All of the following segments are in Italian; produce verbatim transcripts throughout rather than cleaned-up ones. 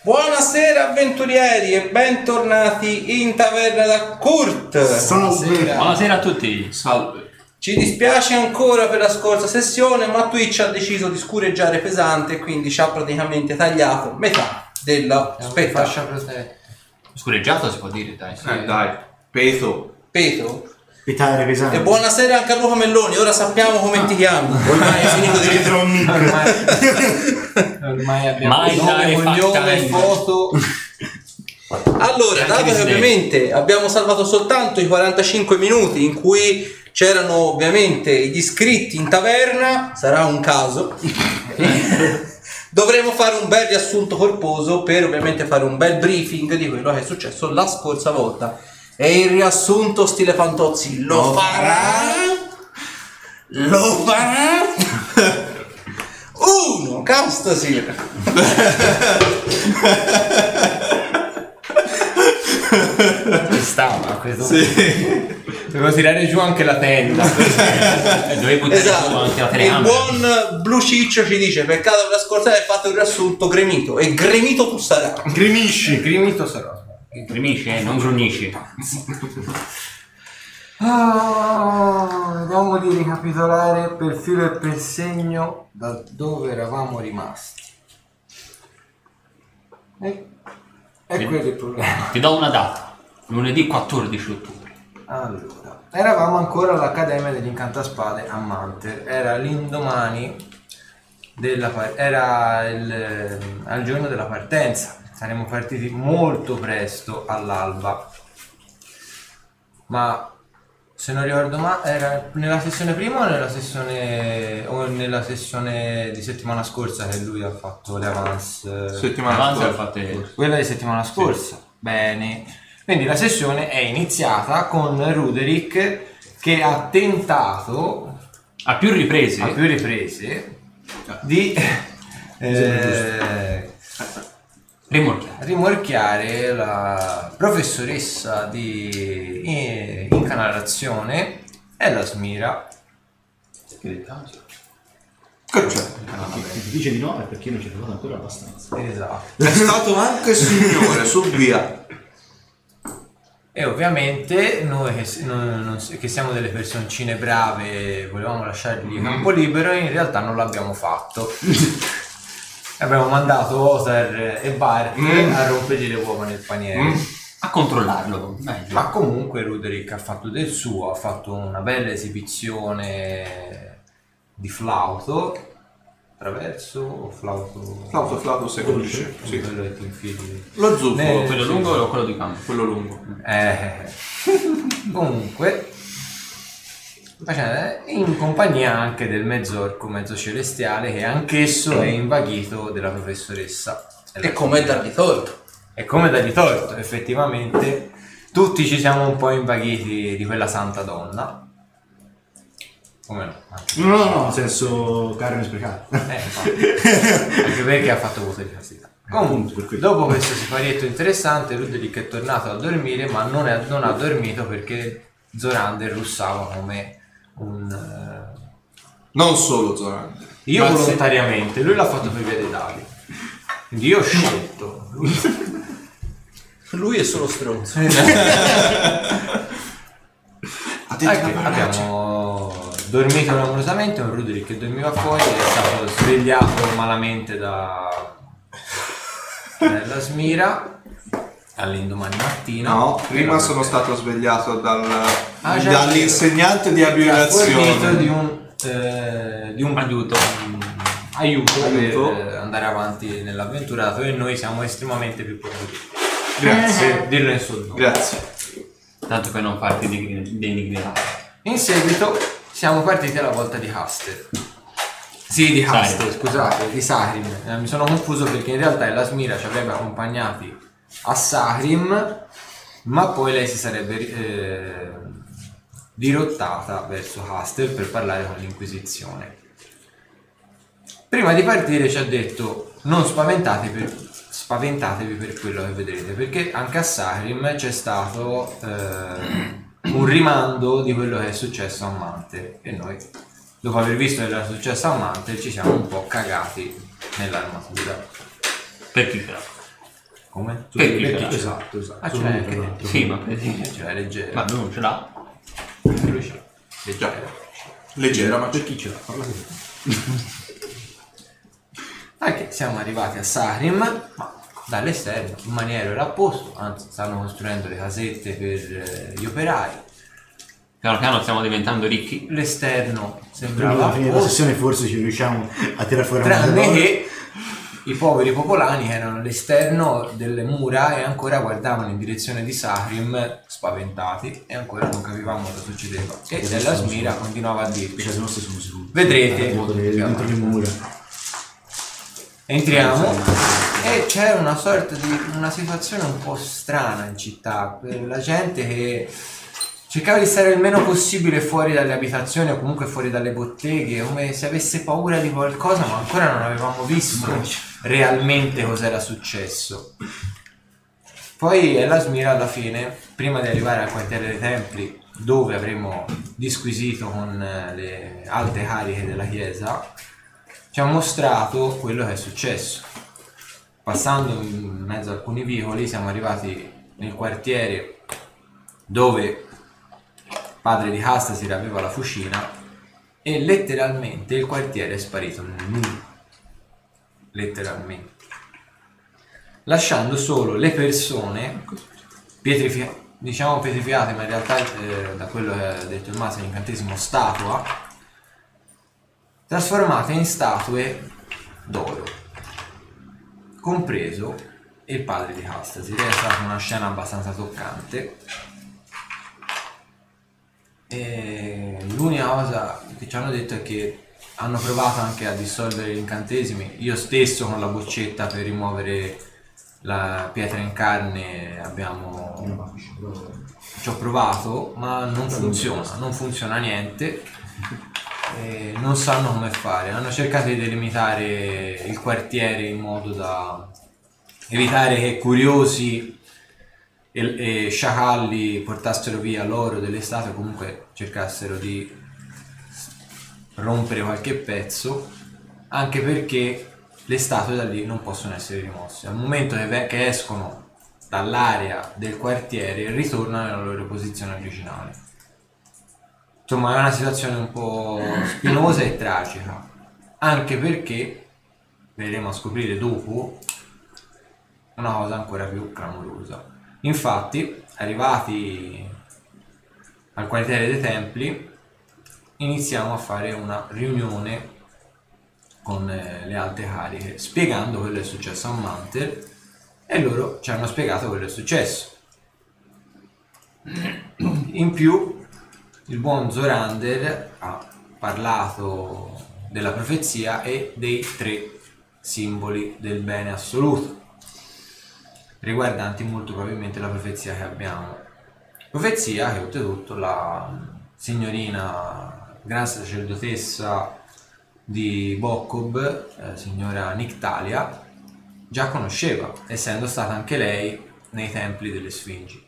Buonasera avventurieri e bentornati in taverna da Kurt. Salve. Buonasera a tutti. Salve. Ci dispiace ancora per la scorsa sessione, ma Twitch ha deciso di scureggiare pesante, quindi ci ha praticamente tagliato metà della spettacolo. Scureggiato si può dire, dai. Sì. Eh, dai, peso. Peso? Petare pesante. E buonasera anche a Luca Melloni, ora sappiamo come ti chiami. Ormai è finito di Dietro un nick. Ormai, ormai abbiamo Mai dare nome, cognome, fattaglie. foto. Allora, dato che ovviamente abbiamo salvato soltanto i quarantacinque minuti in cui c'erano ovviamente gli iscritti in taverna, sarà un caso, dovremo fare un bel riassunto corposo per ovviamente fare un bel briefing di quello che è successo la scorsa volta. E il riassunto stile Fantozzi lo farà? Lo farà? Uno, Castasir. Ci stava a questo Sì. punto. Devo tirare giù anche la tenda. Dovevi buttare su Esatto, anche la il telecamera. buon Blue Ciccio ci dice peccato per la scorsa hai fatto il riassunto gremito e gremito tu sarai. Grimisci. Grimito sarò. Grimisci, eh, non grugnisci. Ah, vediamo di ricapitolare per filo e per segno da dove eravamo rimasti. E, e quello è il problema. Ti do una data. Lunedì quattordici ottobre. Allora, eravamo ancora all'Accademia degli Incantaspade a Manter. Era l'indomani della par- era il, al giorno della partenza. Saremmo partiti molto presto all'alba. Ma se non ricordo male, era nella sessione prima o nella sessione o nella sessione di settimana scorsa che lui ha fatto le avance? Settimana Avanti scorsa. ha fatto Quella di settimana scorsa. Bene. Quindi la sessione è iniziata con Ruderick che ha tentato a più riprese. a più riprese di eh, Rimorchiare. rimorchiare la professoressa di eh, incanalazione e la Smira. Che c'è? Ti dice di no è perché non ci hai provato ancora abbastanza. Esatto. È stato anche signore, su via. E ovviamente noi che, s- non- non s- che siamo delle personcine brave volevamo lasciargli campo libero e in realtà non l'abbiamo fatto. Abbiamo mandato Otar e Bart Mm. a rompergli le uova nel paniere. Mm. A controllarlo. Meglio. Ma comunque Ruderick ha fatto del suo, ha fatto una bella esibizione di flauto. Attraverso o flauto? Flauto, flauto, secondisce. Sì. Quello che ti infili. Lo zuffolo, Ne- Quello lungo o quello di campo? quello lungo. Eh, comunque, facendo- in compagnia anche del mezzorco, mezzo celestiale, che anch'esso è invaghito della professoressa. E com'è da ritorno? E come da di torto, effettivamente, tutti ci siamo un po' invaghiti di quella santa donna. Come no? Anche, No, no, no, nel senso carne sprecata. eh, infatti. Anche perché ha fatto voto di castità. Comunque, Per questo. dopo questo siparietto interessante, Ruderick è tornato a dormire, ma non, è- non ha dormito perché Zorander russava come un... eh, Non solo Zoran. Io Grazie. volontariamente, lui l'ha fatto per via dei dadi. Quindi io ho scelto. Lui è solo stronzo. Ecco, abbiamo dormito clamorosamente, un Ruderick che dormiva fuori è stato svegliato malamente da dalla Smira all'indomani mattina. No, prima sono stato svegliato dal, Ah, già. dall'insegnante di Ci ha fornito abiegazione. di un, eh, di un Aiuto. un aiuto, Aiuto. per eh, andare avanti nell'avventura, dato che noi siamo estremamente più potenti. Grazie. Per dirlo in soldoni. Grazie. Tanto per non farti degni- denigrare. In seguito siamo partiti alla volta di Haster. Sì, di Haster, Sarim. scusate, di Sahrim. Eh, mi sono confuso perché in realtà la Smira ci avrebbe accompagnati a Sahrim, ma poi lei si sarebbe eh, dirottata verso Haster per parlare con l'Inquisizione. Prima di partire ci ha detto non spaventatevi per, spaventatevi per quello che vedrete, perché anche a Sahrim c'è stato eh, un rimando di quello che è successo a Manter e noi, dopo aver visto che era successo a Manter, ci siamo un po' cagati nell'armatura. Per chi però? Come? Per chi Perché- ce l'ha? esatto, esatto. Ah, Sono cioè, venuto che- tra l'altro. Sì, ma per dire. Ce l'hai leggera. Ma lui non ce l'ha. Lui ce l'ha. Leggera. Leggera, ma Per chi ce l'ha? Parla così. Anche siamo arrivati a Sarim, ma dall'esterno il maniero era a posto, anzi stanno costruendo le casette per eh, gli operai. Piano piano stiamo diventando ricchi. L'esterno Quindi sembrava alla a fine della posto, sessione forse ci riusciamo a tirare fuori una tranne cosa. che i poveri popolani che erano all'esterno delle mura e ancora guardavano in direzione di Sarim spaventati e ancora non capivamo cosa succedeva. E Della Smira continuava a dirci: Cioè, se no sono sicuro. vedrete, Eh, modo che dentro le mura. entriamo e c'è una sorta di una situazione un po' strana in città per la gente che cercava di stare il meno possibile fuori dalle abitazioni o comunque fuori dalle botteghe, come se avesse paura di qualcosa, ma ancora non avevamo visto realmente cos'era successo. Poi Elasmira alla fine, prima di arrivare al quartiere dei Templi, dove avremo disquisito con le alte cariche della chiesa, ci ha mostrato quello che è successo. Passando in mezzo a alcuni vicoli siamo arrivati nel quartiere dove padre di Hastasir aveva la fucina e letteralmente il quartiere è sparito nel nulla, letteralmente, lasciando solo le persone pietrificate, diciamo pietrificate, ma in realtà eh, da quello che ha detto il Masa, l'incantesimo statua, trasformate in statue d'oro, compreso il padre di Hastasir. È stata una scena abbastanza toccante. E l'unica cosa che ci hanno detto è che hanno provato anche a dissolvere gli incantesimi. Io stesso con la boccetta per rimuovere la pietra in carne abbiamo ci ho provato, ma non funziona, non funziona niente. E non sanno come fare. Hanno cercato di delimitare il quartiere in modo da evitare che curiosi e, e sciacalli portassero via l'oro delle statue, comunque cercassero di rompere qualche pezzo, anche perché le statue da lì non possono essere rimosse. Al momento che, ve- che escono dall'area del quartiere ritornano nella loro posizione originale. Insomma, è una situazione un po' spinosa e tragica, anche perché vedremo a scoprire dopo una cosa ancora più clamorosa. Infatti, arrivati al quartiere dei Templi, iniziamo a fare una riunione con eh, le alte cariche, spiegando quello che è successo a Manter, e loro ci hanno spiegato quello che è successo. In più, il buon Zorander ha parlato della profezia e dei tre simboli del bene assoluto, riguardanti molto probabilmente la profezia che abbiamo. Profezia che oltretutto la signorina gran sacerdotessa di Bokob, eh, signora Nictalia, già conosceva, essendo stata anche lei nei templi delle Sfingi.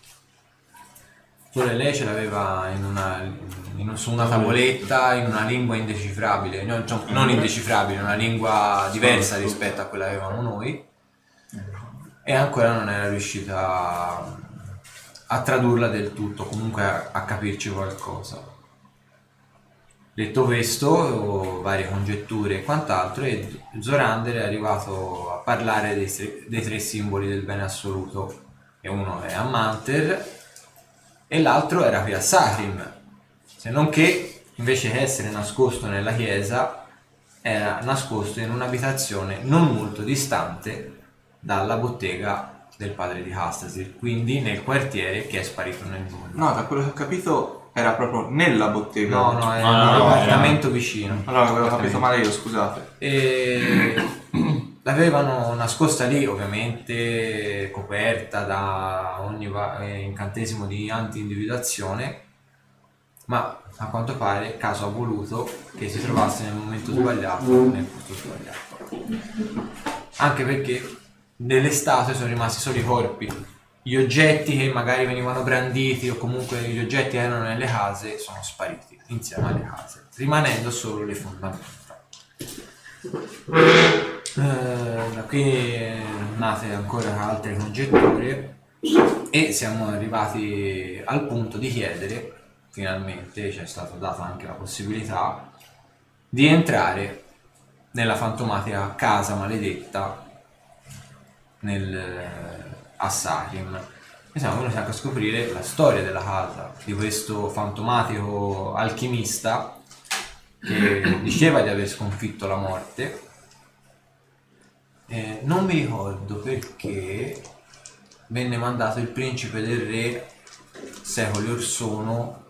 Solo lei ce l'aveva in una, in, su una tavoletta in una lingua indecifrabile, no, cioè, non indecifrabile, una lingua diversa rispetto a quella che avevamo noi, e ancora non era riuscita a, a tradurla del tutto, comunque a, a capirci qualcosa. Detto questo, varie congetture e quant'altro, e Zorander è arrivato a parlare dei, tre- dei tre simboli del bene assoluto, e uno è Amanter e l'altro era qui a Sarim, se non che invece che essere nascosto nella chiesa era nascosto in un'abitazione non molto distante dalla bottega del padre di Hastasir, quindi nel quartiere che è sparito nel nulla. No, da quello che ho capito era proprio nella bottega. No, no, è No, un no, no, appartamento vicino. Allora avevo capito male io, scusate. E l'avevano nascosta lì, ovviamente coperta da ogni va- eh, incantesimo di anti-individuazione, ma a quanto pare caso ha voluto che si trovasse nel momento sbagliato, nel posto sbagliato. Anche perché nelle statue sono rimasti solo i corpi. Gli oggetti che magari venivano branditi o comunque gli oggetti che erano nelle case sono spariti insieme alle case, rimanendo solo le fondamenta. Eh, da qui eh, nate ancora altre congetture e siamo arrivati al punto di chiedere, finalmente ci è stata data anche la possibilità di entrare nella fantomatica casa maledetta nel, eh, a Sarim. E siamo venuti anche a scoprire la storia della casa, di questo fantomatico alchimista che diceva di aver sconfitto la morte. Eh, non mi ricordo perché venne mandato il principe del re secoli or sono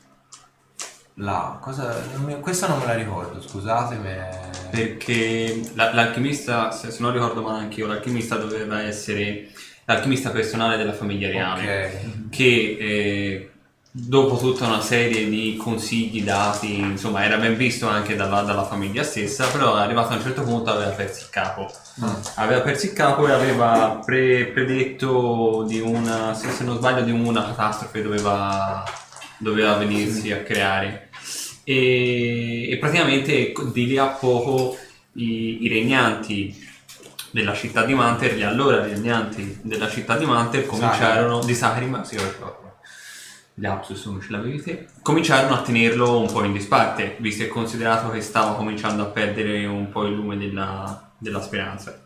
là. Cosa, non mi- questa non me la ricordo, scusatemi. Perché la- l'alchimista, se, se non ricordo male anch'io, l'alchimista doveva essere l'alchimista personale della famiglia reale, Ok. che eh, dopo tutta una serie di consigli dati, insomma, era ben visto anche dalla, dalla famiglia stessa, però arrivato a un certo punto aveva perso il capo. Ah. Aveva perso il capo e aveva pre- predetto di una, se, se non sbaglio, di una catastrofe doveva, doveva venirsi a creare. E, e praticamente di lì a poco i, i regnanti della città di Manter, gli allora regnanti della città di Manter cominciarono, di Saharim, sì, ricordo, gli lapsus non ce l'avevi te, cominciarono a tenerlo un po' in disparte, visto e considerato che stava cominciando a perdere un po' il lume della, della speranza.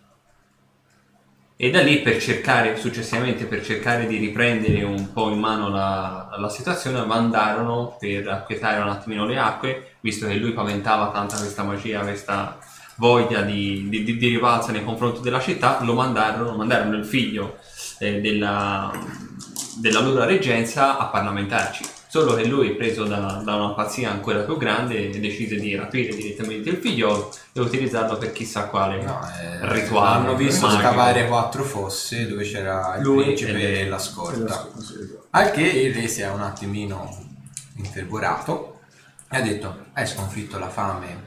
E da lì, per cercare, successivamente, per cercare di riprendere un po' in mano la, la situazione, mandarono per acquietare un attimino le acque, visto che lui paventava tanta questa magia, questa voglia di, di, di, di rivalsa nei confronti della città, lo mandarono, mandarono il figlio eh, della, della loro reggenza a parlamentarci. Solo che lui, preso da, da una pazzia ancora più grande, decise di rapire direttamente il figliolo e utilizzarlo per chissà quale No, eh, rituale. hanno visto magico. scavare quattro fosse dove c'era il Lui principe e le- e la scorta. Al che il re si è un attimino infervorato e ha detto: hai sconfitto la fame,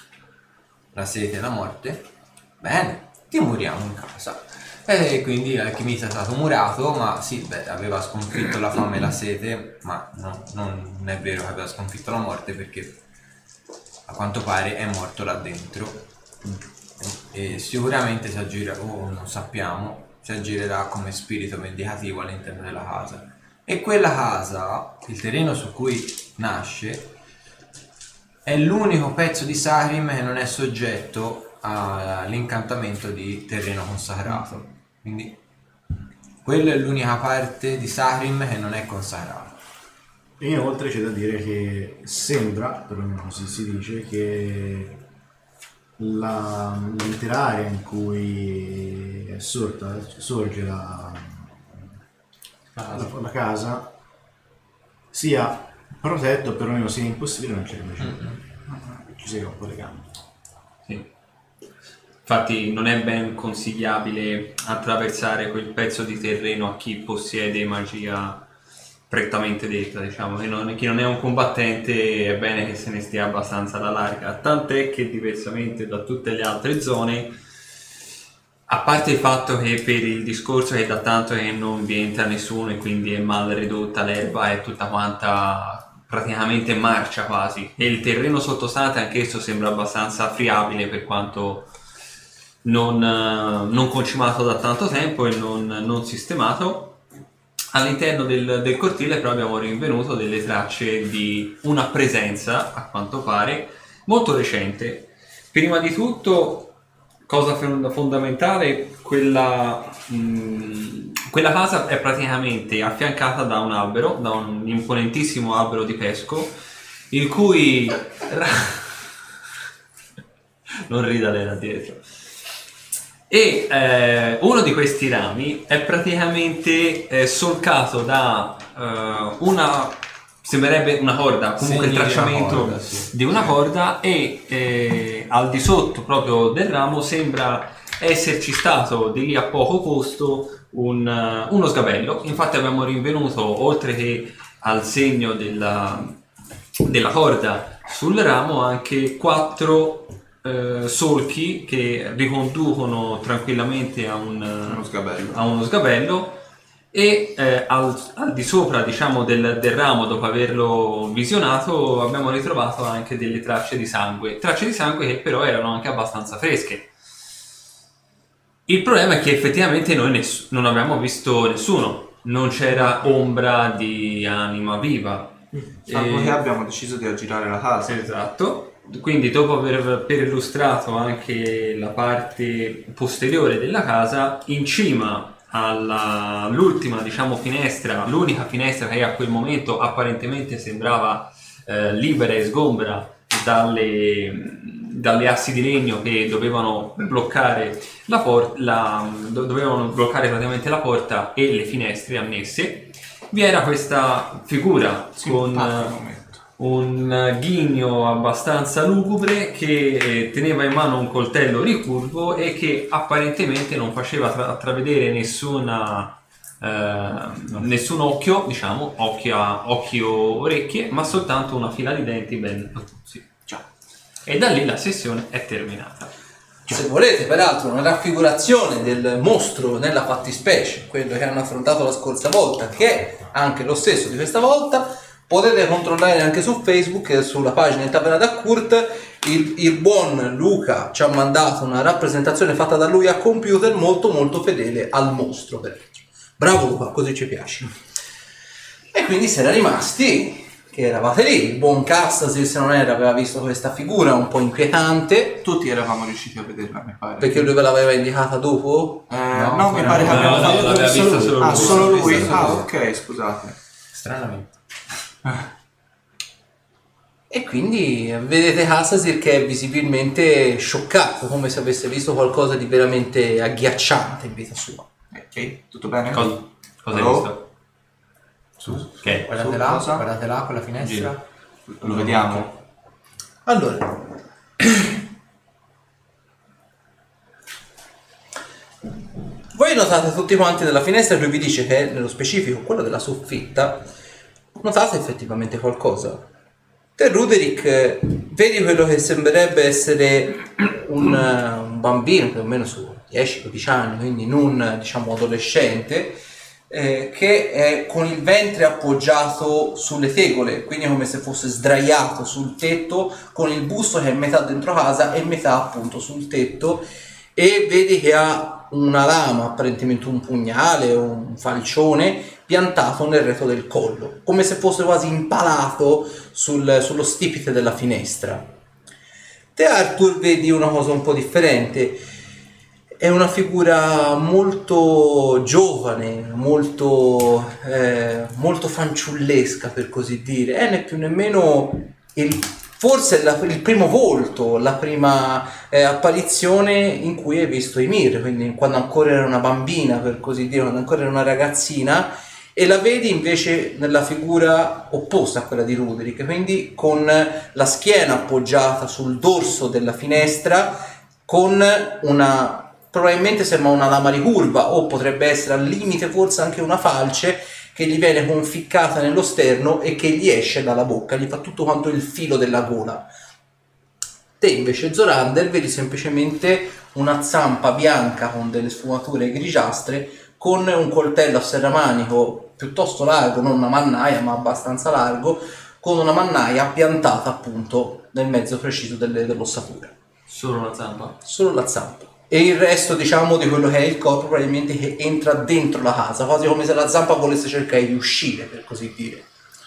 la sete e la morte? Bene, ti muriamo in casa. E quindi l'alchimista è stato murato, ma sì, beh, aveva sconfitto la fame e la sete, ma no, non è vero che aveva sconfitto la morte, perché a quanto pare è morto là dentro. E sicuramente si aggirerà, o non sappiamo, si aggirerà come spirito vendicativo all'interno della casa. E quella casa, il terreno su cui nasce, è l'unico pezzo di Saharim che non è soggetto all'incantamento di terreno consacrato. Quindi quella è l'unica parte di Saharim che non è consacrata. E inoltre c'è da dire che sembra, perlomeno così si dice, che la, l'intera area in cui è sorta, sorge la, la, la casa sia protetto, perlomeno sia impossibile non c'è ci sia un po' di campo. Sì. Infatti non è ben consigliabile attraversare quel pezzo di terreno a chi possiede magia prettamente detta, diciamo, che non, chi non è un combattente è bene che se ne stia abbastanza alla larga, tant'è che diversamente da tutte le altre zone, a parte il fatto che per il discorso che da tanto che non vi entra nessuno e quindi è mal ridotta l'erba, è tutta quanta praticamente marcia quasi, e il terreno sottostante anch'esso sembra abbastanza friabile per quanto non, non concimato da tanto tempo e non, non sistemato. All'interno del, del cortile però abbiamo rinvenuto delle tracce di una presenza, a quanto pare, molto recente. Prima di tutto, cosa fondamentale, quella, mh, quella casa è praticamente affiancata da un albero, da un imponentissimo albero di pesco, il cui... non rida lei là dietro. E eh, uno di questi rami è praticamente eh, solcato da eh, una, sembrerebbe una corda, comunque Segni il di una tracciamento corda, sì. di una corda, e eh, al di sotto proprio del ramo sembra esserci stato di lì a poco posto un, uh, uno sgabello. Infatti abbiamo rinvenuto, oltre che al segno della, della corda sul ramo, anche quattro eh, solchi che riconducono tranquillamente a, un, Uno sgabello. a uno sgabello. E eh, al, al di sopra, diciamo, del, del ramo, dopo averlo visionato, abbiamo ritrovato anche delle tracce di sangue, tracce di sangue che però erano anche abbastanza fresche. Il problema è che effettivamente noi ness- non abbiamo visto nessuno, non c'era ombra di anima viva. Salvo E- che abbiamo deciso di aggirare la casa. Esatto, quindi dopo aver perlustrato anche la parte posteriore della casa, in cima alla- all'ultima diciamo finestra, l'unica finestra che a quel momento apparentemente sembrava eh, libera e sgombra dalle, dalle assi di legno che dovevano bloccare la porta, la, do- dovevano bloccare praticamente la porta e le finestre annesse, vi era questa figura con Simpatico momento. un ghigno abbastanza lugubre che eh, teneva in mano un coltello ricurvo e che apparentemente non faceva tra- intravedere nessuna eh, nessun occhio, diciamo, occhio, occhi o orecchie, ma soltanto una fila di denti ben sì. Già. E da lì la sessione è terminata. Se volete, peraltro, una raffigurazione del mostro nella fattispecie, quello che hanno affrontato la scorsa volta, che è anche lo stesso di questa volta, potete controllare anche su Facebook e sulla pagina di Taverna da Kurt. Il, il buon Luca ci ha mandato una rappresentazione fatta da lui a computer molto molto fedele al mostro, peraltro. Bravo Luca, così ci piace. E quindi si era rimasti che eravate lì. Il buon Castasir, se non era, aveva visto questa figura un po' inquietante, Tutti eravamo riusciti a vederla, mi pare. perché lui ve l'aveva indicata dopo. Eh, No, no, mi ancora pare no. che abbiamo No, no, fatto l'aveva solo vista lui. solo Ah, lui. solo lui? Vista Ah, solo ok, scusate. Stranamente. E quindi vedete Castasir che è visibilmente scioccato, come se avesse visto qualcosa di veramente agghiacciante in vita sua. Ok, tutto bene? Cosa, cosa hai Hello? visto? Ok. Guardate Su là, cosa? guardate là, quella finestra. Giro. Lo vediamo? Allora, voi notate tutti quanti dalla finestra, lui vi dice che nello specifico quello della soffitta, notate effettivamente qualcosa. Te Ruderick eh, vedi quello che sembrerebbe essere un, eh, un bambino più o meno su dieci dodici anni, quindi non diciamo adolescente, eh, che è con il ventre appoggiato sulle tegole, quindi come se fosse sdraiato sul tetto, con il busto che è metà dentro casa e metà appunto sul tetto, e vedi che ha una lama, apparentemente un pugnale o un falcione, piantato nel retro del collo, come se fosse quasi impalato sul- sullo stipite della finestra. Te Arthur vedi una cosa un po' differente. È una figura molto giovane, molto, eh, molto fanciullesca per così dire, e né più nemmeno il, forse la- il primo volto, la prima eh, apparizione in cui hai visto Ymir, quindi quando ancora era una bambina per così dire, quando ancora era una ragazzina, e la vedi invece nella figura opposta a quella di Ruderick, quindi con la schiena appoggiata sul dorso della finestra, con una... probabilmente sembra una lama ricurva, o potrebbe essere al limite forse anche una falce che gli viene conficcata nello sterno e che gli esce dalla bocca, gli fa tutto quanto il filo della gola. Te invece Zorander vedi semplicemente una zampa bianca con delle sfumature grigiastre, con un coltello a serramanico piuttosto largo, non una mannaia ma abbastanza largo, con una mannaia piantata appunto nel mezzo preciso delle, dell'ossatura. Solo una zampa? Solo la zampa. E il resto, diciamo, di quello che è il corpo probabilmente che entra dentro la casa, quasi come se la zampa volesse cercare di uscire, per così dire.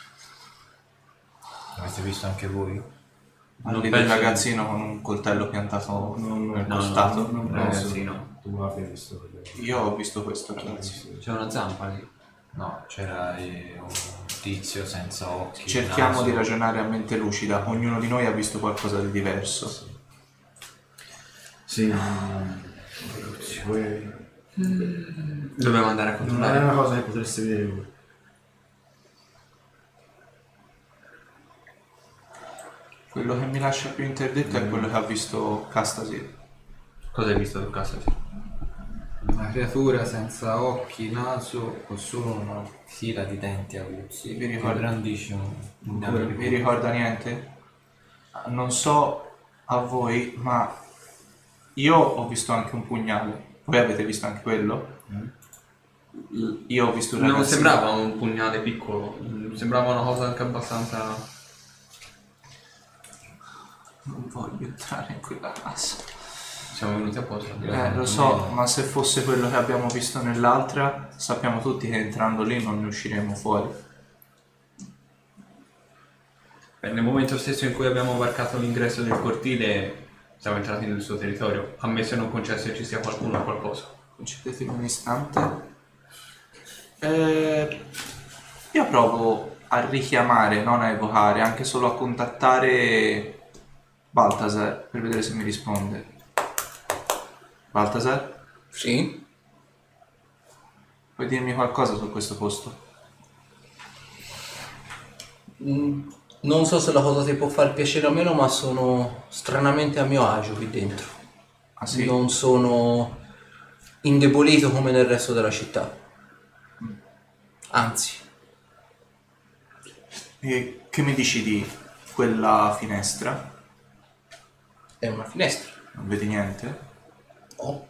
Avete visto anche voi? Non Vedi il penso- ragazzino con un coltello piantato nel no, costato? Non Eh, penso. sì, no. Tu abbia visto quello. Io ho visto questo, ragazzi. C'è una zampa lì. No, c'era eh, un tizio senza occhi. Cerchiamo naso. di ragionare a mente lucida. Ognuno di noi ha visto qualcosa di diverso. Sì, ma... Poi- Dobbiamo andare a non è controllare. una cosa che potreste vedere voi. Quello che mi lascia più interdetto è quello che ha visto Castasir. Cosa hai visto per caso? Una creatura senza occhi, naso, con solo una fila di denti aguzzi. Mi Che ricordo. brandisce un un Non naso. vi ricorda niente? Non so a voi, ma io ho visto anche un pugnale. Voi avete visto anche quello? L- Io ho visto un Non ragazzino. sembrava un pugnale piccolo, mm, sembrava una cosa anche abbastanza... Non voglio entrare in quella casa. Siamo venuti apposta. Eh, lo so, ma se fosse quello che abbiamo visto nell'altra, sappiamo tutti che entrando lì non ne usciremo fuori. Beh, nel momento stesso in cui abbiamo varcato l'ingresso del cortile, siamo entrati nel suo territorio. Ammesso e non concesso che ci sia qualcuno o qualcosa. Concedetemi un istante. Eh, io provo a richiamare, non a evocare, anche solo a contattare Balthazar per vedere se mi risponde. Balthazar? Sì? Puoi dirmi qualcosa su questo posto? Mm, non so se la cosa ti può far piacere o meno, ma sono stranamente a mio agio qui dentro. Ah sì? Non sono indebolito come nel resto della città. Anzi. E che mi dici di quella finestra? È una finestra. Non vedi niente? Oh.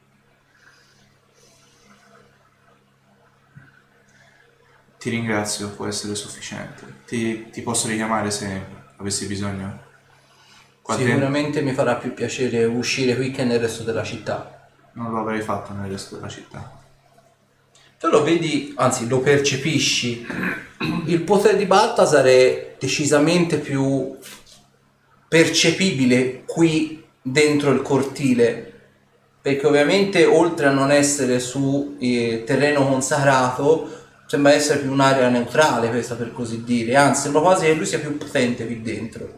Ti ringrazio, può essere sufficiente. Ti, ti posso richiamare se avessi bisogno? Qua dentro Sicuramente mi farà più piacere uscire qui che nel resto della città. non lo avrei fatto nel resto della città. Tu lo vedi, anzi lo percepisci, il potere di Balthazar è decisamente più percepibile qui dentro il cortile, perché ovviamente oltre a non essere su eh, terreno consacrato, sembra essere più un'area neutrale questa, per così dire, anzi sembra quasi che lui sia più potente qui dentro.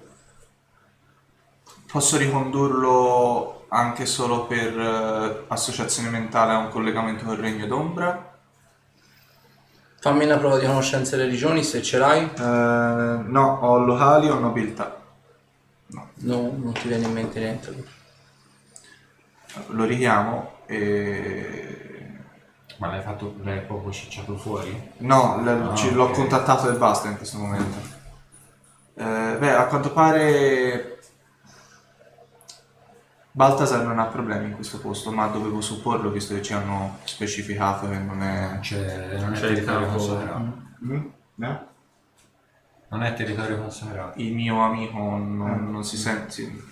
Posso ricondurlo anche solo per eh, associazione mentale a un collegamento col Regno d'Ombra? Fammi una prova di conoscenza delle regioni se ce l'hai. Eh, no, ho locali o nobiltà. No. No, non ti viene in mente niente. Lo richiamo e... Ma l'hai fatto, l'hai proprio cicciato fuori? No, l- Ah, ci- l'ho ok. contattato e basta in questo momento. Eh, beh, a quanto pare Balthazar non ha problemi in questo posto, ma dovevo supporlo visto che ci hanno specificato che non è... Cioè, non è C'è il territorio campo. consacrato. Mm? Eh? Non è territorio consacrato. Il mio amico non, non si sente... sì.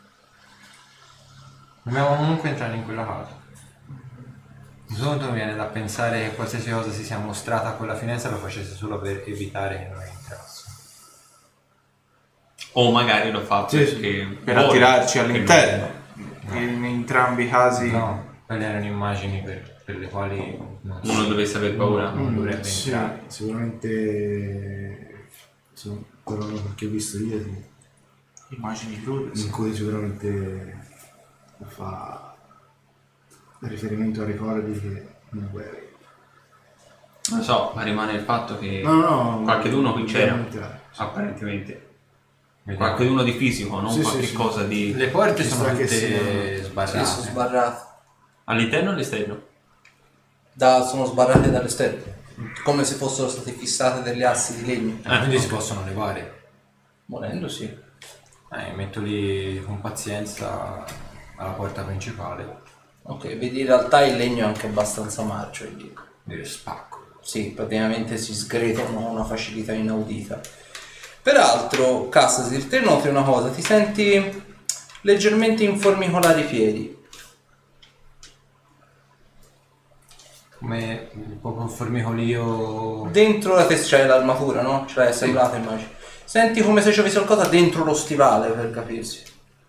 Dobbiamo comunque entrare in quella casa. In questo momento mi viene da pensare che qualsiasi cosa si sia mostrata a quella finestra lo facesse solo per evitare che noi entrassimo. O magari lo fa Sì, sì. perché Per vuole. attirarci Per all'interno. In entrambi i casi... No, quelle erano immagini per, per le quali non si- uno dovesse aver paura. non dovrebbe Sì, entrare. sicuramente insomma, però perché ho visto io sì, Immagini crude, in sì. cui sicuramente fa riferimento a ricordi che non guerre. Non lo so, ma rimane il fatto che No, no, no, qualcheduno qui c'era, veramente, eh. apparentemente. Vediamo. Qualcuno di fisico, non Sì, sì, qualche sì. cosa di... Le porte Ci sono sta che tutte siano- Sì, sbarrate. sono sbarrate. All'interno o all'esterno? Da, sono sbarrate dall'esterno, come se fossero state fissate delle assi di legno. Ah, quindi si possono levare. Volendo sì. Eh, metto lì con pazienza alla porta principale. Ok, vedi in realtà il legno è anche abbastanza marcio, quindi Dire spacco. sì, praticamente si sgretano a una facilità inaudita. Peraltro, Castasir, te noti una cosa, ti senti leggermente informicolare i piedi. Come un po' con formicolio. Dentro la testa c'è l'armatura, no? Ce l'hai assemblata, immagino. Senti come se ci avessi qualcosa dentro lo stivale, per capirsi.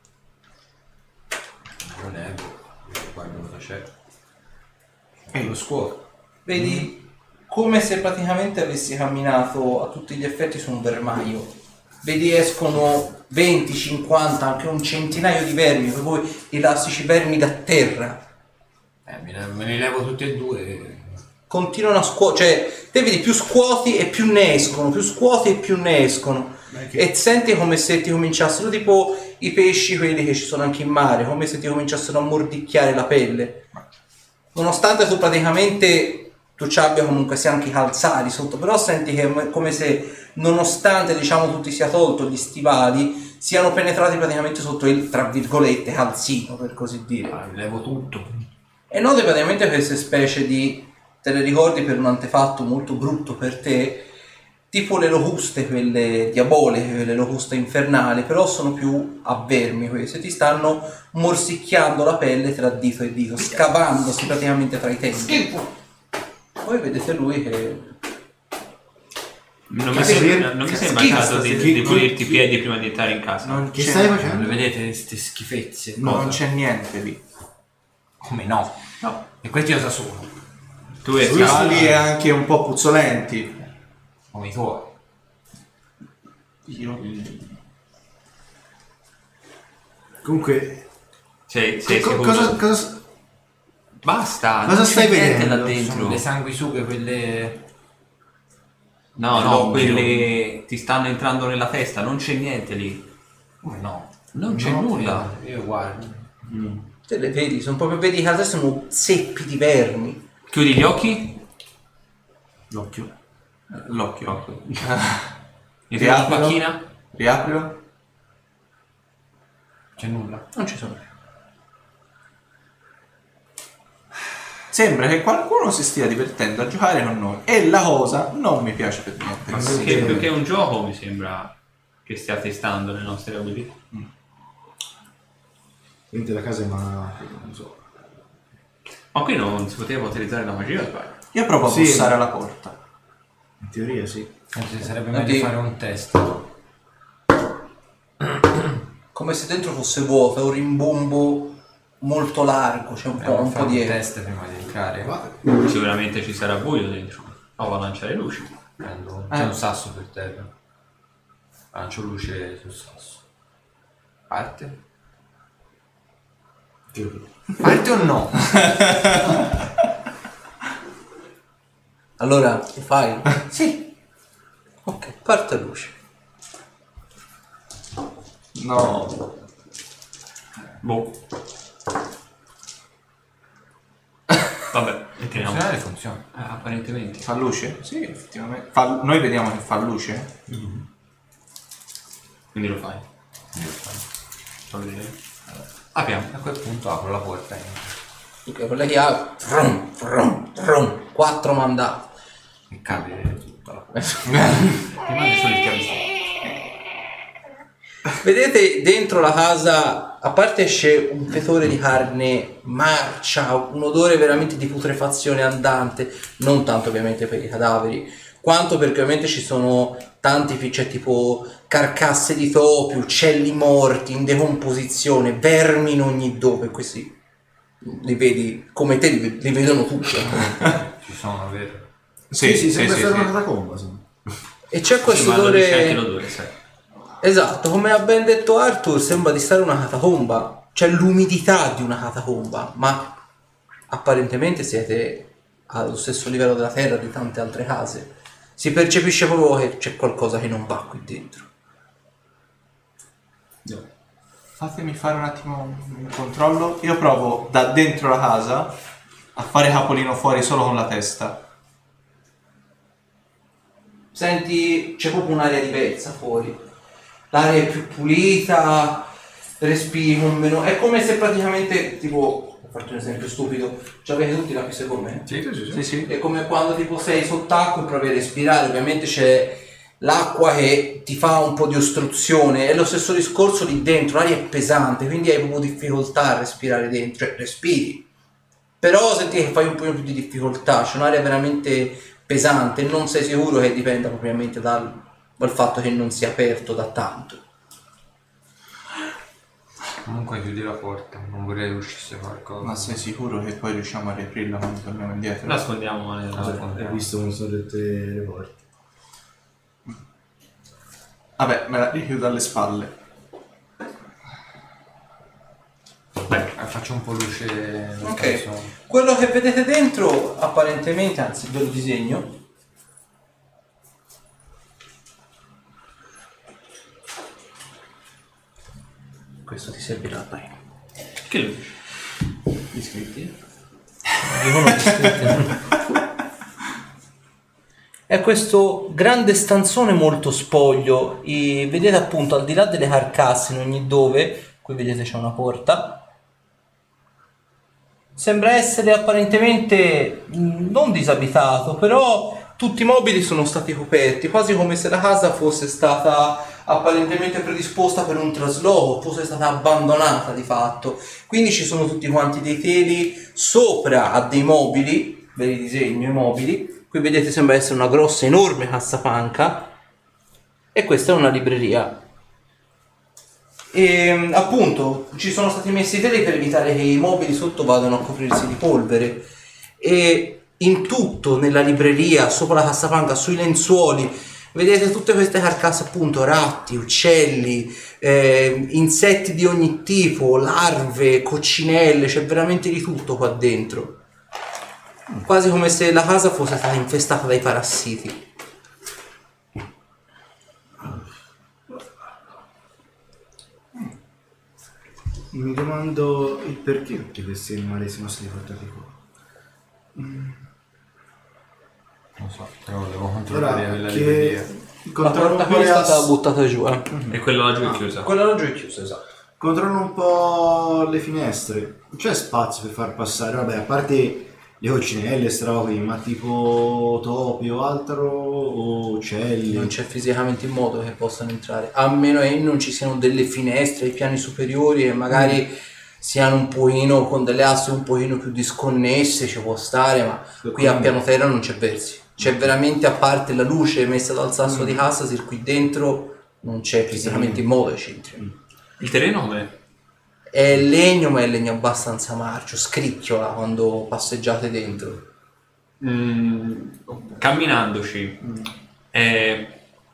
Lo nego, guardo cosa c'è. Eh. E lo scuoto. Vedi come se praticamente avessi camminato a tutti gli effetti su un vermaio. Vedi escono venti, cinquanta, anche un centinaio di vermi, per voi i classici vermi da terra. Eh, me ne, me ne levo tutti e due. Continuano a scuotere, cioè te vedi più scuoti e più ne escono, più scuoti e più ne escono. Beh, che- E senti come se ti cominciassero tipo i pesci, quelli che ci sono anche in mare, come se ti cominciassero a mordicchiare la pelle. Nonostante tu praticamente tu ci abbia comunque sia anche i calzari sotto, però senti che è come se nonostante diciamo tu ti sia tolto gli stivali siano penetrati praticamente sotto il tra virgolette calzino, per così dire. Ah, mi levo tutto. E noti praticamente queste specie di, te le ricordi per un antefatto molto brutto per te, tipo le locuste, quelle diaboliche, quelle locuste infernali, però sono più a vermi queste, ti stanno morsicchiando la pelle tra dito e dito, scavandosi praticamente tra i tempi. Poi vedete lui che... Non mi Che sembra, schifo. non mi sembra Che il caso schifo. di, di Che- pulirti i che- piedi prima di entrare in casa. Non Che c'è, stai Le facendo? vedete queste schifezze? non Cosa? c'è niente lì. Come no? No. E questi cosa sono? Tu e Scavi e anche un po' puzzolenti. Come i tuoi. Io... Comunque, sei, sei co- sicuro? cosa, cosa, Basta, Cosa non stai c'è niente vedendo? là dentro. Sono le sanguisughe, quelle... No, no, L'occhio. quelle ti stanno entrando nella testa, non c'è niente lì. Come no? Non c'è No, nulla. Io guardo. Te le vedi, sono proprio, vedi che adesso sono zeppi di vermi. Chiudi gli occhi. l'occhio. L'occhio. Entri nella Riaprilo. macchina. Riaprilo. C'è nulla. Non ci sono più. Sembra che qualcuno si stia divertendo a giocare con noi e la cosa non mi piace per niente. Ma più che, più che un gioco mi sembra che stia testando le nostre abilità. Quindi la casa è una... non so. Ma qui non si poteva utilizzare la magia, o sbaglio? Io provo a Sì. bussare alla porta. In teoria sì. Anzi, sarebbe Oddio. meglio fare un test. Come se dentro fosse vuoto, è un rimbombo molto largo, c'è un po', Dobbiamo un po' fare di un test prima di entrare. Va. Sicuramente ci sarà buio dentro. O va a lanciare luci. Prendo... Eh. C'è un sasso per terra. Lancio luce sul sasso. Parte? Parte o no? Allora, lo fai? Sì. Ok, parte luce. No. Boh. Vabbè, entriamo. Funzionare funziona. Eh, apparentemente. Fa luce? Sì, effettivamente. Fa- noi vediamo che fa luce. Quindi lo fai. Fammi vedere. Apriamo. A quel punto apro la porta e entro. Ok, con le chiavi. Frum, frum, frum. Quattro mandati. E cade tutta la porta. Prima che sono il chiavista. Vedete dentro la casa, a parte esce un fetore di carne marcia, un odore veramente di putrefazione andante, non tanto ovviamente per i cadaveri, quanto perché ovviamente ci sono tanti, c'è tipo carcasse di topi, uccelli morti in decomposizione, vermi in ogni dove, questi li vedi come te, li, li vedono tutti. Ci sono, vero? Sì, sì, sembra sì, stata sì. una catacomba. Sì. E c'è Sì, questo ma lo dice anche odore... l'odore, sai. Esatto, come ha ben detto Arthur, sembra di stare in una catacomba. C'è l'umidità di una catacomba, ma apparentemente siete allo stesso livello della terra di tante altre case. Si percepisce proprio che c'è qualcosa che non va qui dentro. Fatemi fare un attimo un controllo. Io provo da dentro la casa a fare capolino fuori solo con la testa. Senti, c'è proprio un'aria diversa fuori. L'aria è più pulita, respiri con meno... È come se praticamente, tipo, per farti un esempio stupido, ci avete tutti capito con me? Sì, sì, sì. Sì, sì. È come quando tipo sei sott'acqua e provi a respirare, ovviamente c'è l'acqua che ti fa un po' di ostruzione, è lo stesso discorso lì dentro, l'aria è pesante, quindi hai proprio difficoltà a respirare dentro, cioè respiri, però senti che fai un po' più di difficoltà, c'è un'aria veramente pesante e non sei sicuro che dipenda propriamente dal, dal fatto che non sia aperto da tanto. Comunque chiudi la porta, non vorrei che uscisse qualcosa. Ma sei sicuro che poi riusciamo a riaprirla quando torniamo indietro? Nascondiamo nella Hai visto come sono dette le porte? Vabbè, me la richiudo alle spalle. Vai. Eh, Faccio un po' luce nel Ok, senso- quello che vedete dentro apparentemente, anzi ve lo disegno. Questo ti servirà poi. Che lo dici? Gli iscritti? È questo grande stanzone molto spoglio, e vedete appunto al di là delle carcasse in ogni dove, qui vedete c'è una porta, sembra essere apparentemente mh, non disabitato, però tutti i mobili sono stati coperti, quasi come se la casa fosse stata apparentemente predisposta per un trasloco, fosse stata abbandonata di fatto. Quindi ci sono tutti quanti dei teli sopra a dei mobili, ve li disegno i mobili. Qui vedete sembra essere una grossa, enorme cassapanca, e questa è una libreria. E appunto ci sono stati messi i teli per evitare che i mobili sotto vadano a coprirsi di polvere, e in tutto nella libreria, sopra la cassapanca, sui lenzuoli vedete tutte queste carcasse, appunto ratti, uccelli, eh, insetti di ogni tipo, larve, coccinelle, c'è veramente di tutto qua dentro, quasi come se la casa fosse stata infestata dai parassiti. Mi domando il perché che questi animali siano stati portati qua. Non so, però devo controllare Ora la che libreria. La controllo porta un po' qui è le stata ass- buttata giù, eh. E quella laggiù è chiusa. Quella laggiù è chiusa, esatto. controllo un po' le finestre. Non c'è spazio per far passare, vabbè, a parte le coccinelle, strauchi, ma tipo topi o altro, o uccelli. Non c'è fisicamente in modo che possano entrare, a meno che non ci siano delle finestre ai piani superiori e magari mm. siano un pochino con delle aste un pochino più disconnesse, ci può stare, ma qui a piano terra non c'è versi. C'è veramente, a parte la luce messa dal sasso mm. di Hassasir, qui dentro non c'è fisicamente in modo che c'entri. Mm. Il terreno com'è? È legno, ma è legno abbastanza marcio, scricchiola quando passeggiate dentro. Mm, camminandoci mm. È...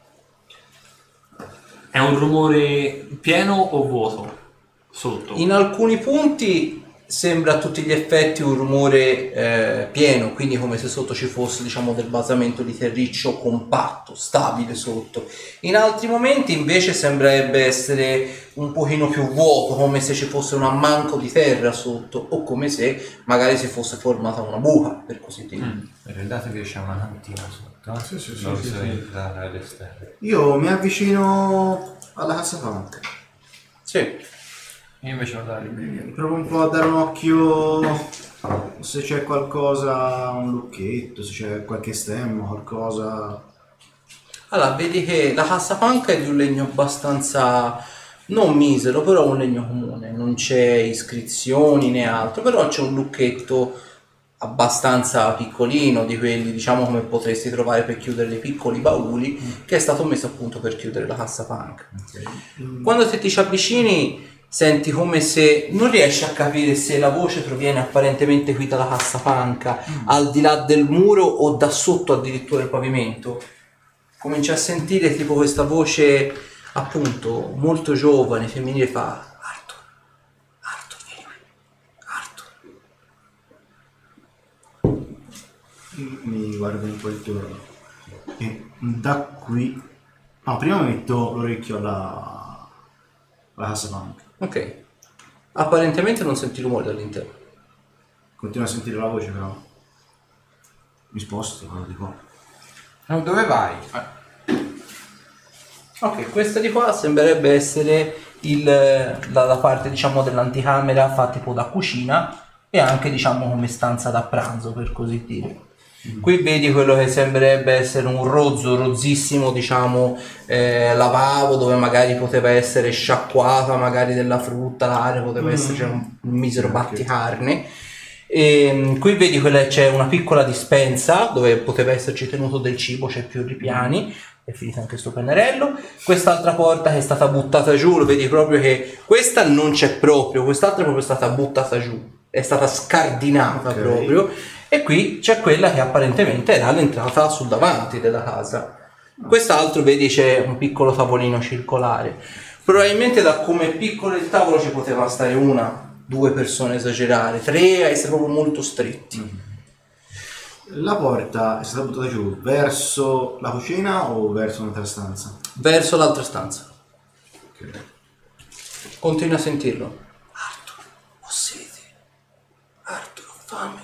è un rumore pieno o vuoto sotto? In alcuni punti sembra a tutti gli effetti un rumore eh, pieno, quindi come se sotto ci fosse, diciamo, del basamento di terriccio compatto, stabile sotto. In altri momenti invece sembrerebbe essere un pochino più vuoto, come se ci fosse un ammanco di terra sotto, o come se magari si fosse formata una buca, per così dire. Mm. Guardate che c'è una cantina sotto. Sì, sì, sì, non sì, so sì. entrare all'esterno. Io mi avvicino alla cassapanca. Sì. Io invece vado alla libreria. Provo un po' a dare un occhio se c'è qualcosa, un lucchetto, se c'è qualche stemma, qualcosa. Allora, vedi che la cassapanca è di un legno abbastanza, non misero, però un legno comune, non c'è iscrizioni né altro, però c'è un lucchetto abbastanza piccolino, di quelli, diciamo, come potresti trovare per chiudere dei piccoli bauli, mm. che è stato messo appunto per chiudere la cassapanca. Okay. Mm. Quando te ti ci avvicini senti come se non riesci a capire se la voce proviene apparentemente qui dalla cassapanca, mm. al di là del muro o da sotto addirittura il pavimento. Cominci a sentire tipo questa voce appunto molto giovane, femminile, fa: Arthur, Arthur, vieni qui, Arthur. Mi guardo un po' intorno e da qui, no, prima mi metto l'orecchio alla, alla cassapanca. Ok, apparentemente non senti rumore dall'interno. Continuo a sentire la voce, però mi sposto, quello di qua. No, dove vai? Ok, questa di qua sembrerebbe essere il, la, la parte, diciamo, dell'anticamera fatta tipo da cucina e anche, diciamo, come stanza da pranzo, per così dire. Mm. Qui vedi quello che sembrerebbe essere un rozzo, rozzissimo, diciamo, eh, lavabo, dove magari poteva essere sciacquata magari della frutta, l'aria, poteva mm. essere un, un misero batticarne. E qui vedi quella, c'è una piccola dispensa dove poteva esserci tenuto del cibo, c'è più ripiani, è finito anche sto pennarello. Quest'altra porta che è stata buttata giù, lo vedi proprio che questa non c'è proprio, quest'altra è proprio stata buttata giù, è stata scardinata, okay, proprio. E qui c'è quella che apparentemente era l'entrata sul davanti della casa. Quest'altro vedi c'è un piccolo tavolino circolare, probabilmente da come è piccolo il tavolo ci poteva stare una, due persone, esagerare, tre a essere proprio molto stretti. La porta è stata buttata giù verso la cucina o verso un'altra stanza? Verso l'altra stanza. Okay. Continua a sentirlo. Arthur, ho sete. Arthur, ho fame.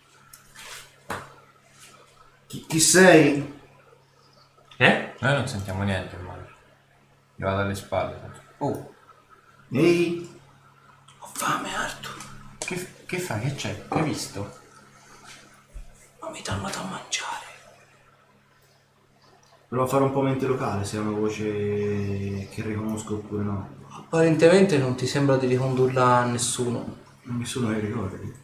Chi, chi sei? Eh? Noi non sentiamo niente, immagino. Io vado alle spalle. Oh. Ehi? Ho fame, Arthur. Che, che fai? Che c'è? Che hai visto? Non mi danno da mangiare. Provo a fare un po' mente locale, se è una voce che riconosco oppure no. Apparentemente non ti sembra di ricondurla a nessuno. Nessuno che ricordi.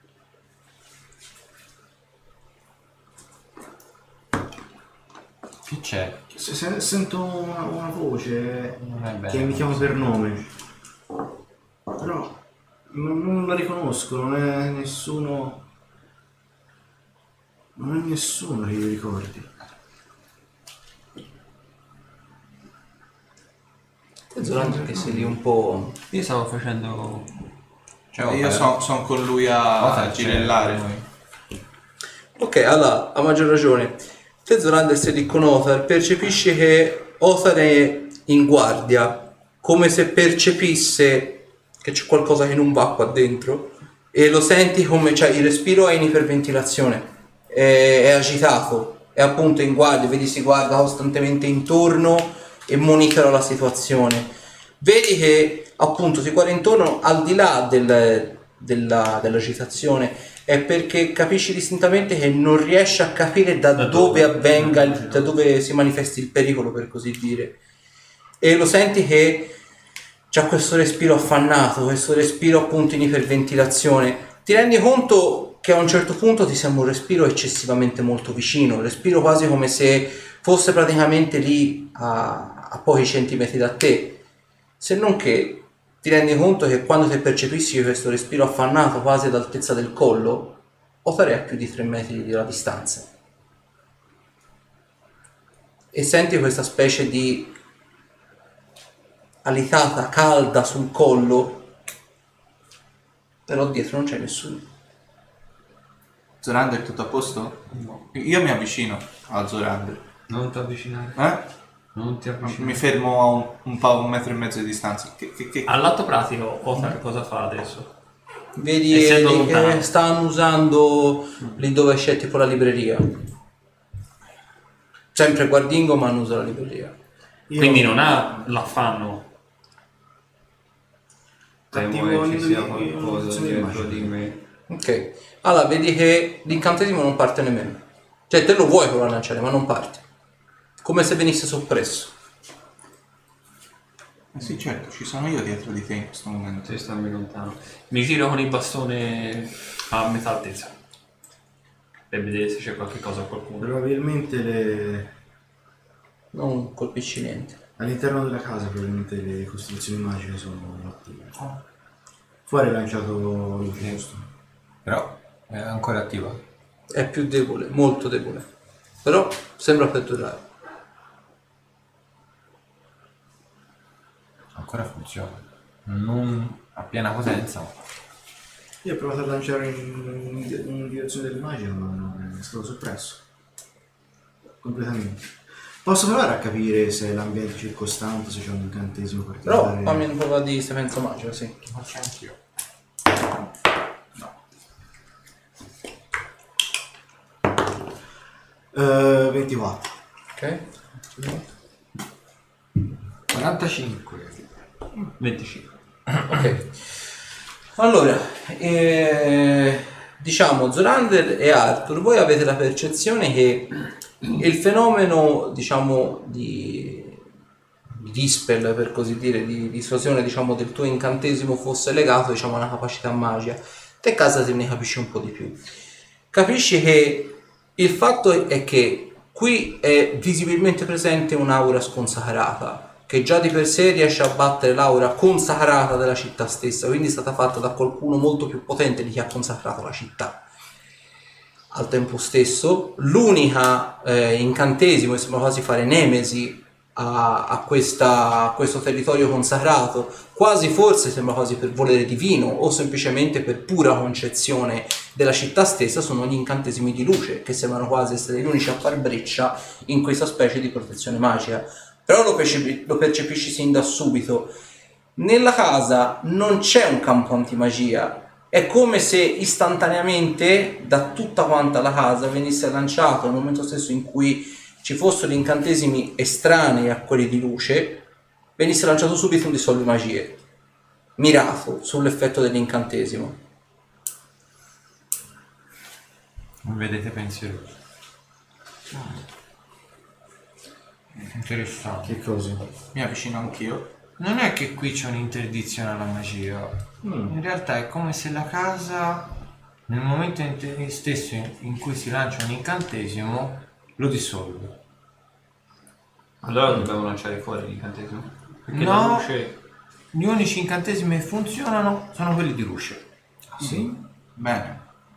Che c'è? Se, se sento una, una voce Non è che bello, mi chiama sì. per nome, però non, non la riconosco, non è nessuno. Non è nessuno che io ricordi. Te Zorander che sei lì un po'... Io stavo facendo... Cioè, io sono son con lui a, Cosa a c'è? girellare noi. Ok, allora, a maggior ragione. Te Zorander sei lì con Othar, percepisci che Othar è in guardia, come se percepisse che c'è qualcosa che non va qua dentro, e lo senti come, cioè il respiro è in iperventilazione, è, è agitato, è appunto in guardia, vedi si guarda costantemente intorno e monitora la situazione. Vedi che appunto si guarda intorno al di là del, della, dell'agitazione, è perché capisci distintamente che non riesce a capire da, Da dove, dove. avvenga, il, da dove si manifesti il pericolo, per così dire. E lo senti che c'ha questo respiro affannato, questo respiro appunto in iperventilazione. Ti rendi conto che a un certo punto ti sembra un respiro eccessivamente molto vicino, un respiro quasi come se fosse praticamente lì a, a pochi centimetri da te, se non che ti rendi conto che quando ti percepisci questo respiro affannato quasi ad altezza del collo, o farei a più di tre metri di la distanza, e senti questa specie di alitata calda sul collo, però dietro non c'è nessuno. Zorander, tutto a posto? No. Io mi avvicino a Zorander. Non ti avvicinare. Eh? Non ti avvicinare. Mi fermo a un, un, po', un metro e mezzo di distanza. Che, che, che... Al lato pratico, Othar cosa fa adesso? Vedi Essendo che lontano. che stanno usando lì dove c'è tipo la libreria, sempre Guardingo, ma non usa la libreria. Io Quindi non ha l'affanno. Attivo Temo che ci sia l'indovino- qualcosa l'indovinazione dietro di me. Ok, allora vedi che l'incantesimo non parte nemmeno, cioè te lo vuoi provare a lanciare ma non parte, come se venisse soppresso. Eh sì, certo, ci sono io dietro di te in questo momento. Se stammi lontano. Mi giro con il bastone a metà altezza. Per vedere se c'è qualche cosa o qualcuno. probabilmente le... Non colpisci niente. all'interno della casa probabilmente le costruzioni magiche sono attive. Fuori è lanciato luce, giusto? Però è ancora attiva. È più debole, molto debole, però sembra perdurare. Ancora funziona. Non a piena potenza. Io ho provato a lanciare in, in, in direzione dell'immagine, ma non è stato soppresso. Completamente. Posso provare a capire se è l'ambiente circostante, se c'è un incantesimo Però particolare? fammi una prova di sequenza magica, sì. Faccio anch'io. Eh, ventiquattro. Ok. quarantacinque. venticinque. Ok. Allora, eh, diciamo, Zorander e Arthur, voi avete la percezione che il fenomeno, diciamo, di di dispel, per così dire, di dissuasione, diciamo, del tuo incantesimo fosse legato, diciamo, a una capacità magica. Te casa te ne capisci un po' di più. Capisci che il fatto è che qui è visibilmente presente un'aura sconsacrata, che già di per sé riesce a battere l'aura consacrata della città stessa, quindi è stata fatta da qualcuno molto più potente di chi ha consacrato la città. Al tempo stesso, l'unica eh, incantesimo che sembra quasi fare nemesi a, a, questa, a questo territorio consacrato, quasi forse sembra quasi per volere divino o semplicemente per pura concezione della città stessa, sono gli incantesimi di luce, che sembrano quasi essere gli unici a far breccia in questa specie di protezione magica. Però lo, percepi- lo percepisci sin da subito. Nella casa non c'è un campo antimagia, è come se istantaneamente da tutta quanta la casa venisse lanciato nel momento stesso in cui ci fossero incantesimi estranei a quelli di luce, venisse lanciato subito un dissolvi magie mirato sull'effetto dell'incantesimo. Non vedete pensieroso. Interessante. Che cosa? Mi avvicino anch'io. Non è che qui c'è un'interdizione alla magia. Mm. In realtà è come se la casa, nel momento in te- stesso in cui si lancia un incantesimo, lo dissolve. Allora dobbiamo lanciare fuori l'incantesimo? Perché No. la luce... Gli unici incantesimi che funzionano sono quelli di luce. Sì? Bene.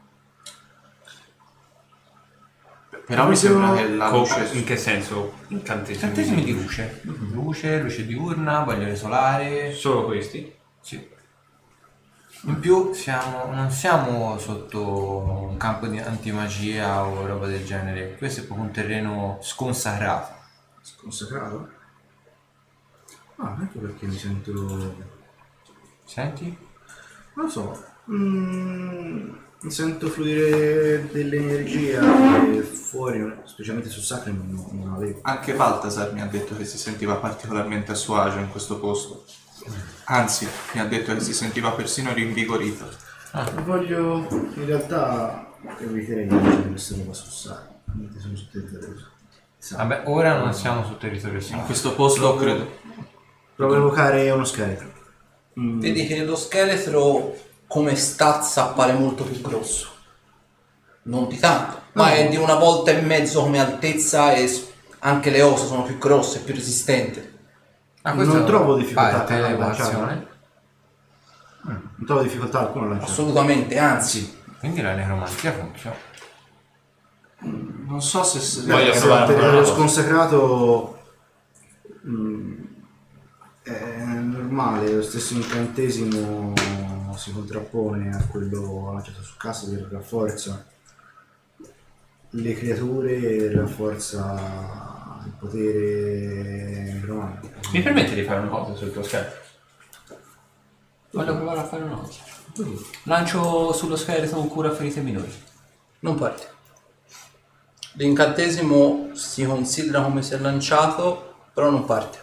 Però mi sembra che la Co- luce... In che senso? Incantesimi? Incantesimi di luce. Luce, luce diurna, bagliore solare. Solo questi? Sì. In più siamo, non siamo sotto un campo di antimagia o roba del genere. Questo è proprio un terreno sconsacrato. Sconsacrato? Ah, ecco perché mi sento... Senti? Non lo so. Mm, mi sento fluire dell'energia che fuori, specialmente su Sacri, non, non avevo. Anche Baltasar mi ha detto che si sentiva particolarmente a suo agio in questo posto. Anzi, mi ha detto che si sentiva persino rinvigorito. Voglio... In realtà eviterei di dire questa roba su Sacri, mentre sono su territorio. Vabbè, ora non siamo sul territorio In sacro. questo posto credo... Provo a evocare uno scheletro. Mm. Vedi che lo scheletro come stazza appare molto più grosso. Non di tanto, ma è di una volta e mezzo come altezza e s- anche le ossa sono più grosse, più resistenti. Ah, Non trovo difficoltà parte a l'evocazione. Non trovo difficoltà alcuna a lanciare. Assolutamente, anzi, Quindi la necromantia funziona. Non so se... se- Voglio Se provare il una territorio cosa. sconsacrato mm, è normale, lo stesso incantesimo si contrappone a quello lanciato su casa che rafforza le creature e rafforza il potere necromantico. Mi permette di fare una cosa sul tuo scheletro? Voglio provare a fare una cosa. Lancio sullo scheletro un cura ferite minori. non parte. L'incantesimo si considera come se è lanciato, però non parte.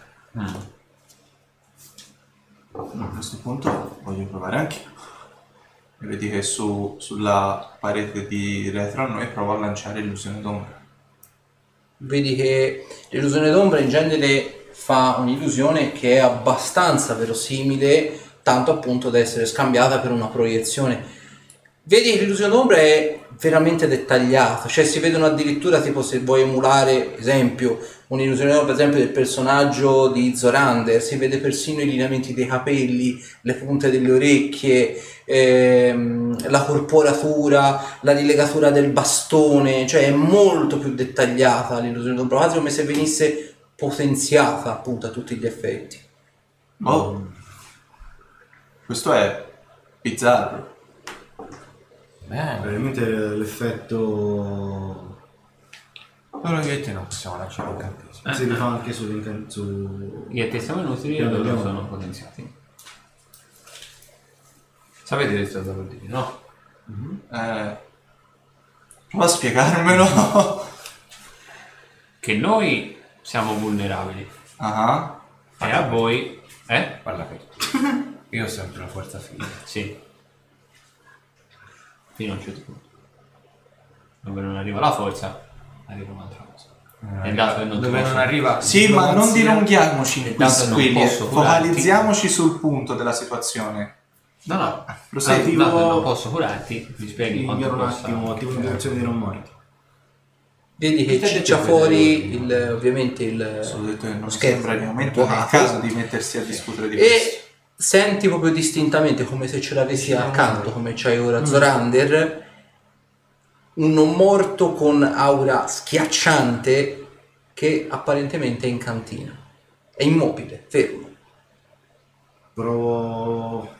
A questo punto voglio provare anche. E vedi che su, sulla parete di retro a noi provo a lanciare illusione d'ombra. Vedi che l'illusione d'ombra in genere fa un'illusione che è abbastanza verosimile, tanto appunto da essere scambiata per una proiezione. Vedi che l'illusione d'ombra è veramente dettagliata, cioè si vedono addirittura, tipo se vuoi emulare, esempio, un'illusione d'ombra, per esempio, del personaggio di Zorander, si vede persino i lineamenti dei capelli, le punte delle orecchie, ehm, la corporatura, la rilegatura del bastone, cioè è molto più dettagliata l'illusione d'ombra, quasi come se venisse potenziata appunto a tutti gli effetti. Oh, questo è bizzarro. Bene. Probabilmente l'effetto Però io e te non possiamo lanciare un incantesimo. si rifà anche sull'incan- su... Gli attestiamo inutili Piano loro piano. sono potenziati. Sapete questo cosa vuol dire, no? Eh, prova a spiegarmelo. Che noi siamo vulnerabili. Ah, E a voi... Eh? Parla per te. Io ho sempre la forza fisica. Sì. Fino a un certo punto. Dove non arriva la forza, arriva un'altra cosa. E dato che non ti Dove posso- non arriva sì, ma non diplomazia- dilunghiamoci in E tanto non quisquili, posso curarti. focalizziamoci sul punto della situazione. No, no. Prosegui. Sì, dato che non posso curarti, mi spieghi quanto Ignoro un possa... attimo, attivo un'invocazione dei non morti. Vedi che Ti stai ciccia detto fuori che- il, ovviamente il Solo detto che non lo mi schermo sembra di momento nel bucato. caso di mettersi a discutere di questo. E senti proprio distintamente, come se ce l'avessi accanto, come c'hai ora Zorander, un non morto con aura schiacciante che apparentemente è in cantina. È immobile, fermo. Provo...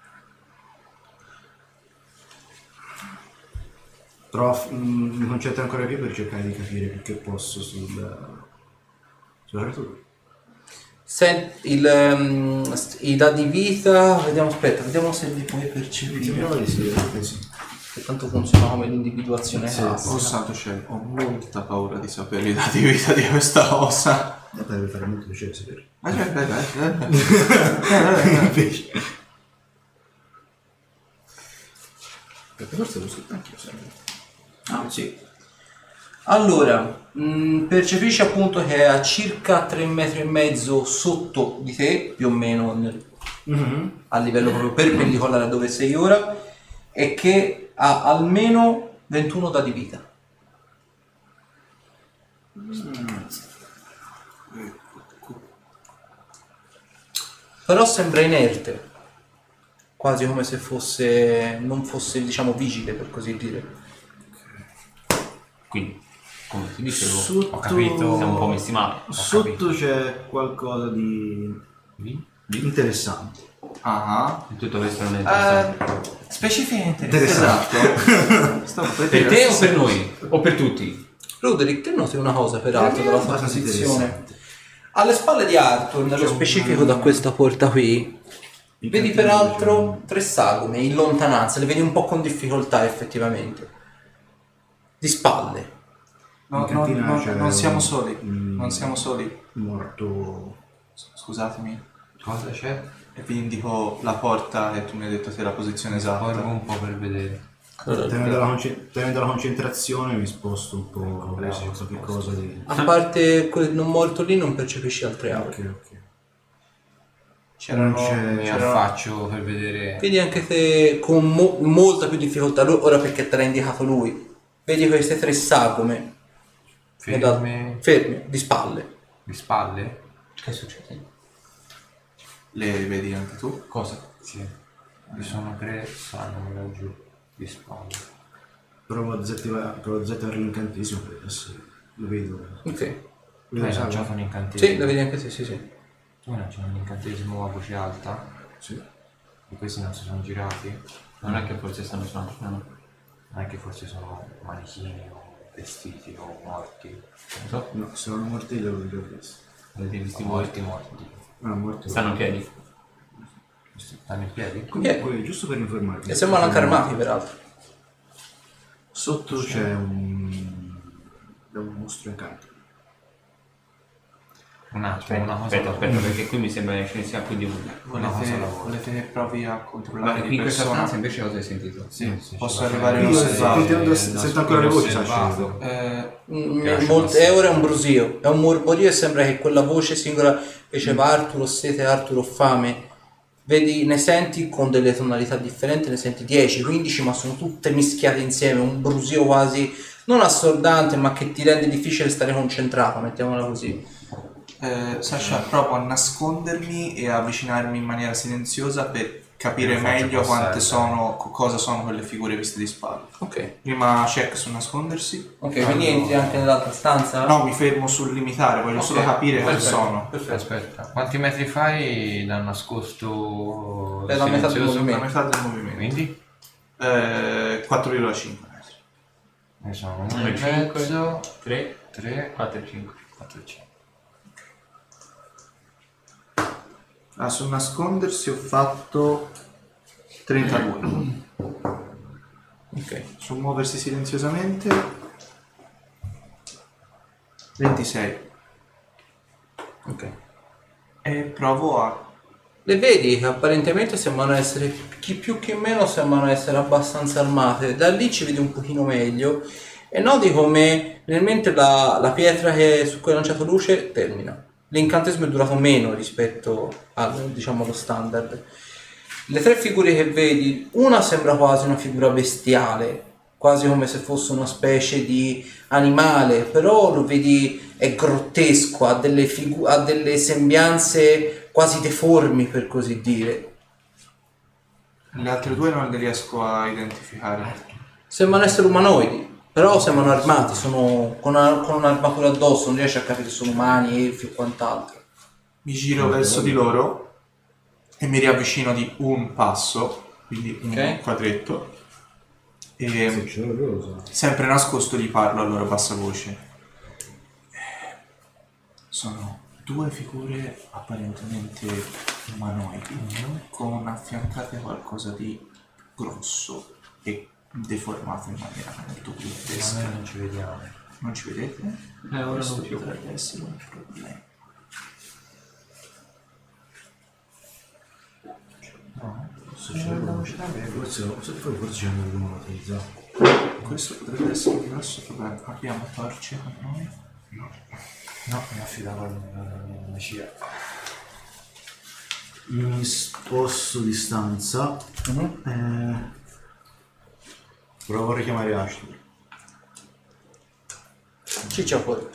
Provo a f- mm, mi concentro ancora più per cercare di capire più che posso sul... sulla creatura. Senti il, ehm, st- i dadi vita, vediamo, aspetta, vediamo se li puoi percepire. Sembrava di sì, in realtà sì. Che tanto funziona come l'individuazione Sì, classica. Oh santo cielo, ho molta paura di sapere i dati di vita di questa cosa. Vabbè, deve fare molto piacere sapere. Ma cioè, dai, dai, dai. Invece... Perché forse lo so anche io sempre. Ah, sì. Allora, mh, percepisci appunto che è a circa tre metri e mezzo sotto di te, più o meno nel- a livello proprio perpendicolare a dove sei ora, e che ha almeno ventuno dadi vita. Però sembra inerte, quasi come se fosse, non fosse, diciamo, vigile, per così dire. Quindi, come ti dicevo, Sotto- ho capito, siamo un po' messi male. Ho Sotto capito. c'è qualcosa di interessante. Ah. Tutto questo non è interessante. Uh, specifica Interessante. Esatto. Stavo per Per dire te la o stessa- per noi? O per tutti? Roderick, te noti una cosa peraltro dalla tua abbastanza posizione. interessante. Alle spalle di Arthur, nello specifico da questa porta qui, vedi peraltro tre sagome in lontananza, le vedi un po' con difficoltà effettivamente. Di spalle. No, In no, cantina no, c'è non siamo un- soli. un- Non siamo soli. Morto. Scusatemi. Cosa c'è? E vi indico la porta e tu mi hai detto se è la posizione esatta. Porgo un po' per vedere. Tenendo la, conce- tenendo la concentrazione mi sposto un po' verso qualche cosa di... A parte quel non morto lì non percepisci altre aure. Ok, ok. C'erano, Non c'è- Mi c'erano- affaccio per vedere. Vedi anche te con mo- molta più difficoltà, Lu- ora perché te l'ha indicato lui. Vedi queste tre sagome Ferme ferme, di spalle. di spalle? Che succede? Le vedi anche tu? Cosa? Sì. Ci sono tre sagome laggiù di spalle. Provo a disattivare, provo a disattivare l'incantesimo per adesso lo vedo. Ok. Vedo Tu hai sa- lanciato un incantesimo. Sì, la vedi anche te, sì, sì. Tu hai lanciato un incantesimo a voce alta. Sì. E questi non si sono girati. Non è che forse stanno suonando. No. Non è che forse sono manichini o vestiti o morti. Non so. No, se non morti li ho li ho visti. Avete visti O voi? morti morti. Ah, morti. Stanno in piedi. Stanno in piedi? Comunque, giusto per informarvi. E sembrano anche armati peraltro. Sotto c'è un... è un mostro incanto. Un attimo, una cosa Aspetta, da- aspetta, perché qui mi sembra che ce ne sia più di uno. Una cosa Volete, alla volta. volete che provi a Ma controllare qui di in questa persona? stanza invece cosa hai sentito? Sì, Sì, posso ce la arrivare fai. a Io osservare. sento- Eh, sento ancora le voci, osservato. Eh, Mm, Piace molt- abbastanza. è ora un brusio, è un mormorio e sembra che quella voce singola che diceva Arthur ho sete, Arthur ho fame, vedi, ne senti con delle tonalità differenti, ne senti dieci, quindici, ma sono tutte mischiate insieme, un brusio quasi non assordante ma che ti rende difficile stare concentrato, mettiamola così. eh, Sasha, provo a nascondermi e a avvicinarmi in maniera silenziosa per capire Io faccio meglio passare, quante dai. sono, co- cosa sono quelle figure viste di spalle. Ok, Prima check su nascondersi. ok, quindi entri anche nell'altra stanza? No, mi fermo sul limitare, voglio solo capire quali perfetto, sono. perfetto. Aspetta, quanti metri fai da nascosto È la metà del silenzioso? La movimento. metà del movimento. Quindi? Eh, quattro virgola cinque metri. Ne sono uno uno e cinque, mezzo, tre, tre, quattro e cinque. quattro, cinque. Ah, sul nascondersi ho fatto trentadue. Ok, Sul muoversi silenziosamente ventisei. ok. E provo a... Le vedi che apparentemente sembrano essere, chi più chi meno, sembrano essere abbastanza armate. Da lì ci vedi un pochino meglio e noti come nel mentre la, la pietra che, su cui hai lanciato luce termina. L'incantesimo è durato meno rispetto al, diciamo, allo standard. Le tre figure che vedi, una sembra quasi una figura bestiale, quasi come se fosse una specie di animale, però lo vedi è grottesco, ha delle, figu- ha delle sembianze quasi deformi per così dire. Le altre due non le riesco a identificare. Sembrano essere umanoidi, però sembrano armati, sono con, una, con un'armatura addosso, non riesci a capire se sono umani, elfi o quant'altro. Mi giro verso di loro e mi riavvicino di un passo, quindi un Ok. quadretto. Sì, E ce l'ho rosa. sempre nascosto gli parlo a loro a bassa voce. Sono due figure apparentemente umanoidi, con affiancate qualcosa di grosso e deformato in maniera molto Ma grottesca. noi non ci vediamo. Non ci vedete? Eh, ora Questo non più. potrebbe essere un problema. No, Forse ce l'ho rosa. Forse, forse c'è un utilizzato. questo potrebbe essere un grosso problema. Abbiamo torce con noi? No, mi affidavo alla C I A. Mi sposto di stanza. Mhm. Eh, provo a richiamare Ashley. Ciccia fuori.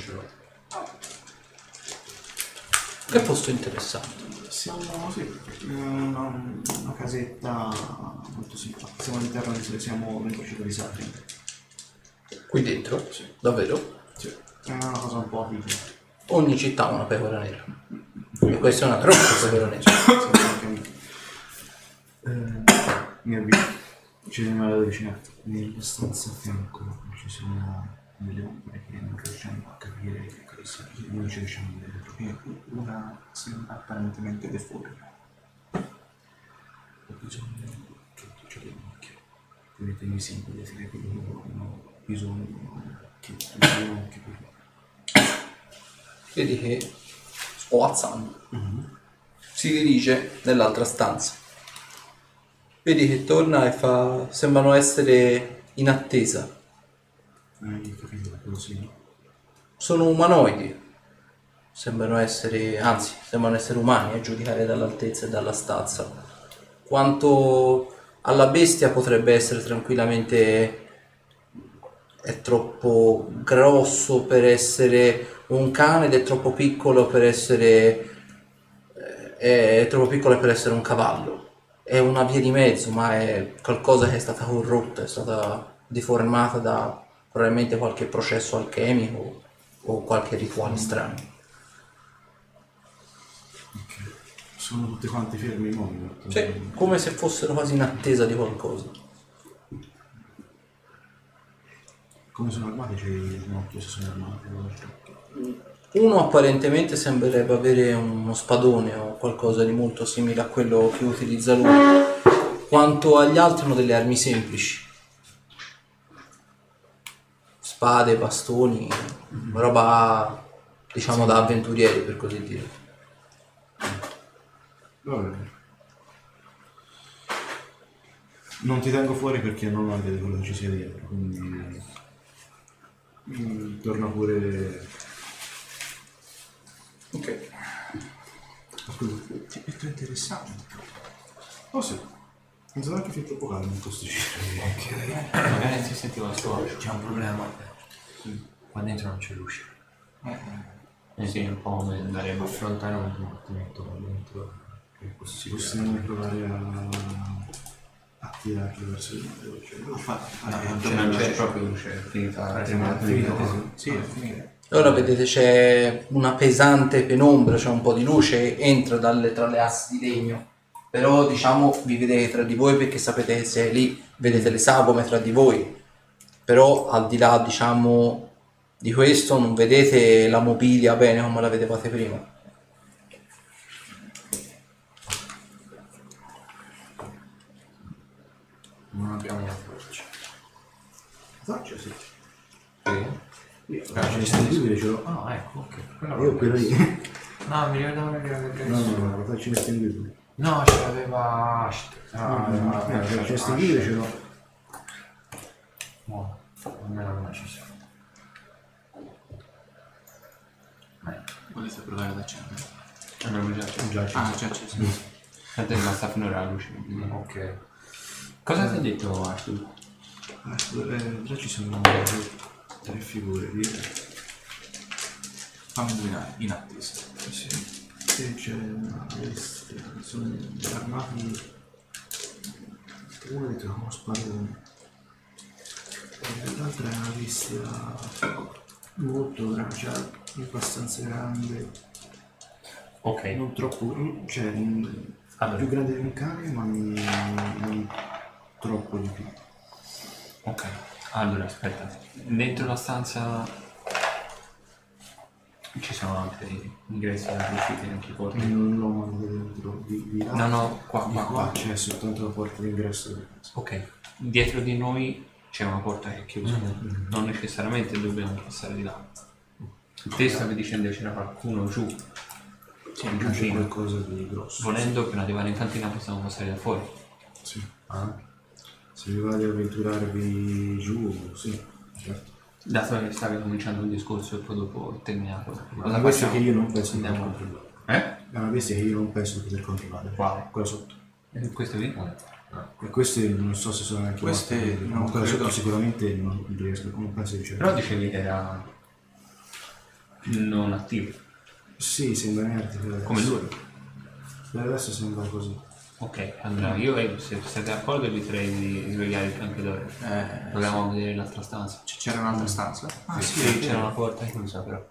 Che posto interessante. Siamo sì, una, una casetta molto simpatica. Siamo all'interno di siamo dentro città di Sapri. Qui dentro? Sì. Davvero? Sì. È una cosa un po' piccola. Ogni città ha una pecora nera. E questa è una troppa pecora nera. Eh, mi avvio. Ci siamo alla vicina. Nella stanza a fianco ci sono delle ombre che non riusciamo a capire che cosa sia. Non ci riusciamo a vedere. E una sembra apparentemente deforme. Ho bisogno di tutto ciò di occhio. Vedete i simboli che hanno bisogno che abbiamo anche per me. Vedi che Oazan si dirige nell'altra stanza. Vedi che torna e fa. Sembrano essere in attesa. Hai capito cosa sia? Sono umanoidi. Sembrano essere, anzi, sembrano essere umani a giudicare dall'altezza e dalla stazza. Quanto alla bestia potrebbe essere tranquillamente, è troppo grosso per essere un cane ed è troppo piccolo per essere, eh, è troppo piccolo per essere un cavallo. È una via di mezzo, ma è qualcosa che è stata corrotta, è stata deformata da probabilmente qualche processo alchemico o qualche rituale strano. Sono tutti quanti fermi in mondo. Sì, come se fossero quasi in attesa di qualcosa. Come sono armati? C'è il occhio se sono armati. Uno apparentemente sembrerebbe avere uno spadone o qualcosa di molto simile a quello che utilizza lui, quanto agli altri hanno delle armi semplici. Spade, bastoni, roba diciamo da avventurieri per così dire. Va bene. Non ti tengo fuori perché non ho idea di quello che ci sia dietro, quindi mm, torna pure. Ok. Scusa. Ti è interessante. Oh sì. Non sarà anche fin troppo calmo in questo cielo. Ok. Magari si sentiva il suo. C'è un problema. Qua dentro non c'è luce. Eh sì, un po' come andare a Affrontare un combattimento qua dentro è possibile. Possiamo provare a, a tirarli verso il mare. Cioè, non c'è proprio luce, è finita. È finito così. Sì, è finito. Ora vedete c'è una pesante penombra, c'è un po' di luce, entra dalle, tra le assi di legno. Però diciamo vi vedete tra di voi perché sapete che se è lì, vedete le sagome tra di voi. Però al di là diciamo di questo non vedete la mobilia bene come la vedevate prima. Non abbiamo una torcia. Faccia sì. Sì? Io faccio distinguibile ce l'ho. Ah, ecco, ok. Quella Io quello lì. No, mi ricordavo che era No, no, no, la faccio distinguibile. No, ce l'aveva Ashton. Ah, no, la faccio distinguibile ce l'ho. No, almeno non ci sono. Volete provare ad accendere? Abbiamo già. Già ci Ah, già c'è. Tanto è rimasta finora la luce. Ok. Cosa ti ha detto Ashton? Eh, già ci sono tre figure lì. Fammi indovinare, in attesa. Sì. E c'è una bestia, sono armati. Uno dietro uno spadone. E l'altra è una bestia molto grande, cioè abbastanza grande. Ok. Non troppo, cioè mh, Allora. più grande di un cane, ma non, non troppo di più. Ok. Allora, aspetta. Dentro la stanza ci sono altri ingressi e uscite anche i porti. Non l'ho mandato dentro di, di là. No, no, qua, Di qua, qua qua. c'è soltanto la porta d'ingresso. Ok. Dietro di noi c'è una porta che è chiusa. Mm-hmm. Non necessariamente dobbiamo passare di là. Te stavi dicendo che c'era qualcuno giù. Sì, in giù c'è cantina. qualcosa di grosso. Volendo per arrivare in cantina possiamo passare da fuori. Sì. Ah. Se vi vado ad avventurarvi giù, sì, certo. Dato che stavi cominciando un discorso e poi dopo terminato. È una bestia che io non penso di poter Andiamo. controllare. Eh? È una bestia che io non penso di poter controllare. Quale? Quella sotto. E questo qui? E queste non so se sono neanche Queste morte, non ma quella credo. sotto sicuramente non riesco, non penso di certo. Però dicevi che era non attivo. Sì, sembra inerte per adesso. Come lui. Per adesso sembra così. Ok, allora io e se siete d'accordo eviterei di svegliare il campione. Eh, Proviamo a vedere l'altra stanza. c- c'era un'altra stanza? Ah sì, Sì, c'era una porta chiusa però.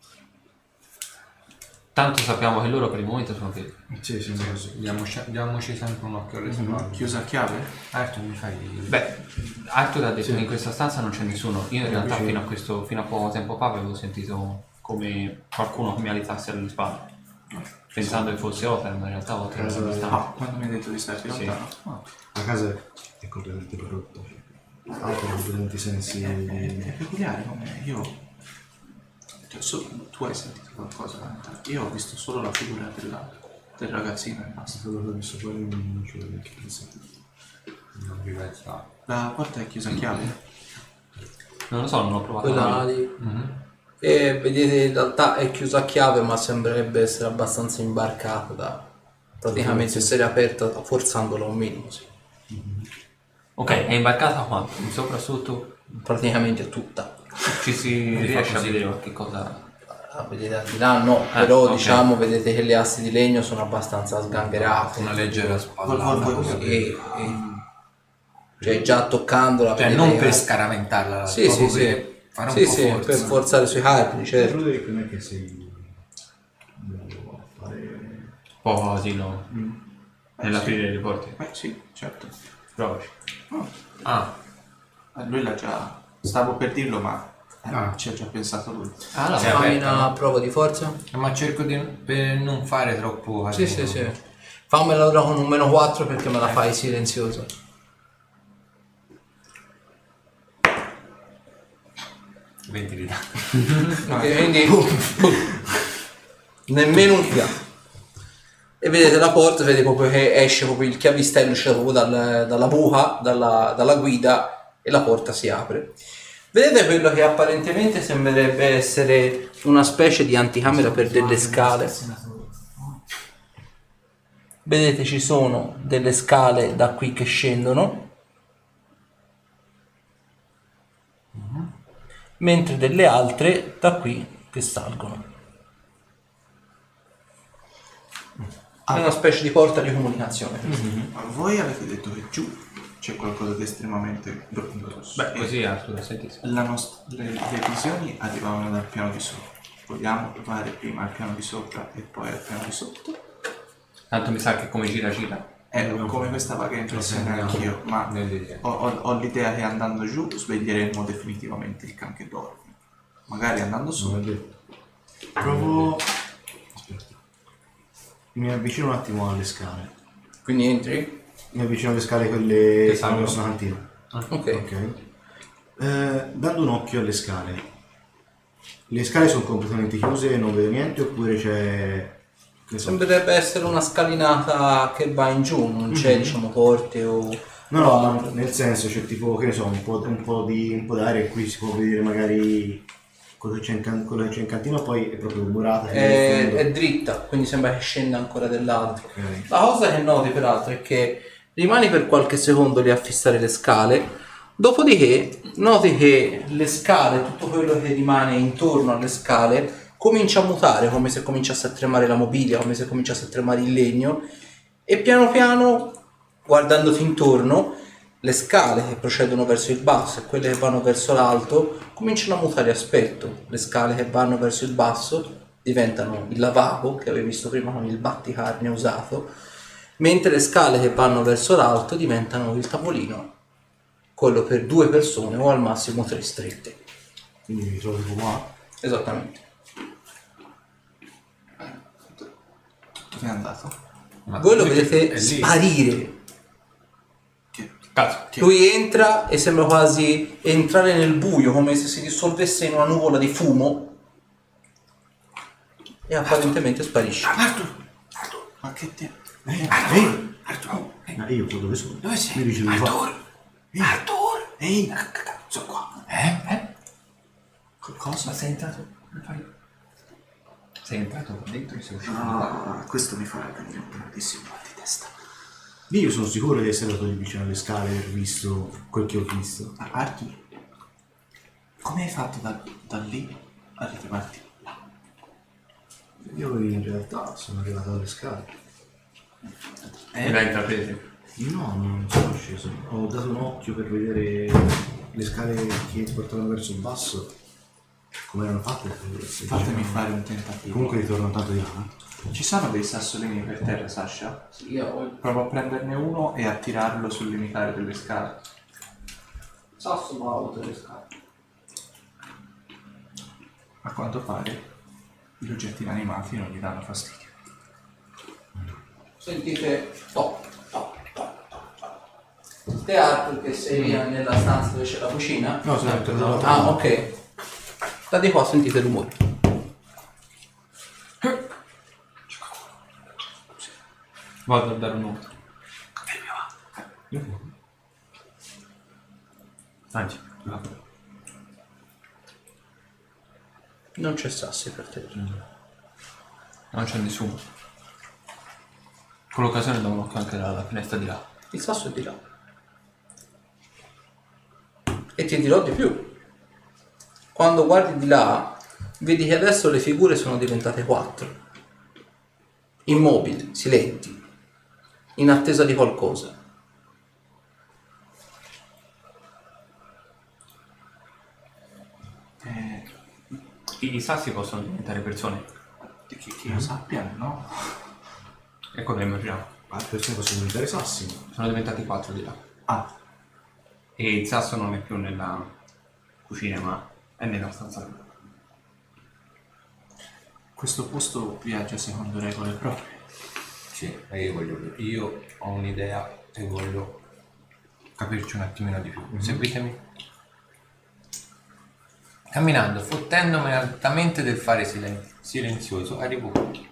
Tanto sappiamo che loro per il momento sono chiusi. Sì, sembra così. Diamoci, diamoci sempre un occhio alle spalle. chiusa a chiave? Arthur, mi fai... Beh, Arthur ha detto che in questa stanza non c'è nessuno. Io in realtà fino a questo, fino a poco tempo fa avevo sentito come qualcuno che mi alitasse alle spalle. Pensando che fosse Othar, ma in realtà Othar era distante. Ah, quando mi hai detto di stare più Sì. lontano? Ah, La casa è completamente corrotta. Ha completamente sensi. è peculiare come io... cioè, so- tu hai sentito qualcosa? Io ho visto solo la figura della, del ragazzino e basta. Quello che ho messo fuori non ci vedo neanche pensato. Non vi pensavo. La porta è chiusa a chiave? Non lo so, non ho provato Quella mai. lì. Mhm. E vedete in realtà è chiusa a chiave, ma sembrerebbe essere abbastanza imbarcata da praticamente essere aperta forzandola un minimo, sì. Ok, è imbarcata quanto? Di sopra sotto? Praticamente tutta. Ci si riesce a vedere qualche cosa? A vedere al di là no, Ah, però ok. diciamo vedete che le assi di legno sono abbastanza sgangherate. Una leggera Vol- spallata. vol- vol- così. E, e- cioè già toccandola Cioè vedete non per che- scaraventarla, Sì, proprio sì, per sì. fare un Sì, po' sì, forza. per forzare sui carpini, certo. Roderick non è che sei bravo a fare. Un po' così, no? Nell'aprire le porte. Beh sì, certo. Provaci. Ah, Eh, Lui l'ha già... Stavo per dirlo, ma eh, Ah. ci ha già pensato lui. Ah, la Sì, vai. Fammi aperta, una no? prova di forza. ma cerco di per non fare troppo Sì, casino. sì, sì. Fammela ora con un meno quattro perché me la fai silenziosa. venti di danno. Ok, quindi nemmeno un fiato. E vedete la porta, vedete proprio che esce proprio il chiavistello, uscito proprio dal- dalla buca, dalla, dalla guida, e la porta si apre. Vedete quello che apparentemente sembrerebbe essere una specie di anticamera per delle scale. Vedete ci sono delle scale da qui che scendono, mentre delle altre da qui che salgono. È una specie di porta di comunicazione. Ma voi avete detto che giù c'è qualcosa di estremamente brutto. Beh, E così Arthur, senti. la nost- le, le visioni arrivavano dal piano di sopra. Vogliamo provare prima al piano di sopra e poi al piano di sotto? Tanto mi sa che come gira gira. Eh, come questa vaga impressione anch'io, ma Nel disegno. ho, ho- ho l'idea che andando giù sveglieremo definitivamente il can che dorme. Magari andando su. Non è detto. Provo. Aspetta. Mi avvicino un attimo alle scale. Quindi entri? Mi avvicino alle scale quelle Che che salgono. stanno nella cantina. Ok. Ok. Eh, dando un occhio alle scale. Le scale sono completamente chiuse, non vedo niente, oppure c'è. Che so. Sembrerebbe essere una scalinata che va in giù, non c'è diciamo porte o... No, no, ma nel senso c'è tipo, che ne so, un po', un po' di un po' d'aria in cui si può vedere magari quello che c'è in, can- quello che c'è in cantina, poi è proprio murata. È, è dritta, quindi sembra che scenda ancora dell'altro. Ok. La cosa che noti peraltro è che rimani per qualche secondo lì a fissare le scale, dopodiché noti che le scale, tutto quello che rimane intorno alle scale, comincia a mutare, come se cominciasse a tremare la mobilia, come se cominciasse a tremare il legno, e piano piano, guardandoti intorno, le scale che procedono verso il basso e quelle che vanno verso l'alto cominciano a mutare aspetto. Le scale che vanno verso il basso diventano il lavabo che avevi visto prima con il batticarne usato, mentre le scale che vanno verso l'alto diventano il tavolino, quello per due persone o al massimo tre strette. Quindi mi trovo tipo qua. Esattamente. Dove è andato? Ma Voi lo lui che- vedete è lì. sparire. Che, Cazzo. che- Lui entra e sembra quasi entrare nel buio, come se si dissolvesse in una nuvola di fumo, e apparentemente sparisce. Arthur! Arthur! Ma che ti... Eh, eh, Arthur! Ma io qua dove sono? Dove sei? Mi dici dove Arthur! Arthur! Ehi, sono qua. Eh? Eh? Cosa? Sei entrato? Sei entrato qua dentro e sei uscito di qua. Ah, questo mi farà venire un grandissimo mal di testa. Io sono sicuro di essere andato lì vicino alle scale e aver visto quel che ho visto. Ah, Arthur, come hai fatto da, da lì a ritrovarti là? Io in realtà sono arrivato alle scale. E l'hai intraprese? No, non sono sceso. Ho dato un occhio per vedere le scale che portavano verso il basso. Come erano fatte? Fatemi fare un tentativo. Comunque ritorno tanto di là. Ci sono dei sassolini per terra, Sasha? Sì, io ho il Provo a prenderne uno e a tirarlo sul limitare delle scale. sasso ma ho tutte le scale. A quanto pare gli oggetti inanimati non gli danno fastidio. Sentite top, top, top, top. Te Arthur che sei nella stanza dove c'è la cucina? No, sono tornato. Ah, ok. Da di qua sentite rumori. Vado a dare un occhio. Anzi, Non c'è sassi per te. non c'è nessuno. Con l'occasione do un occhio anche dalla finestra di là. Il sasso è di là. E ti dirò di più. Quando guardi di là, vedi che adesso le figure sono diventate quattro. Immobili, silenti, in attesa di qualcosa. Eh, I, i sassi possono diventare persone. che, che io sappia, no? È quello che immaginavo. Ah, persone possono diventare sassi. Sono diventati quattro di là. Ah, E il sasso non è più nella cucina, ma è nella stanza. questo posto viaggia secondo regole proprie. Sì, ma io voglio. Io ho un'idea e voglio capirci un attimino di più. Seguitemi. Camminando, fottendomi altamente del fare silen- silenzioso, arrivo qui.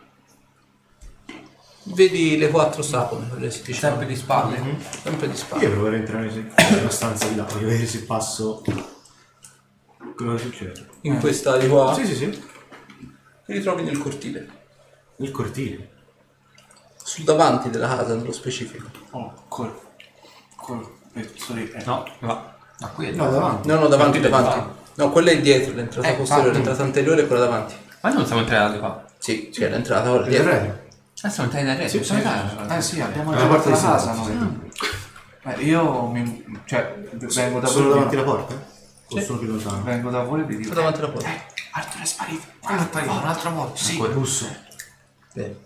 Vedi le quattro sagome, quelle si dice. Sempre di spalle. Sempre di spalle. Io provo a entrare nella stanza di là, voglio vedere se passo. Cosa succede? In questa di qua. Sì, sì, sì. Ti ritrovi nel cortile. Il cortile. Sul davanti della casa, nello specifico. Oh, col... col pezzo di... eh, No, va. Ma qui è No, davanti. No, no, davanti, Partite davanti. No, quella è dietro, l'entrata Eh, posteriore, ah, l'entrata anteriore e quella davanti. Ma non siamo entrati qua. Sì, c'è l'entrata, ora Il dietro. terreno. Ah, siamo entrati da retro. Sì, siamo sì, entrati. Eh sì, abbiamo Alla già parte porta la di casa sinistra, noi. Eh, io mi... cioè, vengo da Sono voi... davanti alla porta? O Sì. sono più lontano? Vengo da voi e vi dico... Sto davanti alla porta. Eh, Arthur è sparito. Come è sparito? Un'altra volta? Sì. Busso. Bene.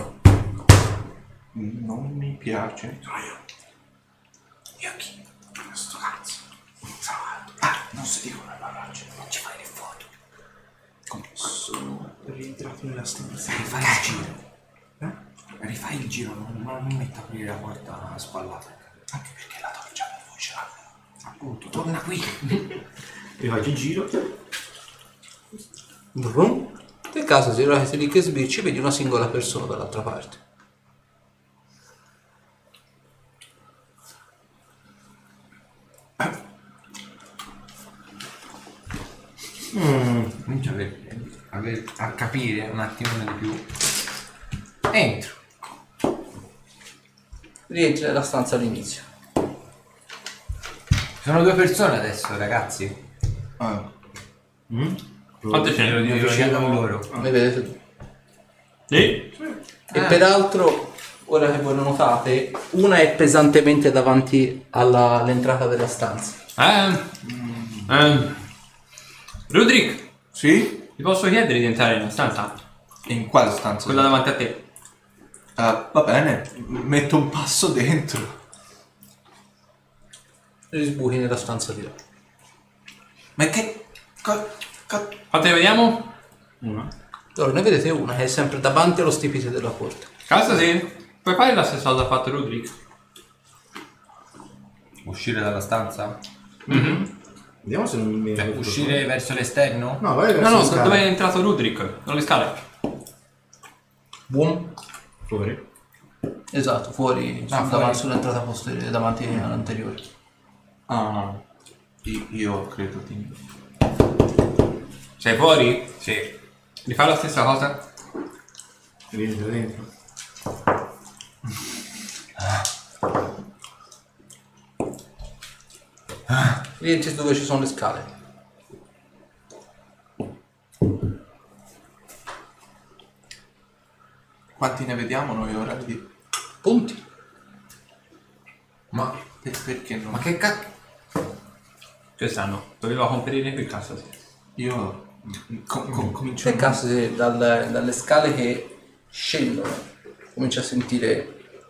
Non mi piace. Sono io. Io chi? Sto cazzo. Sono Arthur. Ah, non si dicono le parolacce. Non ci fai le foto. Come? Sono rientrato nella stanza. Rifai il giro. Eh? Rifai il giro, non, non mi metto a aprire la porta a spallata. Anche perché la do già per voi ce l'ha. Appunto, torna qui. Io faccio il giro. Brum. Nel caso, se sei lì che sbirci, vedi una singola persona dall'altra parte. Comincio a, aver- a aver- a capire un attimino di più. Entro. Rientri nella stanza all'inizio. Sono due persone adesso, ragazzi. Ah, Quante ce ne Io vicino a loro. Le vedete? Sì. E peraltro, ora che voi lo notate, una è pesantemente davanti alla- all'entrata della stanza. Eh, eh. Rudrick, sì? ti posso chiedere di entrare nella stanza? In quale stanza? Quella davanti a te. Ah, va bene, m- metto un passo dentro. Risbuchi nella stanza di là. Ma che... co- co- Quante ne vediamo? Una. Allora, ne vedete una che è sempre davanti allo stipite della porta. Casa sì. Puoi fare la stessa cosa fatto Rudrick? Uscire dalla stanza? Vediamo se non mi Cioè, uscire verso l'esterno? No, vai No, verso no, le scale. dove è entrato Rudrick? Non le scale. Buon. Fuori. Esatto, fuori, Ah, sul- fuori. davanti sull'entrata posteriore, davanti all'anteriore. Ah, io, io credo di... Sei fuori? Sì. Rifai la stessa cosa? Rientra dentro. Rientri dove ci sono le scale. Quanti ne vediamo noi ora di... Punti. Ma, Per- perché non... ma che cacchio? Che stanno? Doveva conferire qui cassa, sì. Io com- com- comincio... Nel caso se dal- dalle scale che scendono cominci a sentire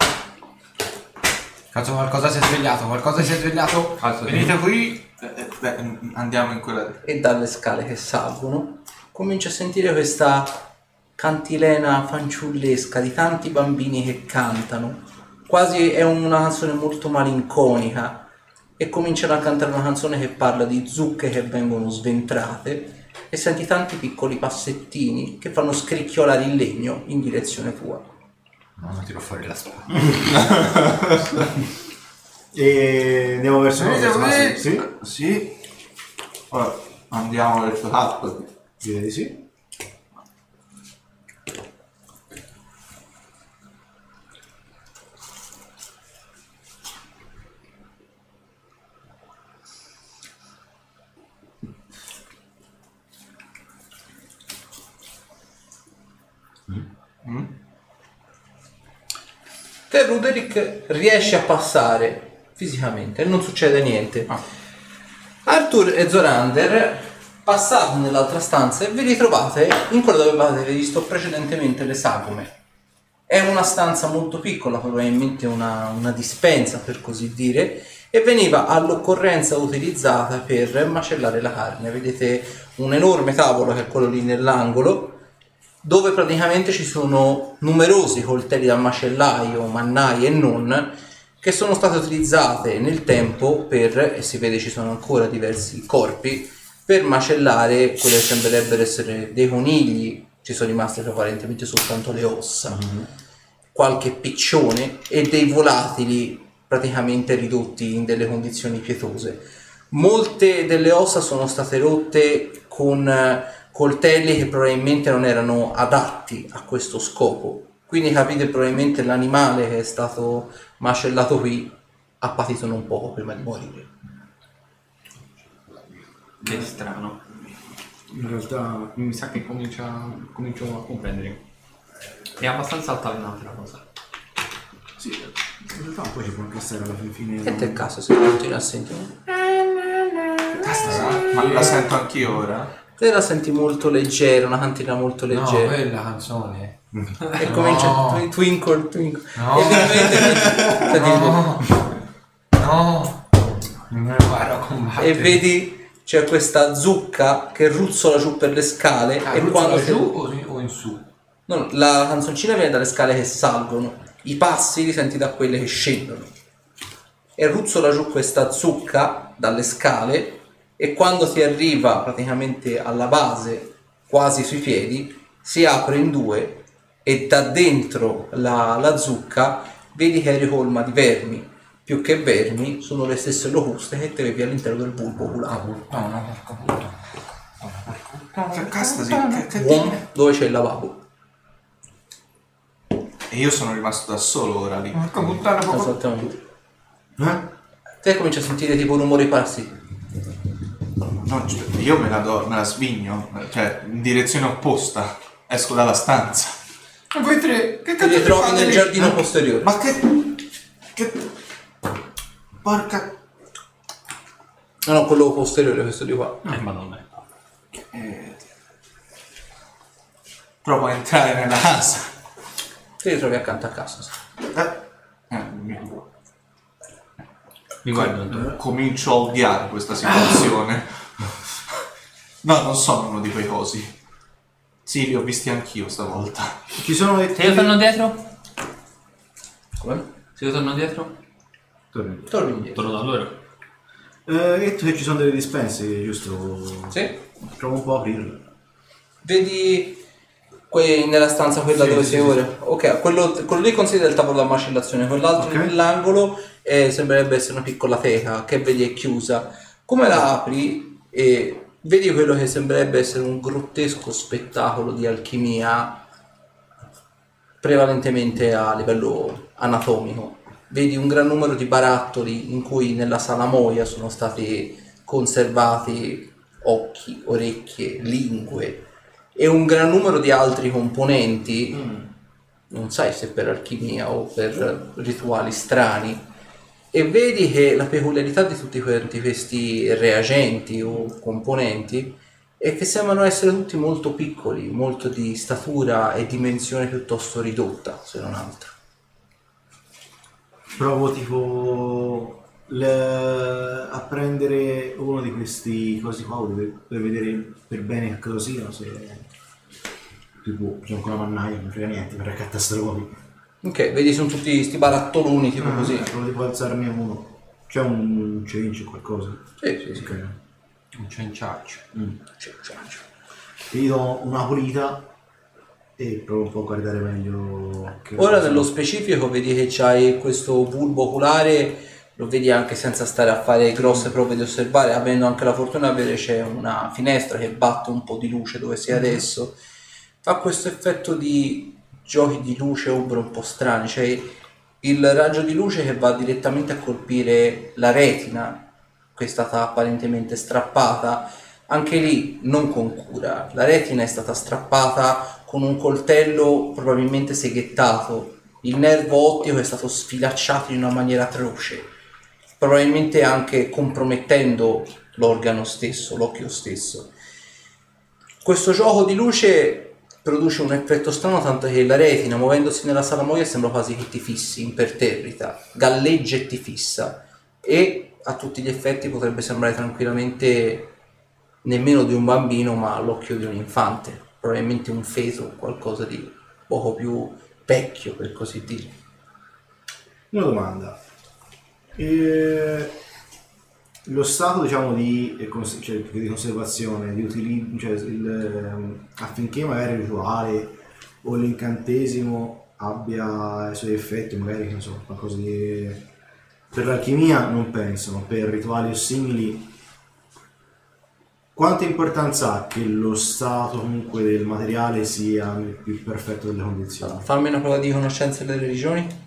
Cazzo, qualcosa si è svegliato, qualcosa si è svegliato. Cazzo, sì. Venite qui. Eh, eh, beh, andiamo in quella... e dalle scale che salgono cominci a sentire questa cantilena fanciullesca di tanti bambini che cantano. Quasi è una canzone molto malinconica e cominciano a cantare una canzone che parla di zucche che vengono sventrate e senti tanti piccoli passettini che fanno scricchiolare il legno in direzione tua. No, non tiro fuori la spada. E andiamo verso Venite nord, qui. sì? Sì, Sì? Ora andiamo verso l'alto. direi di sì. Te Ruderick riesci a passare fisicamente e non succede niente. Ah. Arthur e Zorander passate nell'altra stanza e vi ritrovate in quella dove avete visto precedentemente le sagome. È una stanza molto piccola, probabilmente una, una dispensa per così dire, e veniva all'occorrenza utilizzata per macellare la carne. Vedete un enorme tavolo che è quello lì nell'angolo, dove praticamente ci sono numerosi coltelli da macellaio, mannai e non, che sono state utilizzate nel tempo per, e si vede ci sono ancora diversi corpi, per macellare quelle che sembrerebbero essere dei conigli. Ci sono rimaste apparentemente soltanto le ossa, qualche piccione e dei volatili praticamente ridotti in delle condizioni pietose. Molte delle ossa sono state rotte con eh, coltelli che probabilmente non erano adatti a questo scopo. Quindi capite, probabilmente l'animale che è stato macellato qui ha patito non poco prima di morire. Che strano. In realtà Mi sa che comincia, comincio a comprendere. È abbastanza altalenante la cosa. sì, in realtà poi ci può anche stare alla fin fine. E te caso se continui a sentire. Ma la sento anch'io ora? Te la senti molto leggera, una cantina molto No, leggera. quella canzone. E comincia twi- twinkle twinkle. No. E veramente No. No. Non me ne paro a combattere. e vedi c'è questa zucca che ruzzola giù per le scale Ah, e quando giù te- o, o in su? no, la canzoncina viene dalle scale che salgono, i passi li senti da quelle che scendono e ruzzola giù questa zucca dalle scale e quando ti arriva praticamente alla base, quasi sui piedi, si apre in due e da dentro la, la zucca vedi che è ricolma di vermi. Più che vermi sono le stesse locuste che te vedi all'interno del bulbo oculare. No, no, porca puttana. Che castasi, che, che Uomo, dove c'è il lavabo. E io sono rimasto da solo ora lì. Porca puttana, porca Esattamente. Eh? Te cominci a sentire tipo rumori passi. No, cioè, io me la do, me la svigno, cioè in direzione opposta. Esco dalla stanza. Ma voi tre, che Ti cazzo ti ritrovi fate nel lì? giardino posteriore. Ma che... che... Porca... No, no, quello posteriore, questo di qua. Eh, madonna. Eh... Provo a entrare nella casa. Ti ritrovi accanto a casa. sì. Eh, eh, mi... Mi guardo intorno. Comincio a odiare questa situazione. No, non sono uno di quei cosi. Sì, li ho visti anch'io stavolta. Ci sono le Se io torno dietro? Come? Se io torno dietro? Torni. Torni indietro. Torno da loro. Eh, e tu che ci sono delle dispense, giusto? Sì. Provo un po' a aprirle. Vedi que- nella stanza quella Sì, dove sì, sei sì, ora? Ok, quello, quello lì considera il tavolo da macellazione, quell'altro Ok. nell'angolo e sembrerebbe essere una piccola teca che vedi è chiusa. Come la apri e vedi quello che sembrerebbe essere un grottesco spettacolo di alchimia, prevalentemente a livello anatomico. Vedi un gran numero di barattoli in cui nella salamoia sono stati conservati occhi, orecchie, lingue e un gran numero di altri componenti, mm. non sai se per alchimia o per rituali strani, e vedi che la peculiarità di tutti quanti questi reagenti o componenti è che sembrano essere tutti molto piccoli, molto di statura e dimensione piuttosto ridotta, se non altro. Provo tipo le... a prendere uno di questi cosi qua per, per vedere per bene che cosa siano, se tipo c'è ancora una mannaia, non frega niente, per raccattastroni. Ok, vedi sono tutti sti barattoloni tipo ah, così. Provo tipo alzarmi a uno. C'è un cencio o qualcosa? Sì, sì, sì. Okay. Un cenciaccio. Mm. Gli do una pulita e provo un po' a guardare meglio. Che Ora nello specifico vedi che c'hai questo bulbo oculare, lo vedi anche senza stare a fare grosse prove di osservare, avendo anche la fortuna di avere c'è una finestra che batte un po' di luce dove sei adesso, fa questo effetto di giochi di luce e ombra un po' strani, cioè il raggio di luce che va direttamente a colpire la retina, che è stata apparentemente strappata, anche lì non con cura, la retina è stata strappata con un coltello probabilmente seghettato, il nervo ottico è stato sfilacciato in una maniera atroce, probabilmente anche compromettendo l'organo stesso, l'occhio stesso. Questo gioco di luce produce un effetto strano, tanto che la retina, muovendosi nella salamoia, sembra quasi che ti fissi, imperterrita, galleggia e ti fissa, e a tutti gli effetti potrebbe sembrare tranquillamente nemmeno di un bambino, ma all'occhio di un infante, probabilmente un feto, qualcosa di poco più vecchio, per così dire. Una domanda. E... lo stato, diciamo, di, cioè, di conservazione, di utilizzo, cioè il, affinché magari il rituale o l'incantesimo abbia i suoi effetti, magari, non so, qualcosa di... per l'alchimia non penso, ma per rituali o simili, quanta importanza ha che lo stato comunque del materiale sia nel più perfetto delle condizioni? Fammi una prova di conoscenza delle religioni.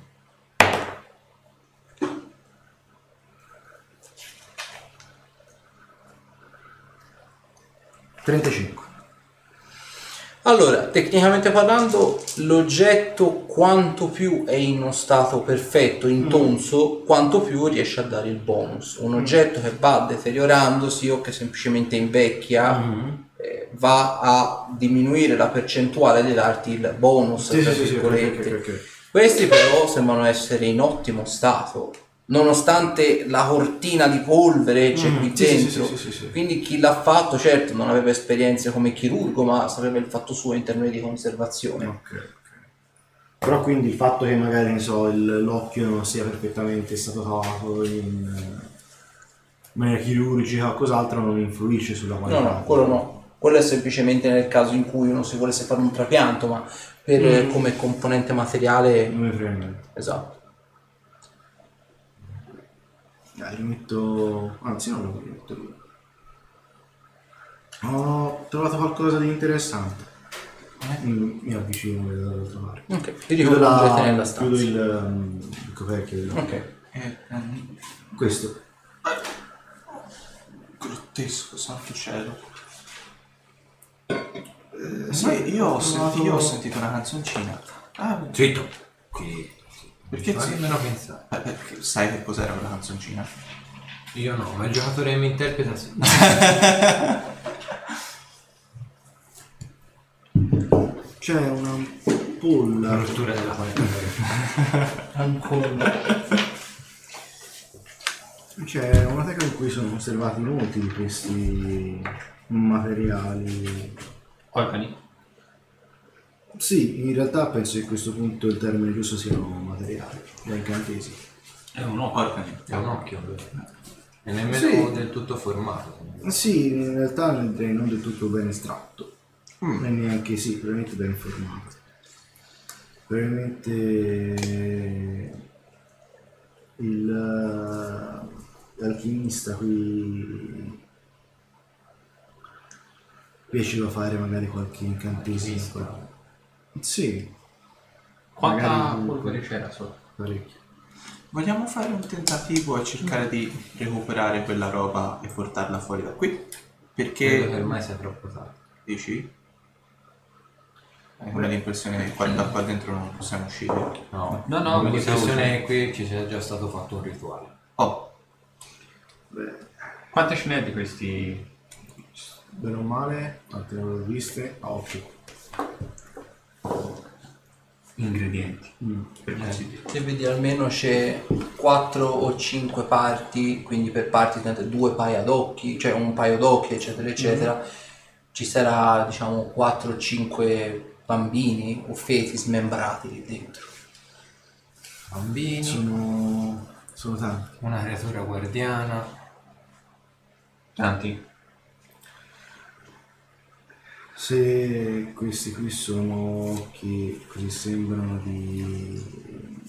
trentacinque. Allora, tecnicamente parlando, l'oggetto quanto più è in uno stato perfetto, intonso, mm. quanto più riesce a dare il bonus. Un oggetto che va deteriorandosi o che semplicemente invecchia mm. eh, va a diminuire la percentuale di darti il bonus, sì, tra sì, virgolette. Sì, okay, okay, okay. Questi però sembrano essere in ottimo stato, nonostante la cortina di polvere c'è mm, qui sì, dentro, sì, sì, sì, sì. Quindi chi l'ha fatto certo non aveva esperienze come chirurgo, ma sapeva il fatto suo in termini di conservazione. Okay, okay. Però quindi il fatto che magari, ne so, il, l'occhio non sia perfettamente stato lavato in maniera chirurgica o cos'altro non influisce sulla qualità. No, no, quello no. Quello è semplicemente nel caso in cui uno si volesse fare un trapianto, ma per mm. come componente materiale non mi frega niente. Esatto. Dai, lo metto... anzi non lo metto lì. Ho trovato qualcosa di interessante. Eh? Mm, mi avvicino dall'altra parte. Ok, ti dico la... nella stanza. Chiudo il, um, il coperchio. Ok. Eh, um... Questo. Grottesco, santo cielo. Eh, sì, io ho, senti, io ho sentito una canzoncina. Ah, zitto. Qui. Perché non zitto? Meno pensare. Eh, perché sai che cos'era quella canzoncina? Io no, ma il giocatore che mi interpreta sì. C'è una pulla. La rottura della qualità. Ancora. C'è una teca in cui sono conservati molti di questi materiali. Organi? Sì, in realtà penso che a questo punto il termine giusto siano materiali, da incantesimi. È un occhio. È un occhio, e nemmeno sì. del tutto formato. Sì, in realtà non del tutto ben estratto, mm. e neanche sì, probabilmente ben formato. Probabilmente il alchimista qui riesci a fare magari qualche incantesimo. Sì, Quanta Magari- polvere c'era sotto? parecchio. Vogliamo fare un tentativo a cercare di recuperare quella roba e portarla fuori da qui? Credo che Perché ormai sia troppo tardi. dici? Hai quella l'impressione che qua, da qua dentro non possiamo uscire. No, No, no, la mi sa questione è qui ci sia già stato fatto un rituale. Oh, Quante ce n'è di questi? Bene o male, altre ne avevo viste a occhio. Ingredienti, Mm. per così dire. Se vedi almeno c'è quattro o cinque parti, quindi per parti tante due paia d'occhi, cioè un paio d'occhi eccetera eccetera, ci sarà diciamo quattro o cinque bambini o feti smembrati lì dentro. Bambini, Sono, sono tanti. una creatura guardiana. Tanti? Se questi qui sono occhi così sembrano di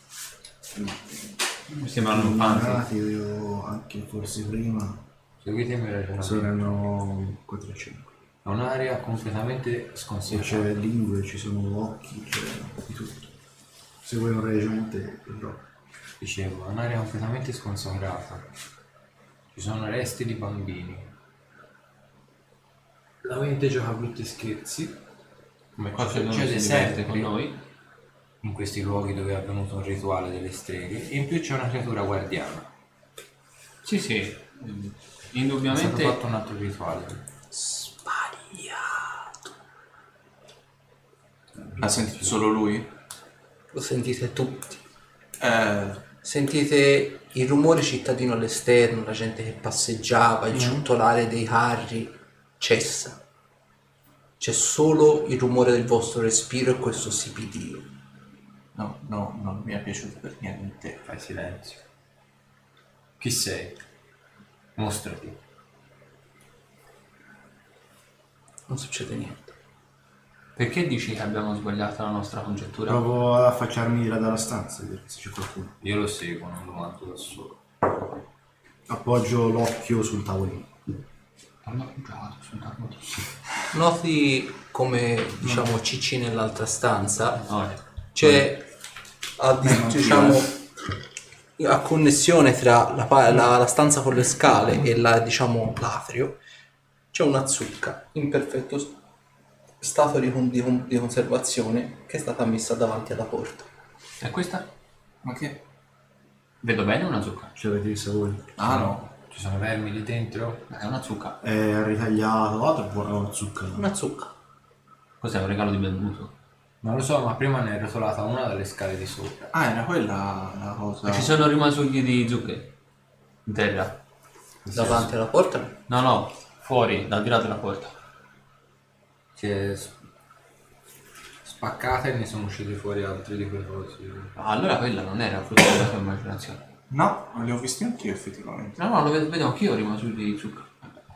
Mi sembrano infanti. nati o anche forse prima, Seguitemi il ragionamento. saranno quattro o cinque. È un'area completamente Se sconsigliata. c'è lingue, ci sono occhi, c'è di tutto. Se vuoi un ragionamento, però. Dicevo, è un'area completamente sconsacrata. Ci sono resti di bambini. La mente gioca brutti scherzi. Come Qua c'è uno succede che si diverte sempre con noi. in questi luoghi dove è avvenuto un rituale delle streghe. E in più c'è una creatura guardiana. Sì, sì. È stato Indubbiamente fatto un altro rituale. Sbagliato. l'ha sentito solo lui? Lo sentite tutti. Eh, Sentite il rumore cittadino all'esterno, la gente che passeggiava, il ciuttolare dei carri cessa. C'è solo il rumore del vostro respiro e questo sipidio. no, no, non mi è piaciuto per niente. Fai silenzio. Chi sei? Mostrati. Non succede niente. perché dici che abbiamo sbagliato la nostra congettura? Provo a affacciarmi di là dalla stanza, vedere se c'è qualcuno. Io lo seguo, non lo mando da solo. Appoggio l'occhio sul tavolino. Non l'ho appoggiato sul tavolino. Noti come, diciamo, Cicci nell'altra stanza No, eh. c'è a, dis- diciamo, a connessione tra la, pa- la- la stanza con le scale e la, diciamo, l'atrio c'è una zucca in perfetto s- stato di, con- di con- di conservazione che è stata messa davanti alla porta. E questa? Ma che? Vedo bene una zucca? Ce l'avete vista voi? Ah no. Ci sono vermi lì dentro? È una zucca. È ritagliato, l'altro è buona zucca. Una zucca. Cos'è, un regalo di benvenuto? Non lo so, ma prima ne è rotolata una dalle scale di sopra. Ah, era quella la cosa. Ma ci sono rimasugli di zucche? In terra? Davanti alla porta? No, no, fuori, dal di là della porta. Si è s- spaccata e ne sono usciti fuori altre di quelle cose. Ah, allora quella non era frutto della tua immaginazione. No, non li ho visti anch'io effettivamente. No, no, lo vedo, vedo anch'io rimasugli di zucca.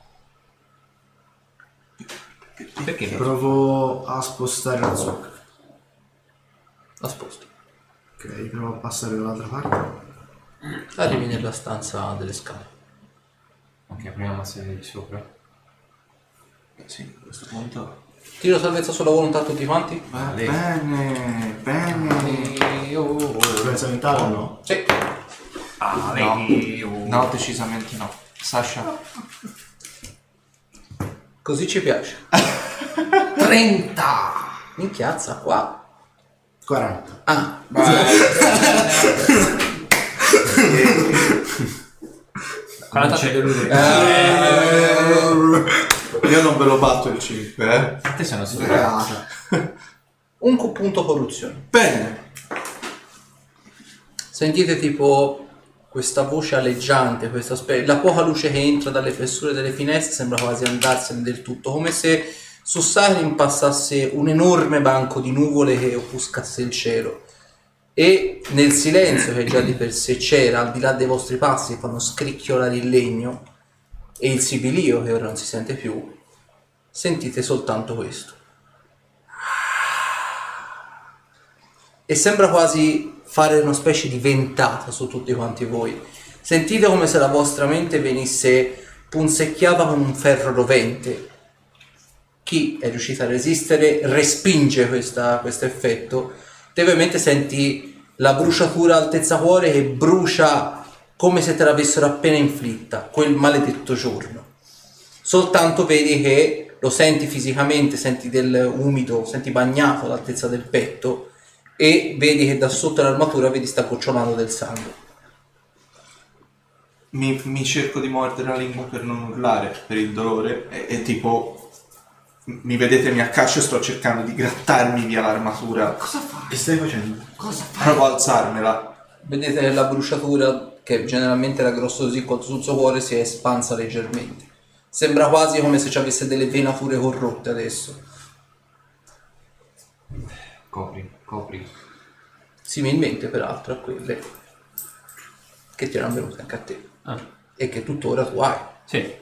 Perché? Provo a spostare la zucca. La sposto. Ok, provo a passare dall'altra parte. Arrivi nella stanza delle scale. Ok, proviamo a salire di sopra. Sì, a questo punto. Tiro salvezza sulla volontà a tutti quanti? Va Lei. bene, bene. Pensa mentale o no? Sì. Ah, No, vedi, oh. no, decisamente no. Sasha. Così ci piace. trenta! Minchiazza qua. quaranta. Ah, quaranta c'è deluso. Io non ve lo batto il cinque, eh. A te sono studiati. un co- punto corruzione. Bene. Sentite tipo questa voce aleggiante, questa spe- la poca luce che entra dalle fessure delle finestre sembra quasi andarsene del tutto, come se su Sarin passasse un enorme banco di nuvole che offuscasse il cielo. E nel silenzio che già di per sé c'era, al di là dei vostri passi che fanno scricchiolare il legno, e il sibilio che ora non si sente più, sentite soltanto questo. E sembra quasi fare una specie di ventata su tutti quanti voi. Sentite come se la vostra mente venisse punzecchiata con un ferro rovente. Chi è riuscito a resistere respinge questo effetto. Te ovviamente senti la bruciatura a altezza cuore che brucia come se te l'avessero appena inflitta, quel maledetto giorno. Soltanto vedi che lo senti fisicamente, senti del umido, senti bagnato all'altezza del petto e vedi che da sotto l'armatura vedi sta gocciolando del sangue. Mi, mi cerco di mordere la lingua per non urlare, per il dolore, e, e tipo, mi vedete, mi accascio e sto cercando di grattarmi via l'armatura. Cosa fai? Che stai facendo? Cosa fai? Provo a alzarmela. Vedete che la bruciatura, che generalmente era grosso così quanto sul suo cuore, si è espansa leggermente. Sembra quasi come se ci avesse delle venature corrotte adesso. Copri, copri. Similmente peraltro a quelle che ti erano venute anche a te. Ah, E che tuttora tu hai. sì. È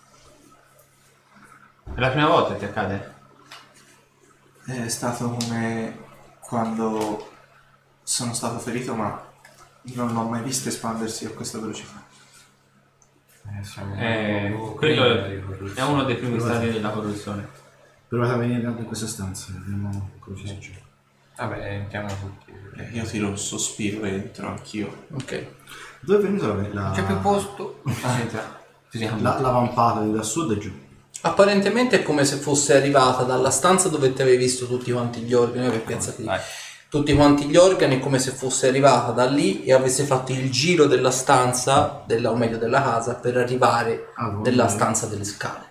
la prima volta che ti accade? È stato come quando sono stato ferito, ma non l'ho mai visto espandersi a questa velocità. Eh, siamo Eh, poco quello prima è, di corruzione. è uno dei primi stadi della corruzione. Provate a venire anche in questa stanza, vediamo cosa succede. Vabbè, entriamo tutti. Eh, io tiro un sospiro e entro anch'io. Ok. Dove è venuta la, la, C'è più posto? Entra. la, la vampata di da sud e giù? Apparentemente è come se fosse arrivata dalla stanza dove ti avevi visto tutti quanti gli organi, per pensate Vai. tutti quanti gli organi, è come se fosse arrivata da lì e avesse fatto il giro della stanza, della, o meglio della casa, per arrivare Ah, buono. nella stanza delle scale.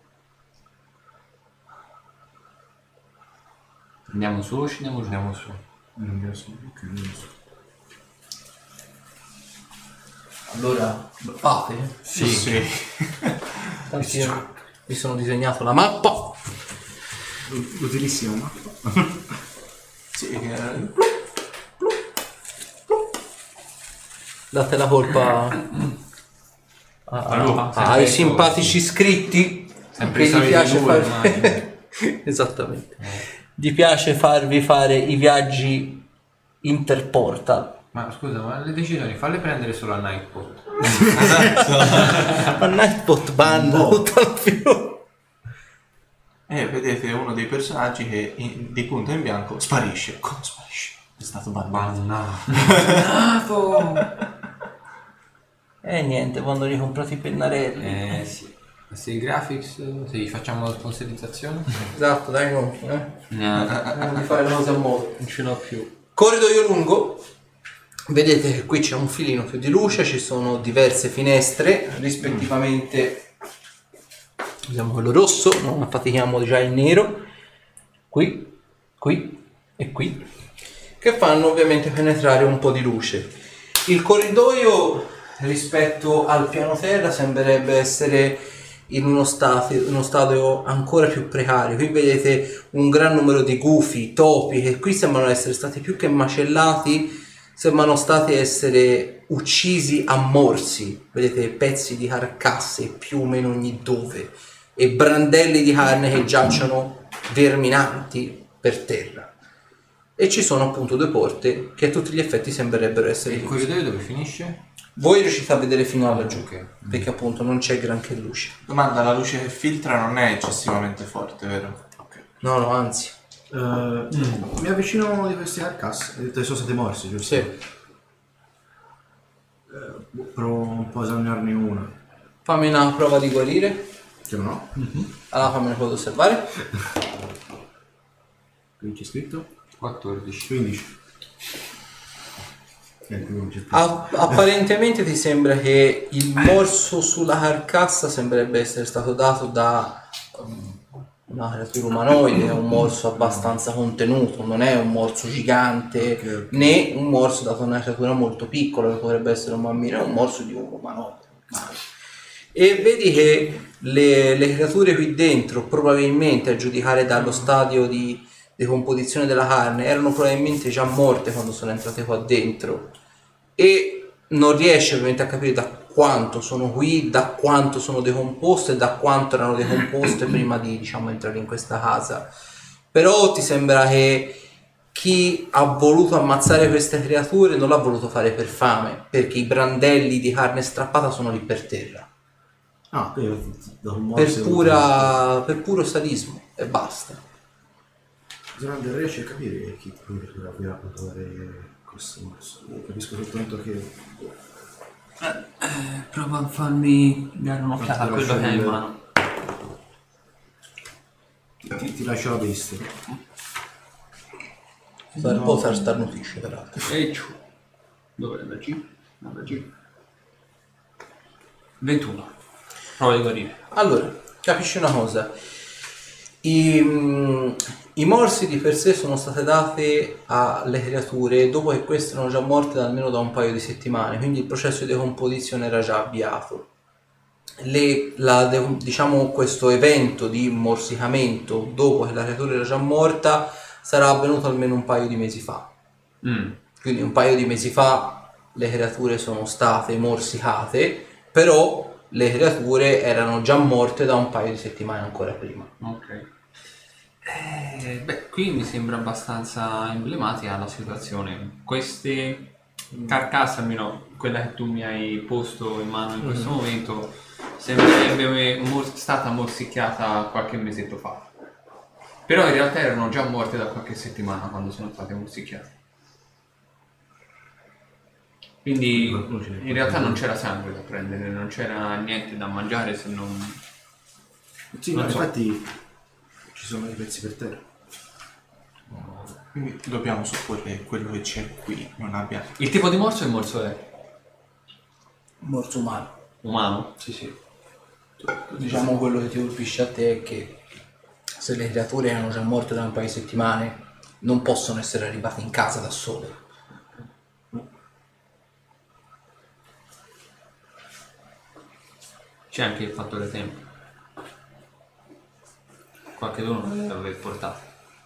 Andiamo su o scendiamo giù? Andiamo su. Non so, ok, non so. Allora, fate? Sì. Sì. Tanti io mi sono disegnato la mappa. Utilissima mappa. Sì, eh, Date la colpa a- A lui, a- sempre ai il simpatici iscritti Sempre i che gli soliti piace due, fare esattamente gli piace farvi fare i viaggi interportal. Ma scusa, ma le decisioni falle prendere solo a Nightbot. Ma Nightbot banna tutta la figura. E vedete uno dei personaggi che in- di punto in bianco sparisce. Come sparisce? È stato bannato. Bannato! E niente, quando ricomprate i pennarelli. Eh sì. Se i graphics, se gli facciamo la sponsorizzazione. Esatto, dai conto, eh. No, Non di fare le cose a modo. non ce l'ho più. Corridoio lungo. Vedete che qui c'è un filino più di luce, ci sono diverse finestre, rispettivamente vediamo quello rosso, non affatichiamo già il nero, qui, qui e qui, che fanno ovviamente penetrare un po' di luce. Il corridoio rispetto al piano terra sembrerebbe essere in uno stato, uno stadio ancora più precario. Qui vedete un gran numero di gufi, topi, che qui sembrano essere stati più che macellati, sembrano stati essere uccisi a morsi. Vedete pezzi di carcasse piume in ogni dove e brandelli di carne che giacciono verminanti per terra. E ci sono appunto due porte che a tutti gli effetti sembrerebbero essere Il chiuse. corridoio dove finisce? Voi riuscite a vedere fino a laggiù, Ok. perché appunto non c'è granché luce. Domanda, la luce che filtra non è eccessivamente forte, vero? Ok. No, no, anzi. Eh, Mi avvicino a uno di questi carcassi. Hai detto che sono stati morsi, giusto? Sì. Eh, provo un po' a esaminarne una. Fammi una prova di guarire. Che non ho. Allora fammi una prova di osservare. Qui c'è scritto quattordici. quindici. Eh, qui non c'è più. A- apparentemente ti sembra che il morso sulla carcassa sembrerebbe essere stato dato da um, una creatura umanoide, è un morso abbastanza contenuto, non è un morso gigante, Ok, ok. né un morso dato da una creatura molto piccola che potrebbe essere un bambino, è un morso di un umanoide. E vedi che le, le creature qui dentro, probabilmente a giudicare dallo stadio di decomposizione della carne, erano probabilmente già morte quando sono entrate qua dentro, e non riesci ovviamente a capire da quanto sono qui, da quanto sono decomposte e da quanto erano decomposte prima di, diciamo, entrare in questa casa. Però ti sembra che chi ha voluto ammazzare queste creature non l'ha voluto fare per fame, perché i brandelli di carne strappata sono lì per terra. Ah, quindi da un Per, morso pura, per puro sadismo e basta. Grande, riesci a capire chi aveva potuto fare questo morso? Capisco soltanto che Eh, prova a farmi dare un'occhiata a quello che hai in mano. ti, ti lascio la veste. Star- O Star starnutisce peraltro. E ciu. Dov'è la G? No, la G. ventuno. Prova di guarire. Allora, capisci una cosa. I, mm, I morsi di per sé sono state date alle creature dopo che queste erano già morte da almeno da un paio di settimane, quindi il processo di decomposizione era già avviato. Le- la de- diciamo questo evento di morsicamento dopo che la creatura era già morta sarà avvenuto almeno un paio di mesi fa. Mm. Quindi un paio di mesi fa le creature sono state morsicate, però le creature erano già morte da un paio di settimane ancora prima. Ok. Eh, beh, qui mi sembra abbastanza emblematica la situazione. Queste carcasse, almeno quella che tu mi hai posto in mano in questo momento, sembrerebbe mor- stata morsicchiata qualche mesetto fa. Però in realtà erano già morte da qualche settimana quando sono state morsicchiate. Quindi in realtà non c'era sangue da prendere, non c'era niente da mangiare se non... Sì, Non no, so. infatti ci sono dei pezzi per terra. Quindi dobbiamo supporre che quello che c'è qui non abbia... Il tipo di morso è morso è Morso umano. umano? Sì, sì. Diciamo quello che ti colpisce a te è che se le creature erano già morte da un paio di settimane non possono essere arrivate in casa da sole. C'è anche il fattore tempo. Qualche dono lo deve aver portato.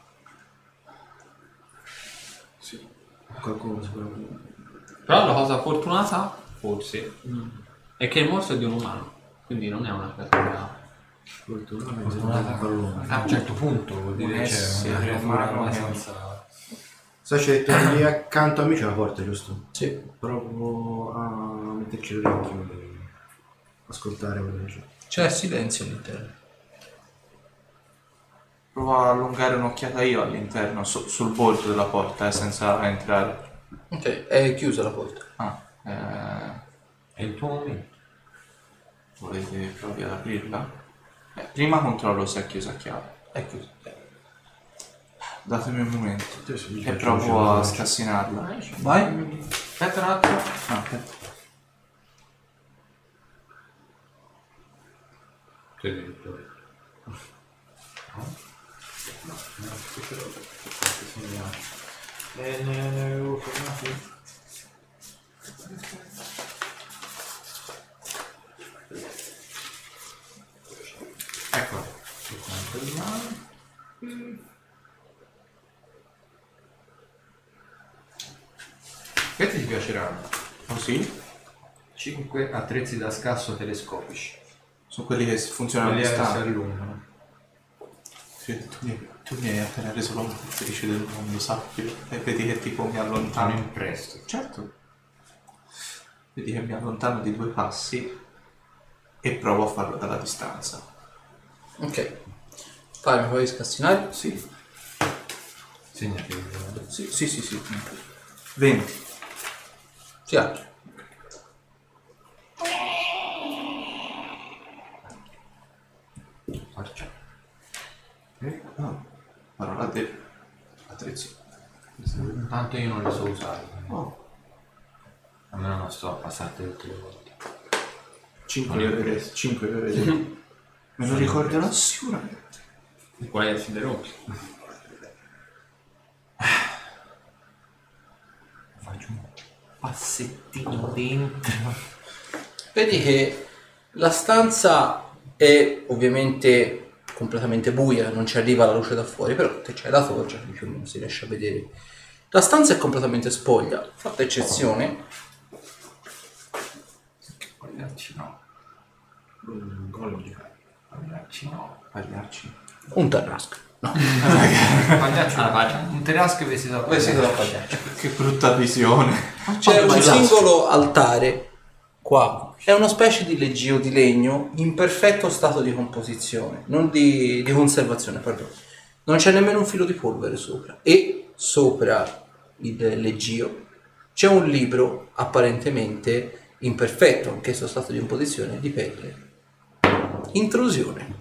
Sì. Qualcuno sicuramente. Però la cosa fortunata, forse, è che il morso è di un umano, quindi non è una creatura. Fortunatamente sembra un pallone. A un certo punto vuol dire Un che c'è essere una creatura umano che- abbastanza... Sai, c'è detto lì accanto a me c'è una porta, giusto? Sì. Provo a metterci l'orecchio e ascoltare quello che c'è. C'è silenzio all'interno. Provo a allungare un'occhiata io all'interno, su- sul volto della porta, eh, senza entrare. Ok, è chiusa la porta. Ah, eh, È il tuo momento. volete provi ad aprirla? Eh, prima controllo se è chiusa a chiave. È chiusa. Datemi un momento Adesso gli e faccio provo uscire a la- scassinarla. Vai. Aspetta un attimo. Ah, aspetta. Eh, ne, ne avevo formati. Ecco. Questi ti piaceranno. Oh sì? cinque attrezzi da scasso telescopici. Sono quelli che si funzionano a Quelli che si distanza. allungano. Sì, tu, mi, tu mi hai appena reso l'uomo più felice del mondo, sappilo. E vedi che tipo mi Sono allontano. in prestito. Certo. Vedi che mi allontano di due passi e provo a farlo dalla distanza. Ok. Fai, mi puoi scassinare? Sì. Segnati. Sì, sì, sì, sì. venti. Sì, anche. Faccia. Eh? No. Parola de... attrezzi. Tanto io non le so usare. Oh. Almeno non sto a passare tutte le volte. cinque le vedete. cinque le vedete. Me lo ricorderò sicuramente. Puoi accenderoti. Faccio un passettino dentro. Vedi che la stanza è ovviamente completamente buia, non ci arriva la luce da fuori, però te c'è la torcia, quindi più o meno si riesce a vedere. La stanza è completamente spoglia, fatta eccezione. Pagliarci no. Un golem di carne. Pagliarci no. Pagliarci. Un tarrasco. Pagliaccio, alla faccia. un terasco vestito da Vestito da pagliaccio. Che brutta visione. C'è un pagliaccio. singolo altare qua. È una specie di leggio di legno in perfetto stato di composizione, non di, di conservazione, perdono. Non c'è nemmeno un filo di polvere sopra. E sopra il leggio c'è un libro apparentemente imperfetto, anch'esso stato di composizione di pelle. Intrusione.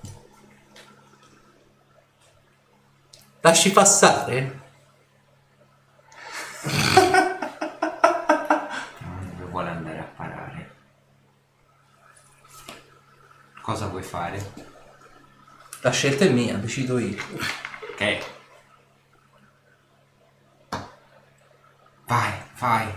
Lasci passare? Dove vuole andare a parare? Cosa vuoi fare? La scelta è mia, decido io. Ok. Vai, vai.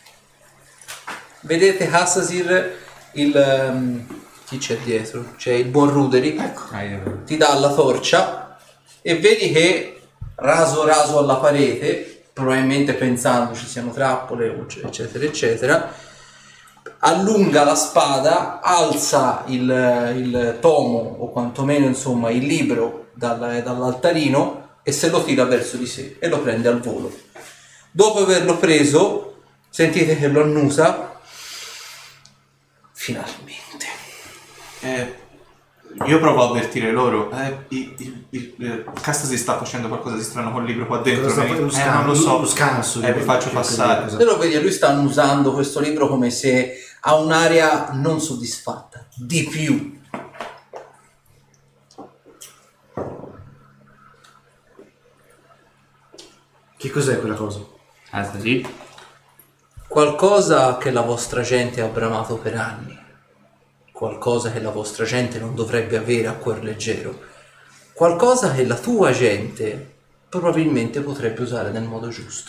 Vedete Hassasir, il um, chi c'è dietro? C'è il buon Ruderi. Vai, Ti dà la torcia e vedi che raso raso alla parete, probabilmente pensando ci siano trappole, eccetera, eccetera, allunga la spada, alza il, il tomo o quantomeno insomma il libro dal, dall'altarino e se lo tira verso di sé e lo prende al volo. Dopo averlo preso, sentite che lo annusa. Finalmente. Eh, io provo a avvertire loro. Eh, il, il, il, il Casta si sta facendo qualcosa di strano col libro qua dentro. Cosa sta Veni- facendo? eh, non lo so. Lo scanso. Eh, vi faccio passare. Se lo vedi, lui sta annusando questo libro come se ha un'aria non soddisfatta. Di più. Che cos'è quella cosa? Ah, sì. Qualcosa che la vostra gente ha bramato per anni. Qualcosa che la vostra gente non dovrebbe avere a cuor leggero. Qualcosa che la tua gente probabilmente potrebbe usare nel modo giusto.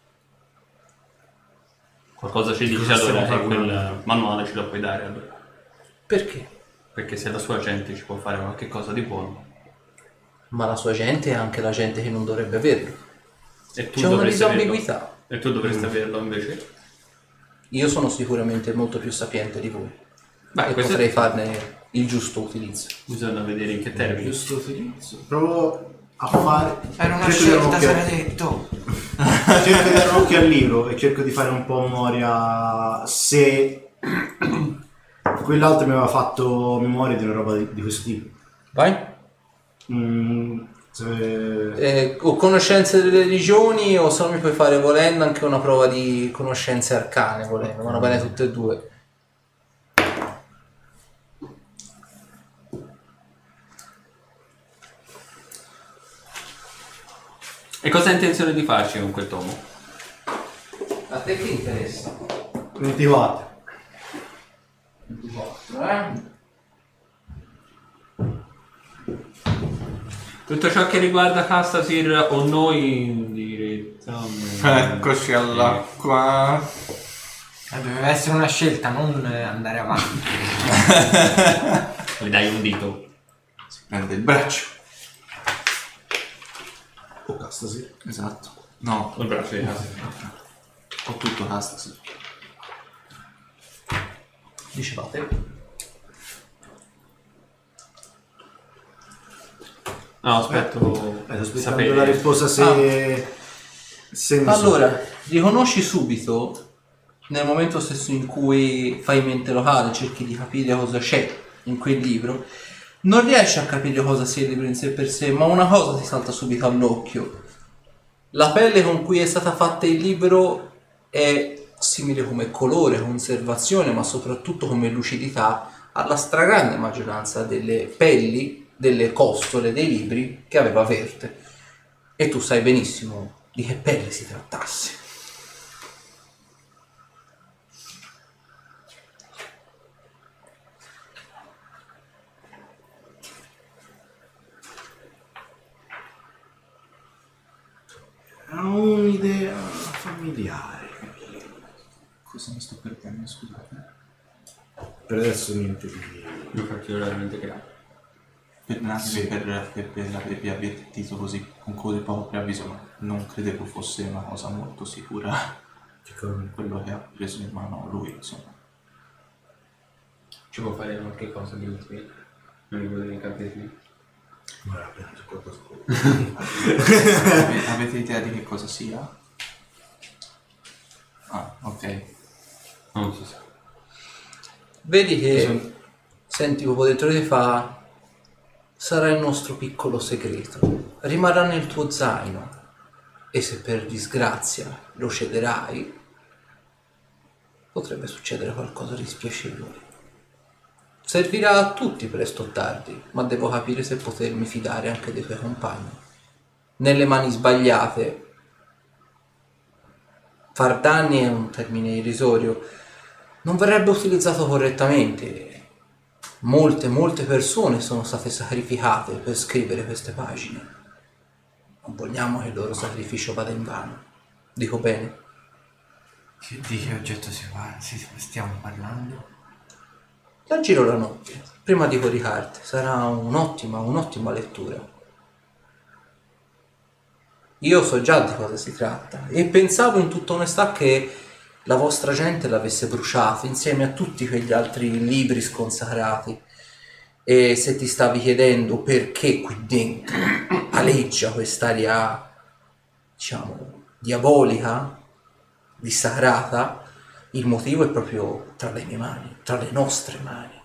Qualcosa ci dice cosa allora stiamo che quel parlando? manuale ce lo puoi dare allora. Perché? Perché se la sua gente ci può fare qualche cosa di buono. Ma la sua gente è anche la gente che non dovrebbe averlo. E tu C'è una dovresti averlo. disambiguità. E tu dovresti averlo invece. Io sono sicuramente molto più sapiente di voi. Beh, e questo potrei farne il giusto utilizzo. bisogna vedere in che termini. Giusto utilizzo. Provo a fare. Era una cerco di dare un scelta, occhio- se l'ha detto. cerco di dare un occhio al libro e cerco di fare un po' memoria se quell'altro mi aveva fatto memoria di una roba di, di questo tipo. Vai. Mm, se... Eh, o conoscenze delle religioni o se no mi puoi fare volendo anche una prova di conoscenze arcane volendo, vanno bene tutte e due. E cosa hai intenzione di farci con quel tomo? A te che interessa? ventiquattro. ventiquattro, eh? Tutto ciò che riguarda Castasir o noi direttamente. Eccoci all'acqua. Eh, doveva essere una scelta, non eh, andare avanti. Le dai un dito. Si prende il braccio. Oh, Castasi. Esatto. No, Il braccio di Castasir. ho tutto Casta, sì. Dicevate? No, aspetto. Eh, sto aspettando sapere. la risposta se... se ne so. Allora, riconosci subito nel momento stesso in cui fai mente locale, cerchi di capire cosa c'è in quel libro, non riesci a capire cosa sia il libro in sé per sé, ma una cosa ti salta subito all'occhio. La pelle con cui è stata fatta il libro è simile come colore, conservazione, ma soprattutto come lucidità alla stragrande maggioranza delle pelli, delle costole dei libri che aveva Verte. E tu sai benissimo di che pelle si trattasse. Ho un'idea familiare. Cosa mi sto perdendo, scusate? Per adesso niente di... Io faccio veramente creare. Per un attimo per, per, per avervi avvertito così con così poco preavviso, ma non credevo fosse una cosa molto sicura. Che cosa? Quello che ha preso in mano lui, insomma. Ci può fare qualche cosa di utile? Non mi vuole incantesimi? Ora appena c'è qualcosa. Ave- Avete idea di che cosa sia? Ah, ok. Non so se... Vedi che Sono- senti proprio dentro di te fa sarà il nostro piccolo segreto, rimarrà nel tuo zaino e se per disgrazia lo cederai potrebbe succedere qualcosa di spiacevole. Servirà a tutti presto o tardi, ma devo capire se potermi fidare anche dei tuoi compagni. Nelle mani sbagliate far danni è un termine irrisorio, non verrebbe utilizzato correttamente. Molte, molte persone sono state sacrificate per scrivere queste pagine. Non vogliamo che il loro sacrificio vada in vano. Dico bene? Che, di che oggetto si parla? Si, stiamo parlando? La giro la notte, prima di coricarte. Sarà un'ottima, un'ottima lettura. Io so già di cosa si tratta e pensavo in tutta onestà che la vostra gente l'avesse bruciato insieme a tutti quegli altri libri sconsacrati. E se ti stavi chiedendo perché qui dentro aleggia quest'aria, diciamo, diabolica, dissacrata, il motivo è proprio tra le mie mani, tra le nostre mani.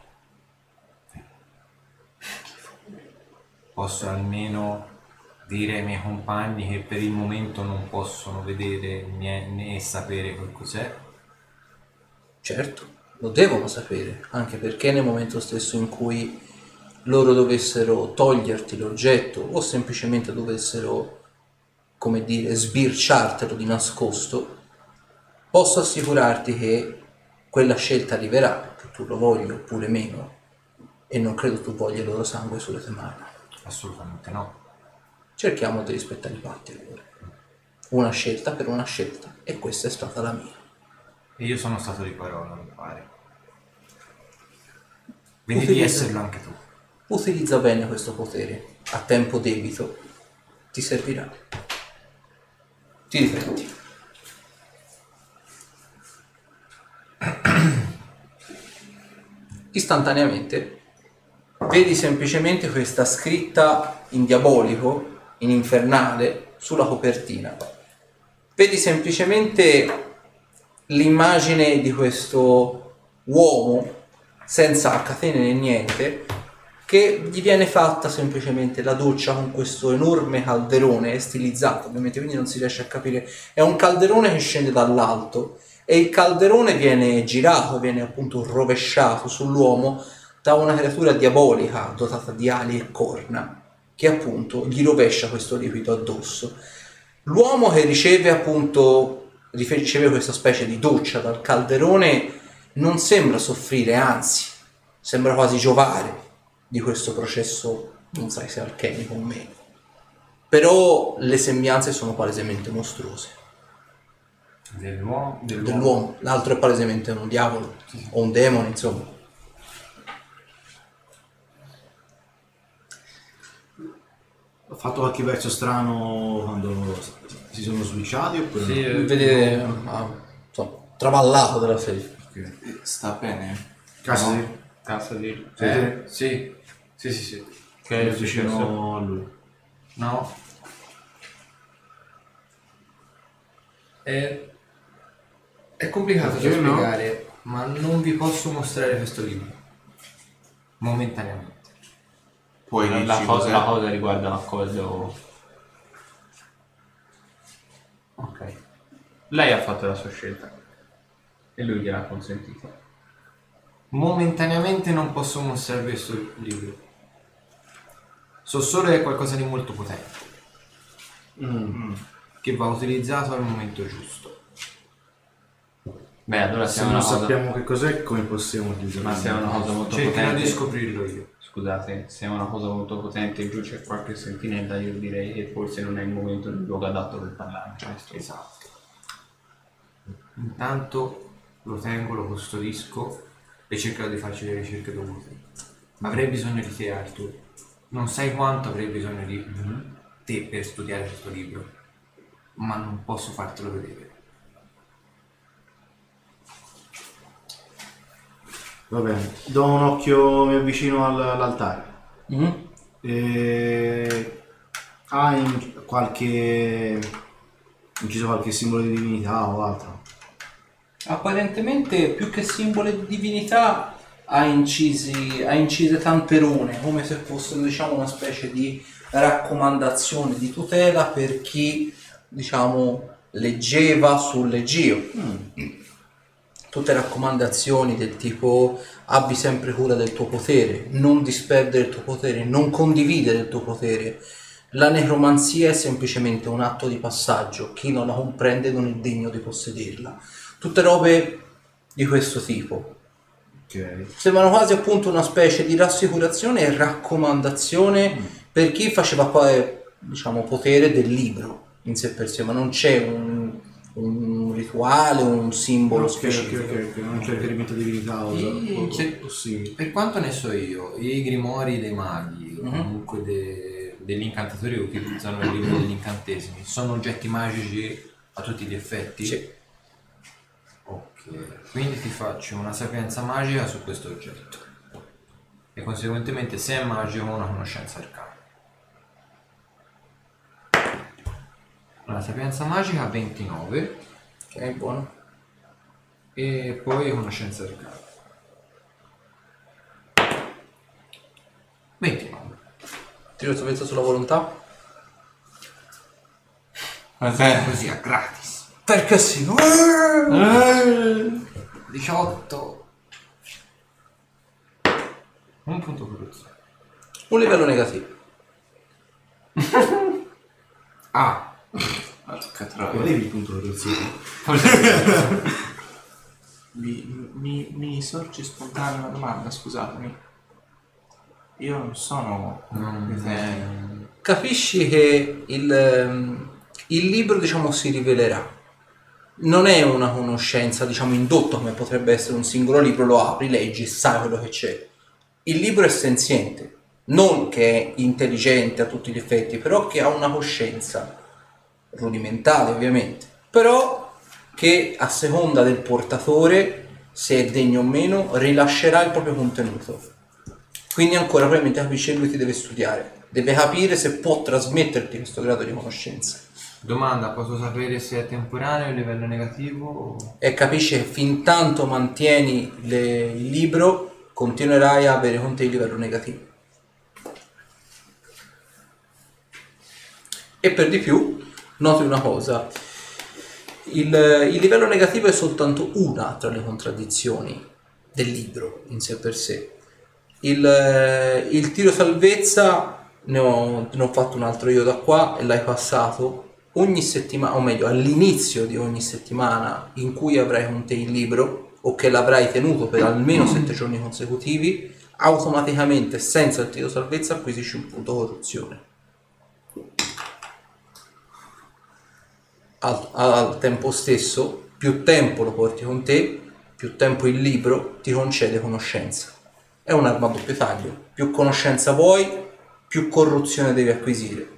Posso almeno dire ai miei compagni che per il momento non possono vedere né, né sapere che cos'è? Certo, lo devono sapere, anche perché nel momento stesso in cui loro dovessero toglierti l'oggetto o semplicemente dovessero, come dire, sbirciartelo di nascosto, posso assicurarti che quella scelta arriverà, che tu lo voglia oppure meno, e non credo tu voglia il loro sangue sulle tue mani. Assolutamente no. Cerchiamo di rispettare i patti allora. Una scelta per una scelta, e questa è stata la mia. E io sono stato di parola, mi pare. Vedi di esserlo anche tu. Utilizza bene questo potere, a tempo debito, ti servirà. Ti difendi. Istantaneamente vedi semplicemente questa scritta in diabolico, in infernale, sulla copertina. Vedi semplicemente l'immagine di questo uomo senza catene né niente, che gli viene fatta semplicemente la doccia con questo enorme calderone stilizzato, ovviamente, quindi non si riesce a capire. È un calderone che scende dall'alto e il calderone viene girato, viene appunto rovesciato sull'uomo da una creatura diabolica dotata di ali e corna, che appunto gli rovescia questo liquido addosso. L'uomo che riceve appunto riceve questa specie di doccia dal calderone non sembra soffrire, anzi sembra quasi giovare di questo processo, non sai se alchemico o meno, però le sembianze sono palesemente mostruose. Dell'uomo? Dell'uomo. Dell'uomo, l'altro è palesemente un diavolo o un demone, insomma. Ho fatto qualche verso strano quando si sono switchati oppure Sì, no? eh, Vedete, ah, insomma, travallato della serie. Ok. Sta bene? Casa di... Cazzo di... Siete Sì, sì, sì, sì. Che è successo? vicino a lui. No. È, è complicato da Perché no? spiegare, ma non vi posso mostrare questo libro. Momentaneamente. Puoi La, dirci la, cosa, cos'è? la cosa riguarda una cosa... Ok. Lei ha fatto la sua scelta e lui gliel'ha consentita. Momentaneamente non posso mostrare questo libro. So solo che è qualcosa di molto potente, Mm. che va utilizzato al momento giusto. Beh, allora Se siamo non una cosa... sappiamo che cos'è, come possiamo utilizzarlo? Ma se è una cosa molto Cercherò potente... di scoprirlo io. Scusate, se è una cosa molto potente e giù c'è qualche sentinella, io direi che forse non è il momento del luogo adatto per parlarne. Questo. Esatto. Intanto lo tengo, lo custodisco e cercherò di farci le ricerche dovute. Ma avrei bisogno di te, Arthur. Non sai quanto avrei bisogno di te per studiare questo libro, ma non posso fartelo vedere. Va bene, do un occhio, mi avvicino al- all'altare. Mm? E... ha in qualche inciso qualche simbolo di divinità o altro? Apparentemente più che simbolo di divinità ha incisi ha incise tante rune, come se fossero diciamo una specie di raccomandazione di tutela per chi diciamo leggeva sul leggio. Mm. Tutte raccomandazioni del tipo abbi sempre cura del tuo potere, non disperdere il tuo potere, non condividere il tuo potere. La necromanzia è semplicemente un atto di passaggio, chi non la comprende non è degno di possederla. Tutte robe di questo tipo. Ok. Sembrano quasi appunto una specie di rassicurazione e raccomandazione mm. per chi faceva poi diciamo potere del libro in sé per sé, ma non c'è un, un rituale, un simbolo Ok, specifico. ok, ok, ok, non c'è riferimento a divinità o, E- o, c'è- o sì. Per quanto ne so io, i grimori dei maghi, o Mhm. comunque de- degli incantatori che utilizzano il libro degli incantesimi, sono oggetti magici a tutti gli effetti? Sì. Ok, quindi ti faccio una sapienza magica su questo oggetto. E conseguentemente se è magico una conoscenza arcana. La sapienza magica ventinove Ok, buono. e poi conoscenza arcana. ventinove. Tiro salvezza sulla volontà. Così a gratis. Perché sì? diciotto. Un punto corruzione. Un livello negativo. Ah, Porca troia. Volevi il punto corruzione? Mi, mi, mi sorge spontanea una domanda, scusatemi. Io non sono... non Capisci che il, ehm, il libro diciamo si rivelerà. Non è una conoscenza diciamo indotta come potrebbe essere un singolo libro, lo apri, leggi, sai quello che c'è. Il libro è senziente, non che è intelligente a tutti gli effetti, però che ha una coscienza rudimentale ovviamente, però che a seconda del portatore, se è degno o meno, rilascerà il proprio contenuto. Quindi ancora probabilmente capisce che lui ti deve studiare, deve capire se può trasmetterti questo grado di conoscenza. Domanda, posso sapere se è temporaneo il livello negativo? E capisce che fin tanto mantieni le- il libro continuerai a avere con te il livello negativo. E per di più noti una cosa, il, il livello negativo è soltanto una tra le contraddizioni del libro in sé per sé. Il, il tiro salvezza ne ho, ne ho fatto un altro io da qua e l'hai passato ogni settimana, o meglio all'inizio di ogni settimana in cui avrai con te il libro o che l'avrai tenuto per almeno sette giorni consecutivi, automaticamente senza il tiro salvezza acquisisci un punto corruzione. Al, al tempo stesso, più tempo lo porti con te, più tempo il libro ti concede conoscenza. È un'arma a doppio taglio, più conoscenza vuoi, più corruzione devi acquisire.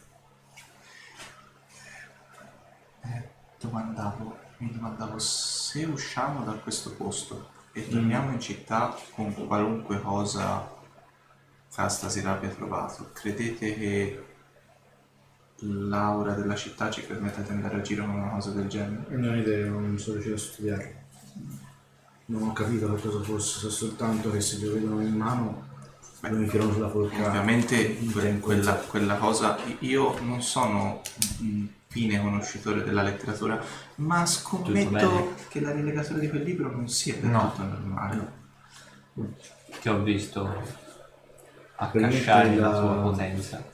Domandavo, mi domandavo se usciamo da questo posto e torniamo in città con qualunque cosa Castasir abbia trovato, credete che l'aura della città ci permetta di andare a giro con una cosa del genere? Non ho idea, non sono riuscito a studiarlo. Non ho capito che cosa fosse, so soltanto che se lo vedono in mano lo infilano sulla forca. Ovviamente que- quella, quella cosa, io non sono un fine conoscitore della letteratura, ma Tutto scommetto bene. che la rilegatura di quel libro non sia del No. tutto normale. Ti ho visto Permette accasciare la la- tua potenza.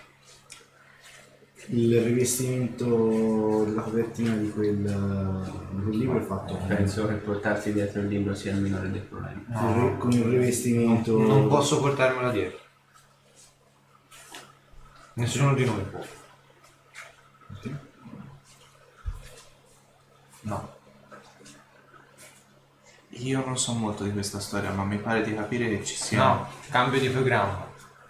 Il rivestimento della copertina di quel, di quel libro è fatto con, Penso che portarsi dietro il libro sia il minore dei problemi. con- con il rivestimento. Non posso portarmela dietro. Nessuno di noi può. No. Io non so molto di questa storia, ma mi pare di capire che ci sia... No, cambio di programma.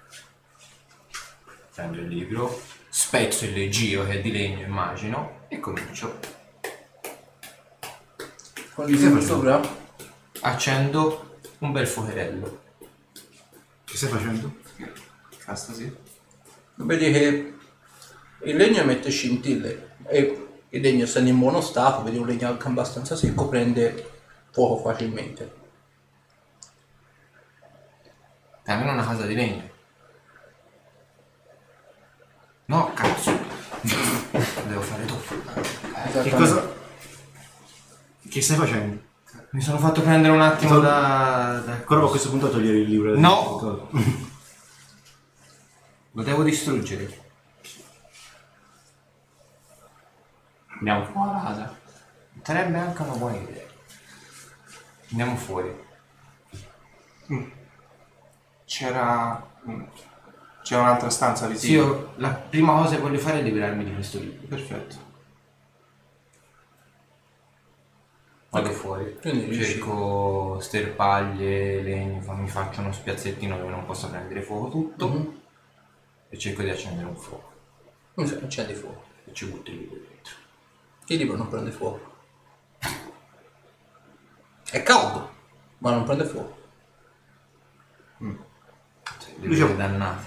Prendo il libro, spezzo il leggio che è di legno immagino e comincio. Con il libro sopra? Accendo un bel fuocherello. Che stai facendo? Castasi. Vedi che il legno emette scintille e il legno, essendo in buono stato, vedi un legno anche abbastanza secco, prende fuoco facilmente. Almeno una casa di legno. No, cazzo. Devo fare dopo. Che cosa... Che stai facendo? Mi sono fatto prendere un attimo Tol- da... da... Ancora a questo punto a togliere il libro. No! Lo devo distruggere. Andiamo fuori la casa. Sarebbe anche una buona idea. Andiamo fuori. C'era... C'è un'altra stanza Sì, visiva. io la prima cosa che voglio fare è liberarmi di questo libro. Perfetto. Vado fuori. Quindi riesci- Cerco sterpaglie, legno, fa- mi faccio uno spiazzettino dove non possa prendere fuoco tutto. Mhm. E cerco di accendere un fuoco. Non so, accendi fuoco. E ci butto il libro dentro. Il libro non prende fuoco. È caldo, ma non prende fuoco. Lui c'ha- dannato.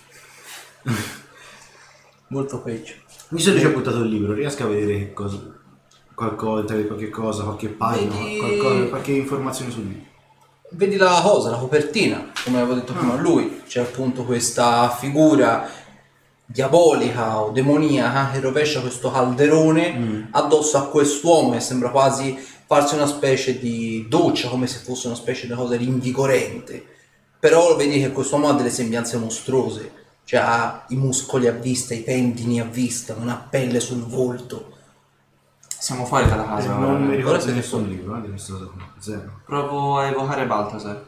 Molto peggio. Visto che ci ha buttato il libro, riesco a vedere che cosa... Qualcosa, qualche cosa, qualche pagina, Vedi- qualcosa, qualche informazione sul libro. Vedi la cosa, la copertina, come avevo detto prima a lui, c'è appunto questa figura diabolica o demoniaca che rovescia questo calderone addosso a quest'uomo che sembra quasi farsi una specie di doccia, come se fosse una specie di cosa rinvigorente. Però vedi che quest'uomo ha delle sembianze mostruose, cioè ha i muscoli a vista, i pendini a vista, non ha pelle sul volto. Siamo fuori dalla casa. non mi ora. ricordo siete nessun fuori. libro, eh, di questa cosa qua. Zero. Provo a evocare Balthasar.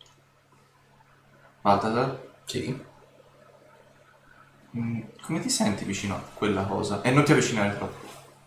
Balthasar? Sì. Mm, come ti senti vicino a quella cosa? E non ti avvicinare troppo.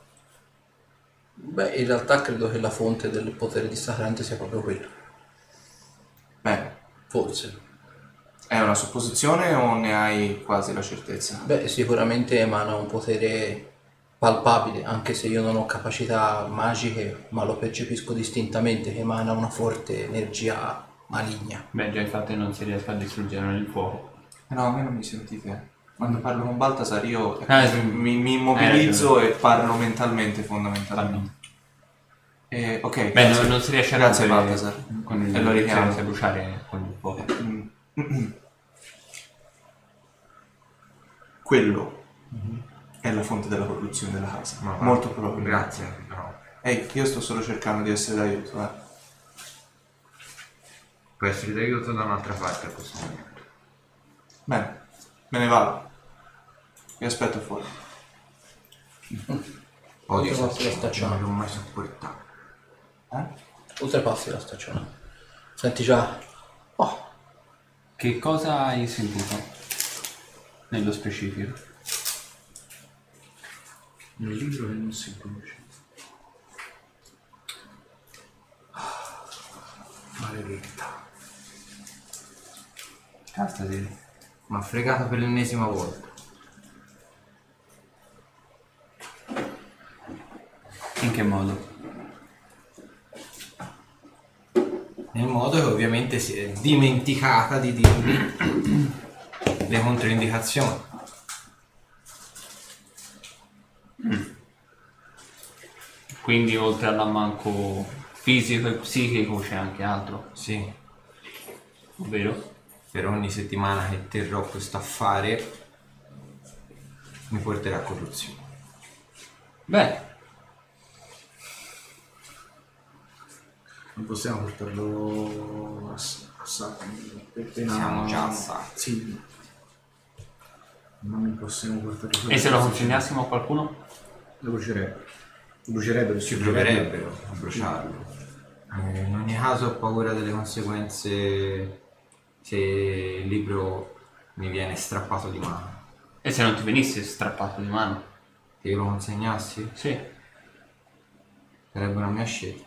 Beh, in realtà credo che la fonte del potere dissacrante sia proprio quella. Bene. Forse. È una supposizione o ne hai quasi la certezza? Beh, sicuramente emana un potere palpabile, anche se io non ho capacità magiche, ma lo percepisco distintamente che emana una forte energia maligna. Beh, già infatti non si riesce a distruggere il fuoco. No, a me non mi sentite. Quando parlo con Balthasar io Eh, sì. mi, mi Hai immobilizzo ragione. e parlo mentalmente fondamentalmente. E, ok, Beh, grazie. non, non si riesce a Grazie rompere Balthasar. con il E lo richiamo. si riesce a bruciare con il fuoco. Mm. Quello è la fonte della corruzione della casa. Ma va. Molto probabilmente. Grazie. No. Ehi, io sto solo cercando di essere d'aiuto, eh. Può essere d'aiuto da un'altra parte a questo momento. Bene, me ne vado. Vi aspetto fuori. Odio Oltrepassi la non staccione. l'ho mai sopportato. Eh? Oltrepassi la stagione. Senti già. Oh, Che cosa hai sentito nello specifico? Nel libro che non si conosce. Maledetta. Castasi. Mi ha fregato per l'ennesima volta. In che modo? Nel modo che ovviamente si è dimenticata di dirmi le controindicazioni. Quindi oltre all'ammanco fisico e psichico c'è anche altro, Sì, ovvero? per ogni settimana che terrò questo affare mi porterà a corruzione. Beh, Non possiamo portarlo a, s- a sacco. Appena... Siamo già a sacco. Sì. Non possiamo portarlo. e se lo consegnassimo a qualcuno? Lo brucerebbe. Lo brucerebbe. Ci proverebbero a bruciarlo. Eh, in ogni caso ho paura delle conseguenze se il libro mi viene strappato di mano. E se non ti venisse strappato di mano? Se io lo consegnassi Sì. sarebbe una mia scelta.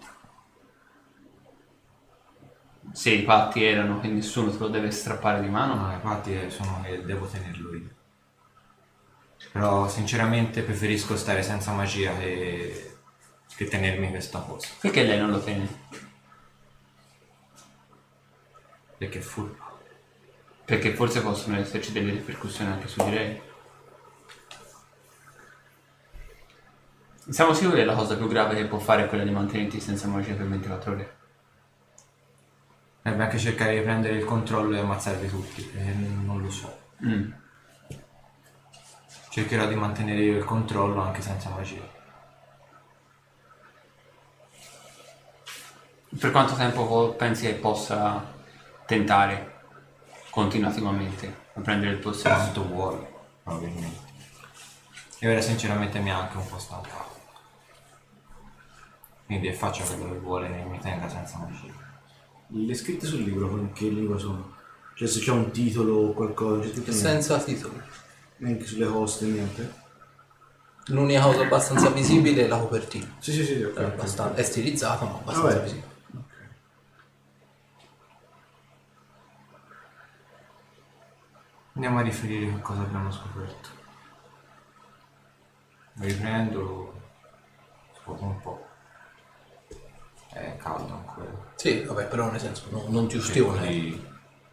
Se i patti erano che nessuno te lo deve strappare di mano, No, infatti sono che devo tenerlo io. Però sinceramente preferisco stare senza magia che, che tenermi questa cosa. perché lei non lo tiene? Perché è furbo. Perché forse possono esserci delle ripercussioni anche su di lei. Siamo sicuri che la cosa più grave che può fare è quella di mantenerti senza magia per ventiquattro ore? Dovrebbe anche cercare di prendere il controllo e ammazzarli tutti, e non lo so. Mm. Cercherò di mantenere io il controllo anche senza magia. Per quanto tempo pensi che possa tentare continuativamente a prendere il possesso? Quanto vuole, probabilmente. E ora sinceramente mi ha anche un po' stancato. Quindi faccia quello che vuole e mi tenga senza magia. Le scritte sul libro, con che lingua sono? Cioè se c'è un titolo o qualcosa, c'è scritto niente? Senza titolo. Neanche sulle coste, niente? L'unica cosa abbastanza visibile è la copertina. Sì, sì, sì, ok. È, abbastanza, è stilizzata, ma abbastanza Vabbè. visibile. Andiamo a riferire che cosa abbiamo scoperto. Lo riprendo, scuoto un po'. È caldo ancora. Sì, vabbè, però nel senso non, non ti ustione. Di...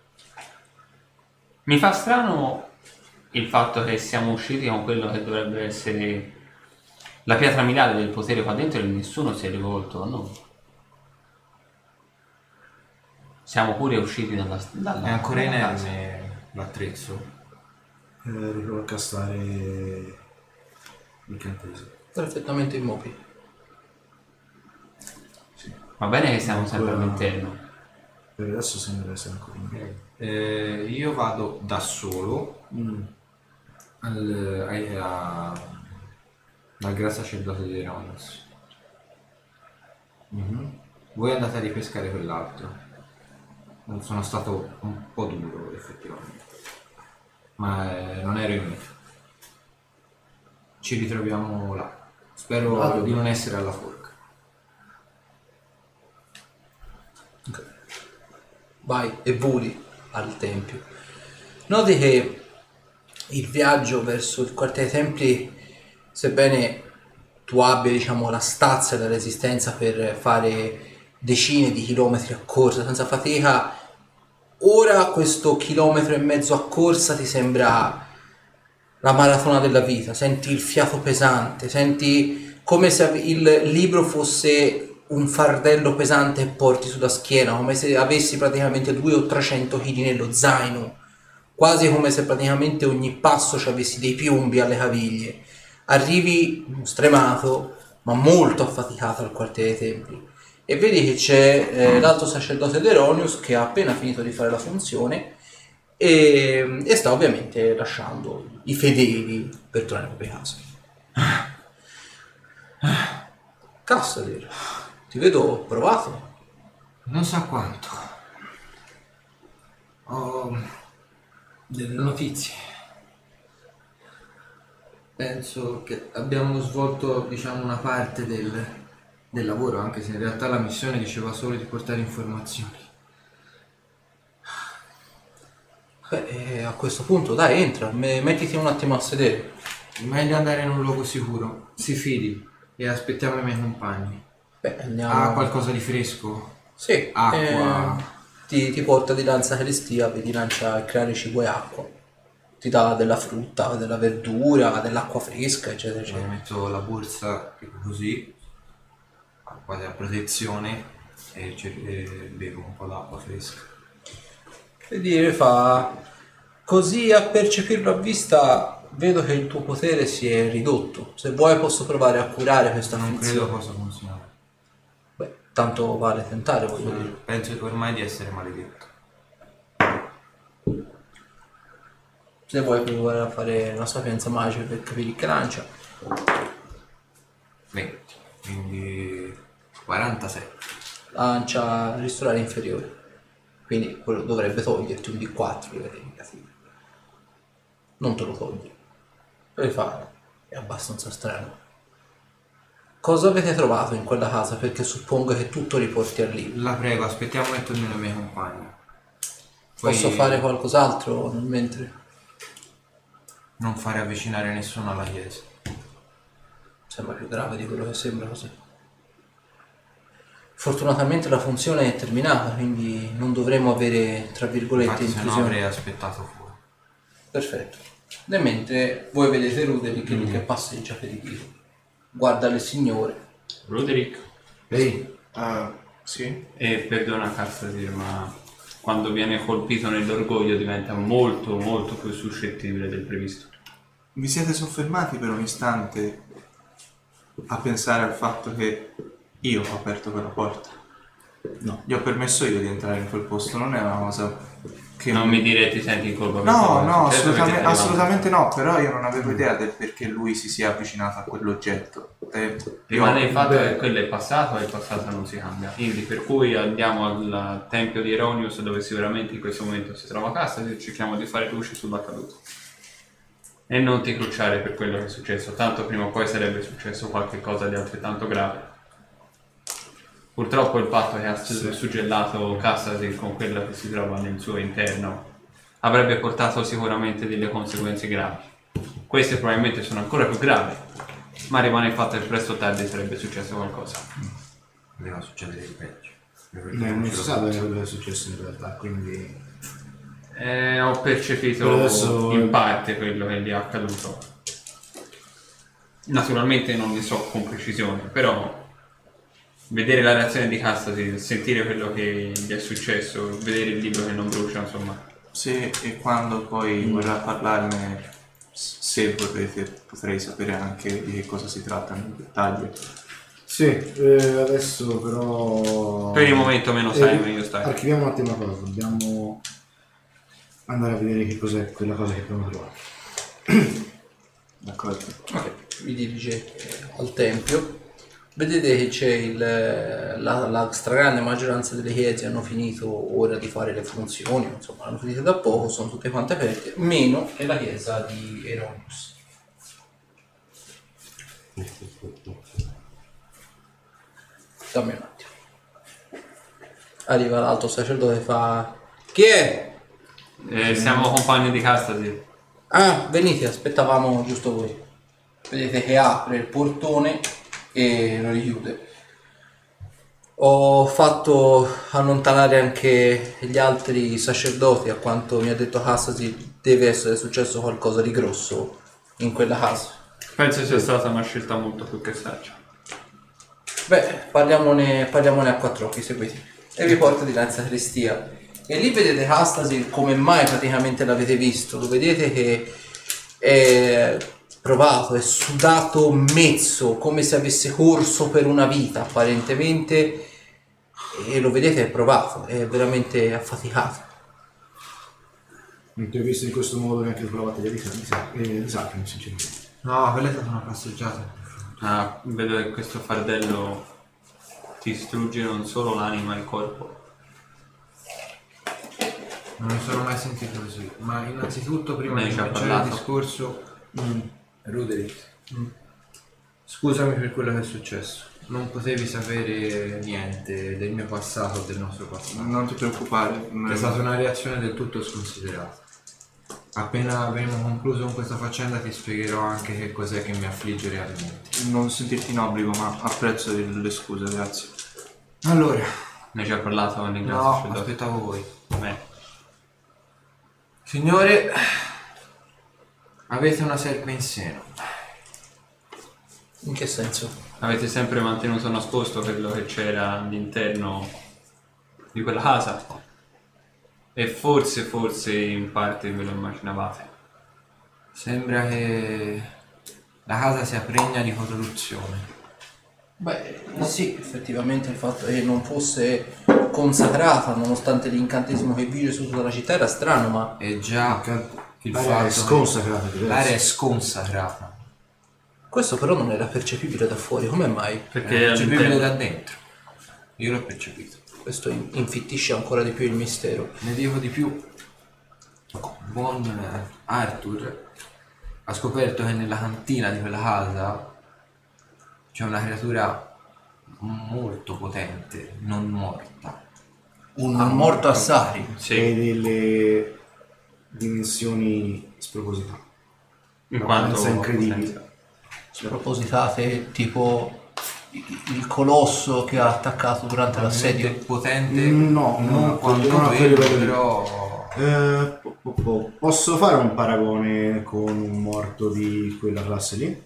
Mi fa strano il fatto che siamo usciti con quello che dovrebbe essere la pietra miliare del potere qua dentro e nessuno si è rivolto a noi. Siamo pure usciti dalla... dalla È ancora dalla casa. inerme l'attrezzo. Eh, riprovo a castare l'incantesimo. Perfettamente immobile. Va bene che siamo sempre Ancora- all'interno. Per adesso sembra essere ancora in piedi. Eh, io vado da solo Mm. al, ai- a- dal gran sacerdote di Ronos. Mhm. Voi andate a ripescare quell'altro. Sono stato un po' duro effettivamente, ma eh, non ero in me. Ci ritroviamo là. Spero Ah, di non essere alla forca. Vai e voli al tempio. Noti che il viaggio verso il quartiere Templi, sebbene tu abbia, diciamo, la stazza e la resistenza per fare decine di chilometri a corsa senza fatica, ora questo chilometro e mezzo a corsa ti sembra la maratona della vita. Senti il fiato pesante, senti come se il libro fosse un fardello pesante che porti sulla schiena, come se avessi praticamente due o trecento chili nello zaino, quasi come se praticamente ogni passo ci avessi dei piombi alle caviglie. Arrivi stremato, ma molto affaticato al quartiere dei Templi, e vedi che c'è eh, l'alto sacerdote Deronius che ha appena finito di fare la funzione e, e sta ovviamente lasciando i fedeli per tornare alle proprie case. Cassadir, ti vedo provato. Non so quanto. Ho delle notizie. Penso che abbiamo svolto, diciamo, una parte del, del lavoro, anche se in realtà la missione diceva solo di portare informazioni. Beh, eh, a questo punto dai, entra, me- mettiti un attimo a sedere. Meglio andare in un luogo sicuro. Si fidi e aspettiamo i miei compagni. Beh, andiamo. Ha qualcosa di fresco? Sì, Acqua. eh, ti, ti porta di Lanza Celestia, vedi lancia il crane cibo e acqua. Ti dà della frutta, della verdura, dell'acqua fresca, eccetera, Mi eccetera. metto la borsa tipo così, quasi a protezione, e, cer- e bevo un po' d'acqua fresca. E dire fa, così a percepirlo a vista vedo che il tuo potere si è ridotto. Se vuoi posso provare a curare questa Non credo afflizione. possa funzionare. Beh, tanto vale tentare, voglio dire. Penso ormai di essere maledetto. Se vuoi provare a fare una sapienza magica per capire che lancia. venti, quindi quarantasette. Lancia ristorare inferiore. Quindi quello dovrebbe toglierti un D quattro livelli negativi. Non te lo togli. Lo fare. È abbastanza strano. Cosa avete trovato in quella casa? Perché suppongo che tutto riporti a lì. La prego, aspettiamo che tornino i miei compagni. Poi Posso fare qualcos'altro nel mentre? non fare avvicinare nessuno alla chiesa. Sembra più grave di quello che sembra così. Fortunatamente la funzione è terminata, quindi non dovremo avere, tra virgolette, Infatti, se no intrusioni. avrei aspettato fuori. Perfetto. Nel mentre voi vedete Ruderick mm. che passeggia per il vivo. Guarda le signore. Roderick, Ehi, Ah, sì? e perdona Castasir, ma quando viene colpito nell'orgoglio diventa molto molto più suscettibile del previsto. Vi siete soffermati per un istante a pensare al fatto che io ho aperto quella porta? no. Gli ho permesso io di entrare in quel posto, non è una cosa che... Non mi dire ti senti in colpa per No, quello che è no, successo, assolutamente, perché ti assolutamente no, però io non avevo idea del perché lui si sia avvicinato a quell'oggetto. E rimane io- il fatto beh. che quello è passato e il passato non si cambia. Quindi per cui andiamo al tempio di Eronius, dove sicuramente in questo momento si trova Castasir, e cerchiamo di fare luce sull'accaduto. E non ti crucciare per quello che è successo, tanto prima o poi sarebbe successo qualche cosa di altrettanto grave. Purtroppo il patto che ha su- suggellato Castasir con quello che si trova nel suo interno avrebbe portato sicuramente delle conseguenze gravi. Queste probabilmente sono ancora più gravi, ma rimane il fatto che presto o tardi sarebbe successo qualcosa. Poteva succedere di peggio. Eh, non si sa bene quello che è successo in realtà, quindi... Eh, ho percepito Per adesso- in parte quello che gli è accaduto. Naturalmente non ne so con precisione, però vedere la reazione di Castasir, sentire quello che gli è successo, vedere il libro che non brucia, insomma. Se e quando poi vorrà parlarne, s- se vorrete, potrei sapere anche di che cosa si tratta nel dettaglio. Sì, eh, adesso però... Per il momento meno sai, Eh, meglio stai. Archiviamo un attimo una cosa, dobbiamo andare a vedere che cos'è quella cosa che abbiamo trovato. D'accordo? Ok, vi dirigete al tempio. Vedete che c'è il, la, la stragrande maggioranza delle chiese hanno finito ora di fare le funzioni, insomma hanno finito da poco, sono tutte quante aperte, meno che la chiesa di Eronius. Dammi un attimo. Arriva l'alto sacerdote e fa: chi è? Eh, siamo compagni di Castasir. Ah, venite, aspettavamo giusto voi. Vedete che apre il portone e lo richiude. Ho fatto allontanare anche gli altri sacerdoti, a quanto mi ha detto Castasir deve essere successo qualcosa di grosso in quella casa. Penso sia stata una scelta molto più che saggia. Beh, parliamone, parliamone a quattro occhi, seguiti. E vi porta di là in sacrestia. E lì vedete Castasir come mai praticamente l'avete visto. Lo vedete che è provato, è sudato mezzo, come se avesse corso per una vita apparentemente. E lo vedete è provato, è veramente affaticato. Non ti ho visto in questo modo neanche sulla batteria di Sacrum, sinceramente. No, quella è stata una passeggiata. Ah, vedo che questo fardello ti distrugge non solo l'anima ma il corpo. Non mi sono mai sentito così. Ma innanzitutto, prima Ne di ci ha cominciare il parlato. discorso, mm, Ruderick, mm, scusami per quello che è successo. Non potevi sapere niente del mio passato o del nostro passato. Non ti preoccupare. non È è- stata una reazione del tutto sconsiderata. Appena avremo concluso con questa faccenda ti spiegherò anche che cos'è che mi affligge realmente. Non sentirti in obbligo, ma apprezzo le le scuse, grazie. Allora, Ne ci ha parlato con il no, grasso sacerdote. aspettavo voi. Beh, Signore, avete una serpe in seno. In che senso? avete sempre mantenuto nascosto quello che c'era all'interno di quella casa. E forse, forse in parte ve lo immaginavate. Sembra che la casa sia pregna di corruzione. Beh, sì, effettivamente il fatto che non fosse consacrata nonostante l'incantesimo che vige su tutta la città era strano, ma E già il L'area fatto è sconsacrata, che diverso. l'area è sconsacrata. questo però non era percepibile da fuori, come mai? Perché È percepibile all'interno... da dentro. Io l'ho percepito. Questo in- infittisce ancora di più il mistero. Ne dico di più. Buon eh, Arthur ha scoperto che nella cantina di quella casa c'è una creatura molto potente, non morta. Un morto a Sari. Sì, E delle dimensioni spropositate. in una quanto... potenza incredibile. Spropositate tipo il colosso che ha attaccato durante Probabilmente l'assedio? potente, No, non no, quanto no, a quello, quel livello lì. però Eh, po- po- po- posso fare un paragone con un morto di quella classe lì?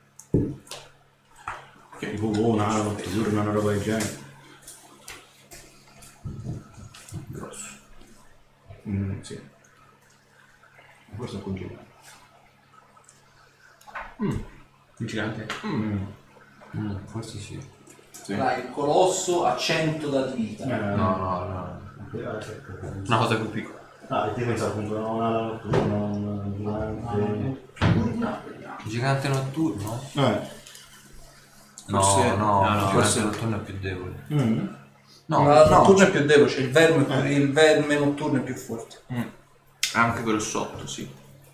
Tipo una notturna, una roba del genere. Grosso. Mm, sì. Forse un congelato. Il gigante. mm, forse sì. Dai, il colosso a cento da di vita. Eh, No, no, no. Una cosa più piccola. Ah, e ti pensavo appunto a una notturna, un gigante. Gigante notturno? Eh. No, Forse- no, no, no, il gigante forse- notturno è più debole. Mm. No, Ma la no, notturna è più debole, cioè il verme, il verme notturno è più forte. Anche quello sotto, sì.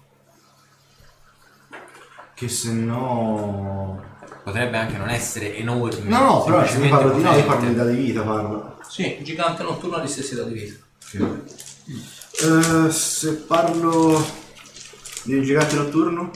Che se no... potrebbe anche non essere enorme. No, no, però se mi parlo di no, io parlo di potente. età di vita, parlo. Sì, gigante notturno ha gli stessi età di vita. Eh, se parlo di un gigante notturno,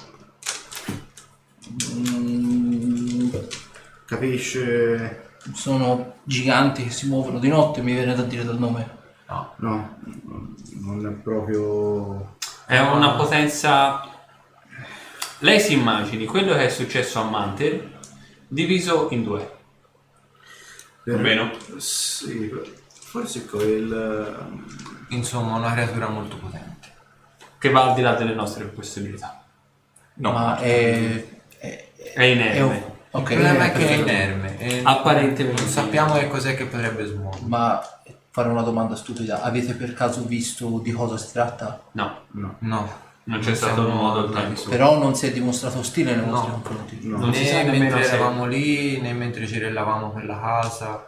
Mm, capisce... sono giganti che si muovono di notte, mi viene da dire dal nome. No, No, non è proprio... È una potenza. Lei si immagini quello che è successo a Manter diviso in due. Per... Meno. Sì, forse quel... insomma, una creatura molto potente. Che va al di là delle nostre possibilità. No, Ma è... è, È inerme. è un- ok, Il problema è che è perfetto. inerme e Apparentemente. non sappiamo che cos'è che potrebbe smuovere. Ma fare una domanda stupida, avete per caso visto di cosa si tratta? No, No, No, non c'è stato siamo modo andati di- su. Però non si è dimostrato ostile nei No. vostri confronti. no. Non si sa né nemmeno mentre se- eravamo lì, né mentre ci rellavamo per la casa.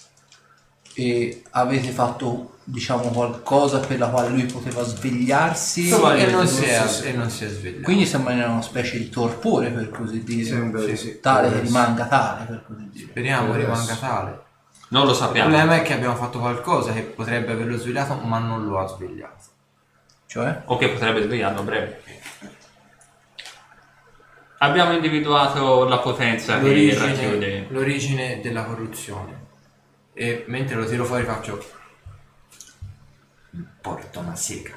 E avete fatto, diciamo, qualcosa per la quale lui poteva svegliarsi? Sì, ma- E non, non si è, si- e non si è svegliato. Quindi siamo in una specie di torpore, per così dire. Sembra di sì. Tale che Può rimanga tale, per così dire. Speriamo Adesso. rimanga tale. Non lo Il sappiamo. problema è che abbiamo fatto qualcosa che potrebbe averlo svegliato, ma non lo ha svegliato. Cioè? O che potrebbe svegliarlo a breve. Abbiamo individuato la potenza che L'origine, racchiude. l'origine della corruzione. E mentre lo tiro fuori faccio... porta una sega.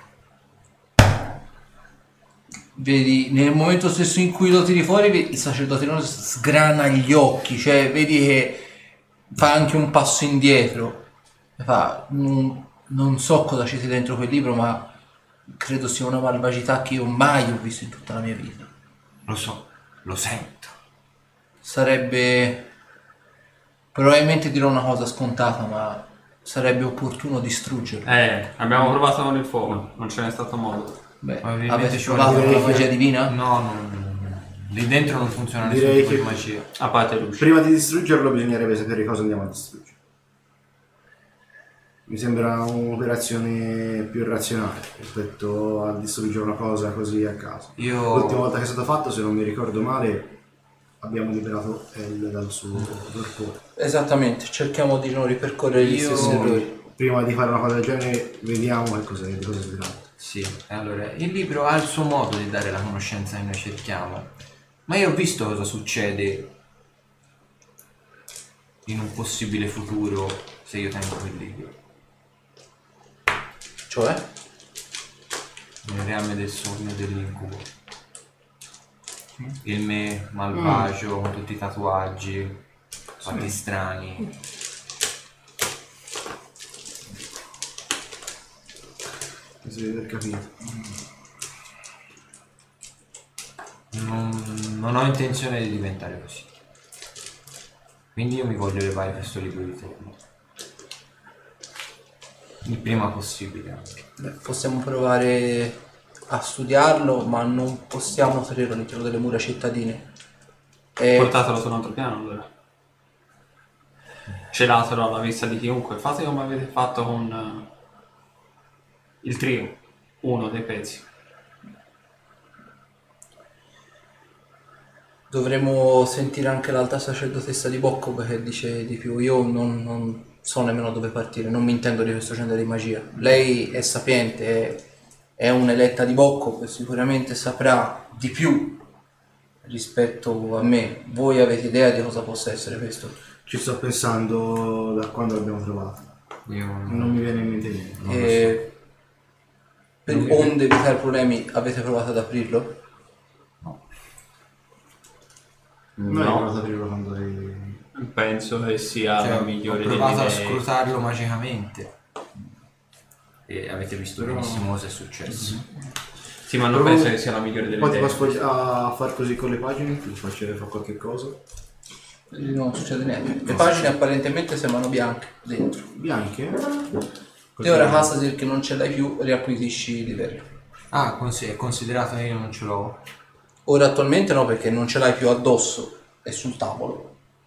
Vedi, nel momento stesso in cui lo tiri fuori, vedi, il sacerdote non sgrana gli occhi, cioè vedi che fa anche un passo indietro. E fa, non, non so cosa ci sia dentro quel libro, ma credo sia una malvagità che io mai ho visto in tutta la mia vita. Lo so, lo sento. Sarebbe... probabilmente dirò una cosa scontata, ma sarebbe opportuno distruggerlo. Eh, abbiamo provato con il fuoco, non ce n'è stato modo. Beh, Probabilmente avete ci provato vuole- con la magia divina? No, no, no, no. Lì dentro non funziona nessun Direi tipo di che- magia. A parte luce. Prima di distruggerlo bisognerebbe sapere cosa andiamo a distruggere. Mi sembra un'operazione più razionale rispetto a distruggere una cosa così a caso. Io... L'ultima volta che è stato fatto, se non mi ricordo male, abbiamo liberato El dal suo torpore. Esattamente, cerchiamo di non ripercorrere gli Io- stessi errori. Prima di fare una cosa del genere, vediamo che cos'è, di cosa si tratta. Sì, allora, il libro ha il suo modo di dare la conoscenza che noi cerchiamo, ma io ho visto cosa succede in un possibile futuro se io tengo quel libro. Cioè? Nel reame del sogno e dell'incubo. Il me malvagio con tutti i tatuaggi, fatti strani. Mi si vede capito. Non, non ho intenzione di diventare così. Quindi io mi voglio levare questo libro di torno. Il prima possibile anche. Beh, possiamo provare a studiarlo, ma non possiamo tenerlo all'interno delle mura cittadine. E Portatelo su un altro piano allora. Celatelo alla vista di chiunque. Fate come avete fatto con eh, il trio, uno dei pezzi. dovremo sentire anche l'alta sacerdotessa di Bocco che dice di più. Io non, non so nemmeno dove partire, non mi intendo di questo genere di magia. Lei è sapiente, è, è un'eletta di Bocco, che sicuramente saprà di più rispetto a me. Voi avete idea di cosa possa essere questo? Ci sto pensando da quando l'abbiamo trovato. Io Non mi viene in mente niente. non lo so. E per onde evitare problemi avete provato ad aprirlo? Noi No. abbiamo provato a aprirlo quando eri... Penso che sia Cioè, la ho migliore provato delle a idee. scrutarlo magicamente. E avete visto benissimo cosa è successo. Sì, ma non Però- penso che sia la migliore delle Poi ti idee. posso sfogli- a far così con le pagine, ti faccio vedere qualche cosa. Non succede niente. Le pagine apparentemente sembrano bianche dentro. Bianche? E ora Hasazir che non ce l'hai più riacquisisci i livelli. Ah, consi- è considerato che io non ce l'ho. Ora attualmente no, perché non ce l'hai più addosso, è sul tavolo.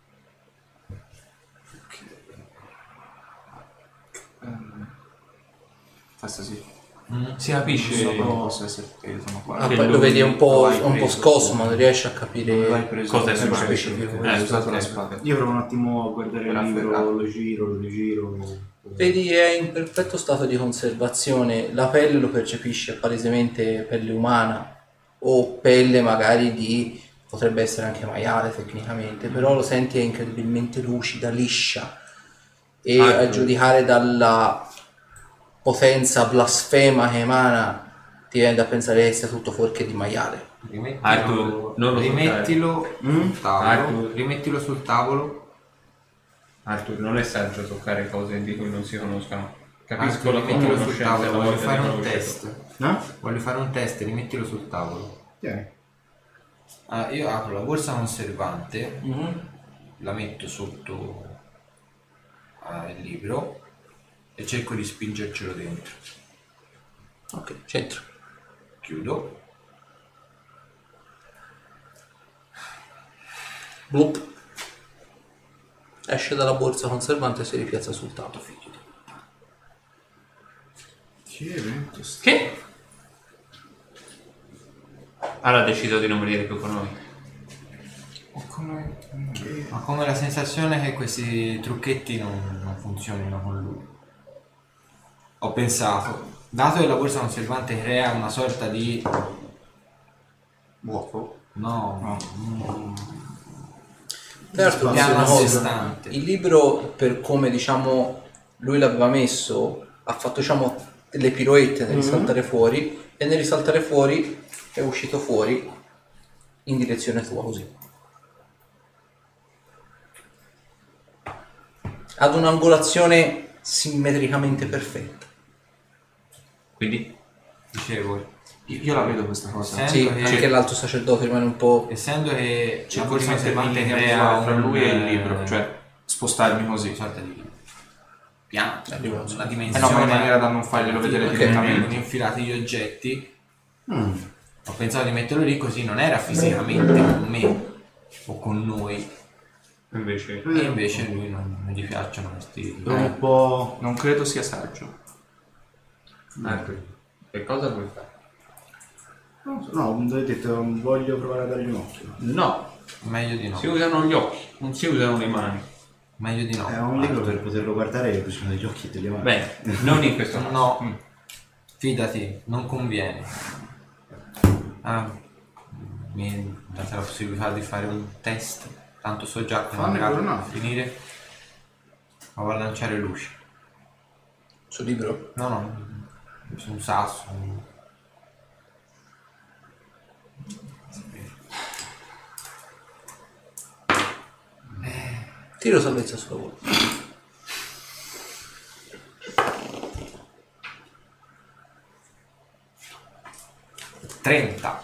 Fasta sì. Si capisce. Non posso essere preso, ma qua. Ah, Che poi lo lui vedi un po', lo hai un po' preso, scosso, sì. ma non riesci a Non l'hai capire preso cosa è nello successo? specifico, Eh, hai usato ok. la spada. Io provo un attimo a guardare Era il libro, afferrato. lo giro, lo rigiro. Vedi, è in perfetto stato di conservazione, la pelle lo percepisci, è palesemente pelle umana o pelle magari di, potrebbe essere anche maiale tecnicamente, però lo senti è incredibilmente lucida, liscia e Ah, a giudicare dalla potenza blasfema che emana ti viene da pensare che sia tutto fuorché di maiale. Rimettilo, Arthur, non lo rimettilo Mm? sul tavolo. Arthur. Rimettilo sul tavolo. Arthur, non è saggio toccare cose di cui non si conoscano. Capisco Arthur, la rimettilo sul conoscenza e tavolo. la Voglio voglia fare di un conoscere. test. No? Voglio fare un test, rimettilo sul tavolo. Tieni. Ah, io apro la borsa conservante, la metto sotto ah, il libro e cerco di spingercelo dentro. Ok, c'entra. Chiudo. Blup. Esce dalla borsa conservante e si ripiazza sul tavolo. Figlio di puttana. Che evento sta- Che? Allora ha deciso di non venire più con noi. Come... Ho come la sensazione che questi trucchetti non, non funzionino con lui. Ho pensato, dato che la borsa conservante crea una sorta di... Vuoto? No, No. mm, Certo, piano una a sé cosa. stante. Il libro, per come diciamo lui l'aveva messo, ha fatto diciamo delle piroette nel risaltare fuori e nel risaltare fuori è uscito fuori in direzione tua così. Ad un'angolazione simmetricamente perfetta. Quindi? Dicevo, Io, io la vedo questa cosa. Eh, Sì, che- anche l'alto sacerdote rimane un po'... essendo che la Cerco di borsa mettermi conservante in crea idea fra un- lui e il libro, cioè spostarmi così. una sorta di piano, Arriva, una Eh dimensione no, ma in maniera da non farglielo vedere Ok. direttamente. vengono infilati gli oggetti. Mm. Ho pensato di metterlo lì così non era fisicamente con me o con noi. Invece... E invece lui non, non gli piacciono questi. Provo un po'... Non credo sia saggio. Arthur, che cosa vuoi fare? No, ho detto, voglio provare a dargli un occhio. No, Meglio di no. si usano gli occhi, non si usano le mani. Meglio di no. È un libro per poterlo guardare e bisogna degli occhi e delle mani. Bene, non in questo caso. No, fidati, non conviene. Ah, mi date la possibilità di fare un test. Tanto so già che non Fammi grado pure a finire. Provo a lanciare luce. Sul libro? No, no, su un sasso. un- Tiro salvezza sulla volta. trenta.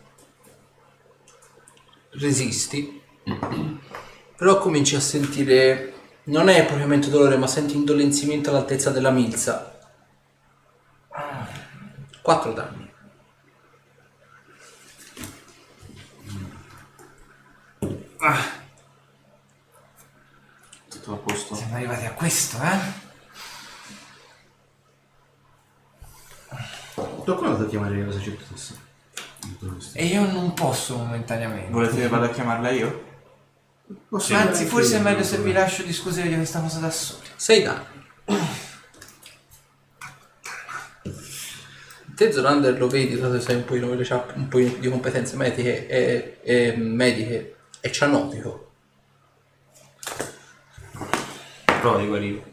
Resisti, però cominci a sentire, non è propriamente dolore, ma senti indolenzimento all'altezza della milza. quattro danni. Tutto a posto. Siamo arrivati a questo, eh? Qualcuno da chiamare la sacerdotessa? E io non posso momentaneamente. Volete che vada a chiamarla io? Posso Anzi, andare forse è anche io, meglio se vi però. lascio discutere di questa cosa da soli. sei danni. te Zorander lo vedi, dato che sei un po' un po' di competenze mediche e, e mediche e cianotico. Prova di guarire.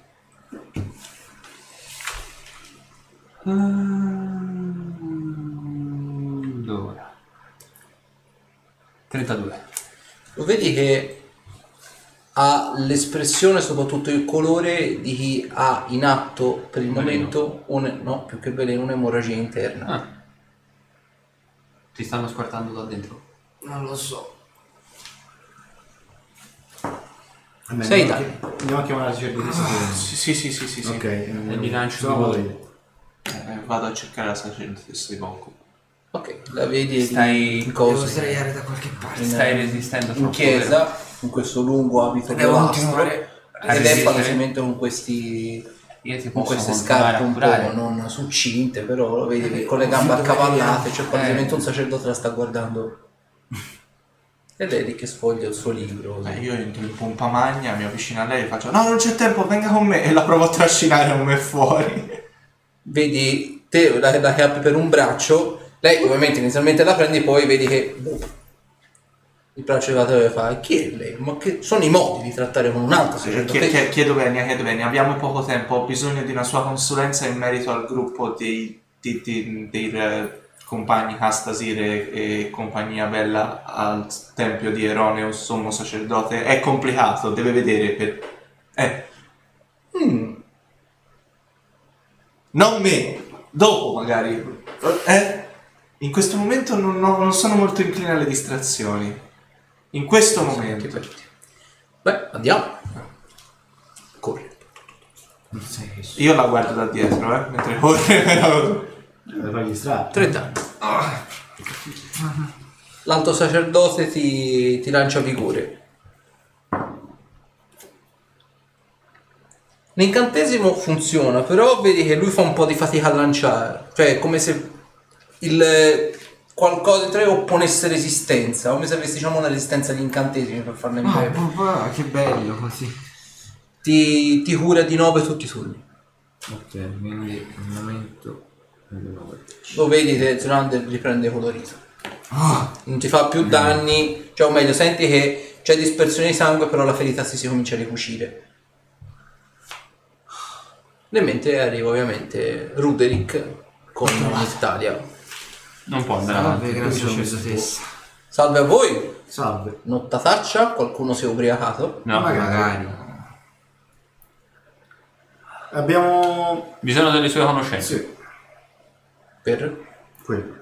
Allora. trentadue. Lo vedi che ha l'espressione, soprattutto il colore di chi ha in atto per il Veleno. momento un, no, più che veleno, un'emorragia interna. Ah. Ti stanno squartando da dentro? Non lo so. Vabbè, Sei andiamo, danni. a chi- andiamo a chiamare la sacerdotessa. Sì, sì, sì, sì, sì, sì. Ok, eh, E gli lancio sono due voi. volte. Eh, vado a cercare la sacerdotessa di Bonco. Ok, la vedi Stai- in Devo cosa? sdraiare da qualche parte. Stai resistendo In troppo, chiesa, con questo lungo abito Devo blavastro, continuare a ed è resistere. palesemente con questi Io ti con posso queste continuare scarpe a un po' curare. non succinte, però lo vedi che con le gambe accavallate, c'è palesemente un sacerdote la sta guardando. E vedi che sfoglia il suo libro. Eh, io entro in pompa magna, mi avvicino a lei e faccio no, non c'è tempo, venga con me, e la provo a trascinare come fuori. Vedi te la, la che apri per un braccio, lei ovviamente inizialmente la prendi, poi vedi che boh, il braccio di Vatore fa, chi è lei? Ma che sono i modi di trattare con un altro sacerdote? Chie- chie- Chiedo Venia, chiedo Venia, abbiamo poco tempo, ho bisogno di una sua consulenza in merito al gruppo dei, dei, dei, dei, eh, compagni Castasir e, e compagnia Bella al tempio di Eroneus, sommo sacerdote. È complicato, deve vedere per... Eh, Mm, non me, dopo magari. Eh? In questo momento non, non- non sono molto incline alle distrazioni. In questo che momento. bello. Beh, andiamo. Corri. Io la guardo da dietro, eh, mentre corre. Eh, fagli strada. trenta anni. L'alto sacerdote ti, ti lancia vigore. L'incantesimo funziona, però vedi che lui fa un po' di fatica a lanciare, cioè è come se il qualcosa di te opponesse resistenza, come se avessi diciamo una resistenza agli incantesimi, per farne in Ah, breve. papà, che bello così. Ti, ti cura di nove tutti i turni. Ok, quindi un momento. Lo vedi che Zorander riprende colorito. Ah, Non ti fa più danni, cioè o meglio senti che c'è dispersione di sangue, però la ferita si, si comincia a ricucire. Nel mentre arriva ovviamente Ruderick con l'Italia. Non può andare salve, avanti. gran ci sono sacerdotessa. Salve a voi, Salve. nottataccia, qualcuno si è ubriacato? No, Magari. Abbiamo... bisogno delle sue conoscenze. Sì, Per? quello.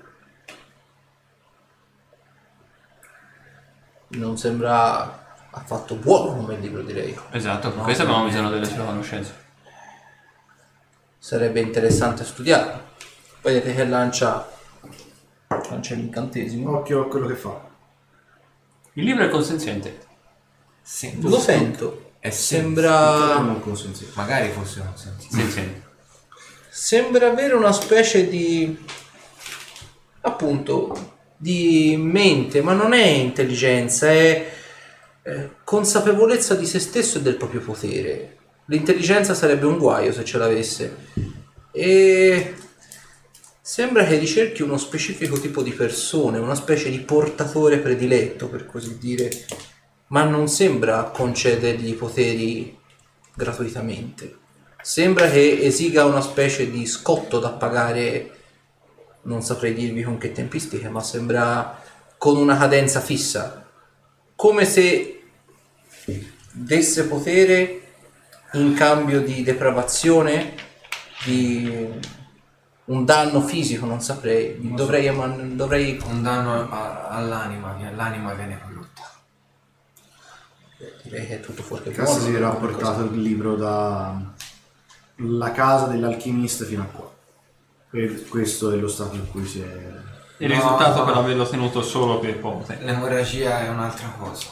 Non sembra affatto buono come libro, direi. Esatto, per No, questo abbiamo no. bisogno delle sue conoscenze. Sarebbe interessante studiarlo. Vedete che lancia, lancia l'incantesimo. Occhio a quello che fa. Il libro è consenziente. Sì, Lo sento. È Certo, Sembra, non consentito. magari fosse un sentito. Senziente. sembra avere una specie di, appunto, di mente, ma non è intelligenza, è eh, consapevolezza di se stesso e del proprio potere. L'intelligenza sarebbe un guaio se ce l'avesse. E sembra che ricerchi uno specifico tipo di persone, una specie di portatore prediletto, per così dire, ma non sembra concedergli poteri gratuitamente. Sembra che esiga una specie di scotto da pagare, non saprei dirvi con che tempistiche, ma sembra con una cadenza fissa, come se desse potere in cambio di depravazione, di un danno fisico, non saprei, dovrei, ma dovrei Un danno a- all'anima, che l'anima viene corrotta. direi che è tutto fuori che Cassa si buono, era come cosa. portato il libro da la casa dell'alchimista fino a qua. E questo è lo stato in cui si è... Il No, risultato no. per averlo tenuto solo per poco tempo. L'emorragia è un'altra cosa.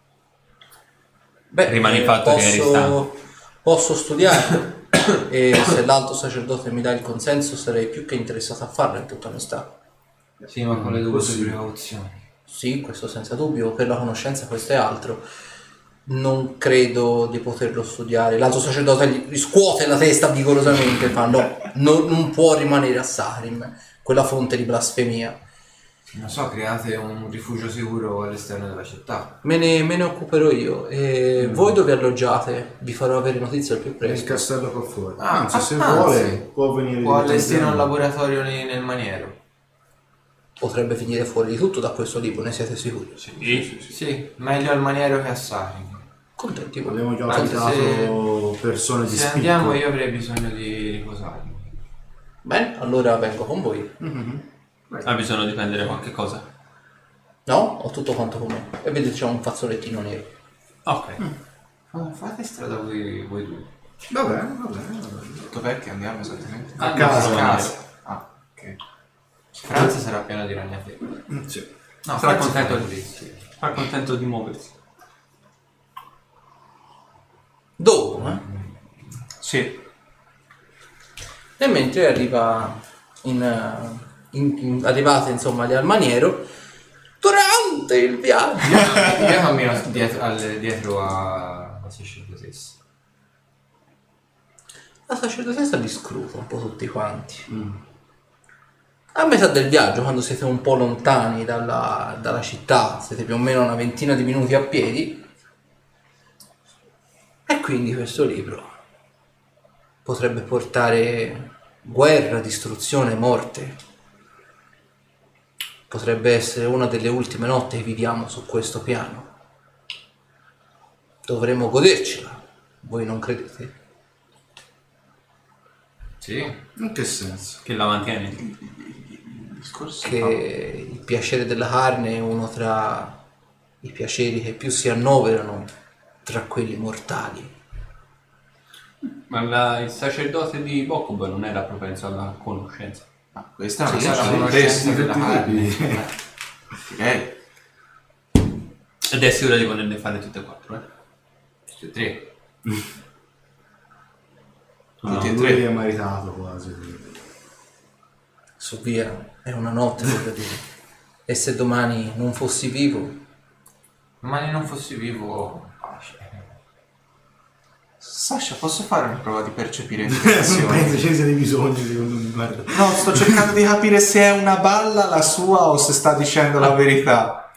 Beh, Rimane il eh, fatto che eri posso, stanco. posso studiarlo e se l'alto sacerdote mi dà il consenso sarei più che interessato a farlo, in tutta onestà. Sì, ma con le dovute Così. precauzioni. Sì, questo senza dubbio, per la conoscenza questo è altro. Non credo di poterlo studiare. L'altro sacerdote gli riscuote la testa vigorosamente e fa no, non, non può rimanere a Sarim. quella fonte di blasfemia. Non so, create un rifugio sicuro all'esterno della città. Me ne, me ne occuperò io. E Mm. voi dove alloggiate? Vi farò avere notizie al più Il presto. castello qua fuori. Ah, Anzi, se anzi, vuole può venire Può allestire un direttamente. laboratorio lì nel maniero. Potrebbe finire fuori di tutto da questo libro, ne siete sicuri? Sì, sì, sì. Sì, meglio al maniero che a Sari. Contenti voi. Abbiamo già Anche ospitato persone di Se spicco. andiamo io avrei bisogno di riposare. Bene, allora vengo con voi. Ha bisogno di prendere qualche cosa. No? Ho tutto quanto con me. E vedete c'è un fazzolettino nero. Ok. Oh, fate strada voi, voi due. Va bene, va bene, va bene. Dov'è che andiamo esattamente? A casa, casa. Ah, ok. Franza sarà pieno di ragnateli. Mm, sì. No, Sarà Franza contento farà di- lì, sì. Fa contento di muoversi. Dopo, eh? Sì. E mentre arriva in, eh, in- in- arrivate insomma lì al maniero, durante il viaggio. Io cammino dietro, al- dietro a- alla sacerdotessa. La sacerdotessa li scruta un po' tutti quanti. A metà del viaggio, quando siete un po' lontani dalla, dalla città, siete più o meno una ventina di minuti a piedi, e quindi questo libro potrebbe portare guerra, distruzione, morte. Potrebbe essere una delle ultime notti che viviamo su questo piano. Dovremmo godercela. Voi non credete? Sì. In che senso? Che la mantiene. Il discorso Che il piacere della carne è uno tra i piaceri che più si annoverano tra quelli mortali. Ma la- il sacerdote di Bokob non era propenso alla conoscenza. Ma questa è una Sì, la cosa conoscenza di della carne. direi. Ed è sicuro di volerne fare tutte e quattro, eh? Tutti e tre. Tutti e lui tre. è maritato quasi. Su via, è una notte, voglio dire. E se domani non fossi vivo, Domani non fossi vivo, pace. Sasha, posso fare una prova di percepire Non penso informazioni? ce ne sia di bisogno, secondo me. Guarda. No, sto cercando di capire se è una balla la sua o se sta dicendo la verità.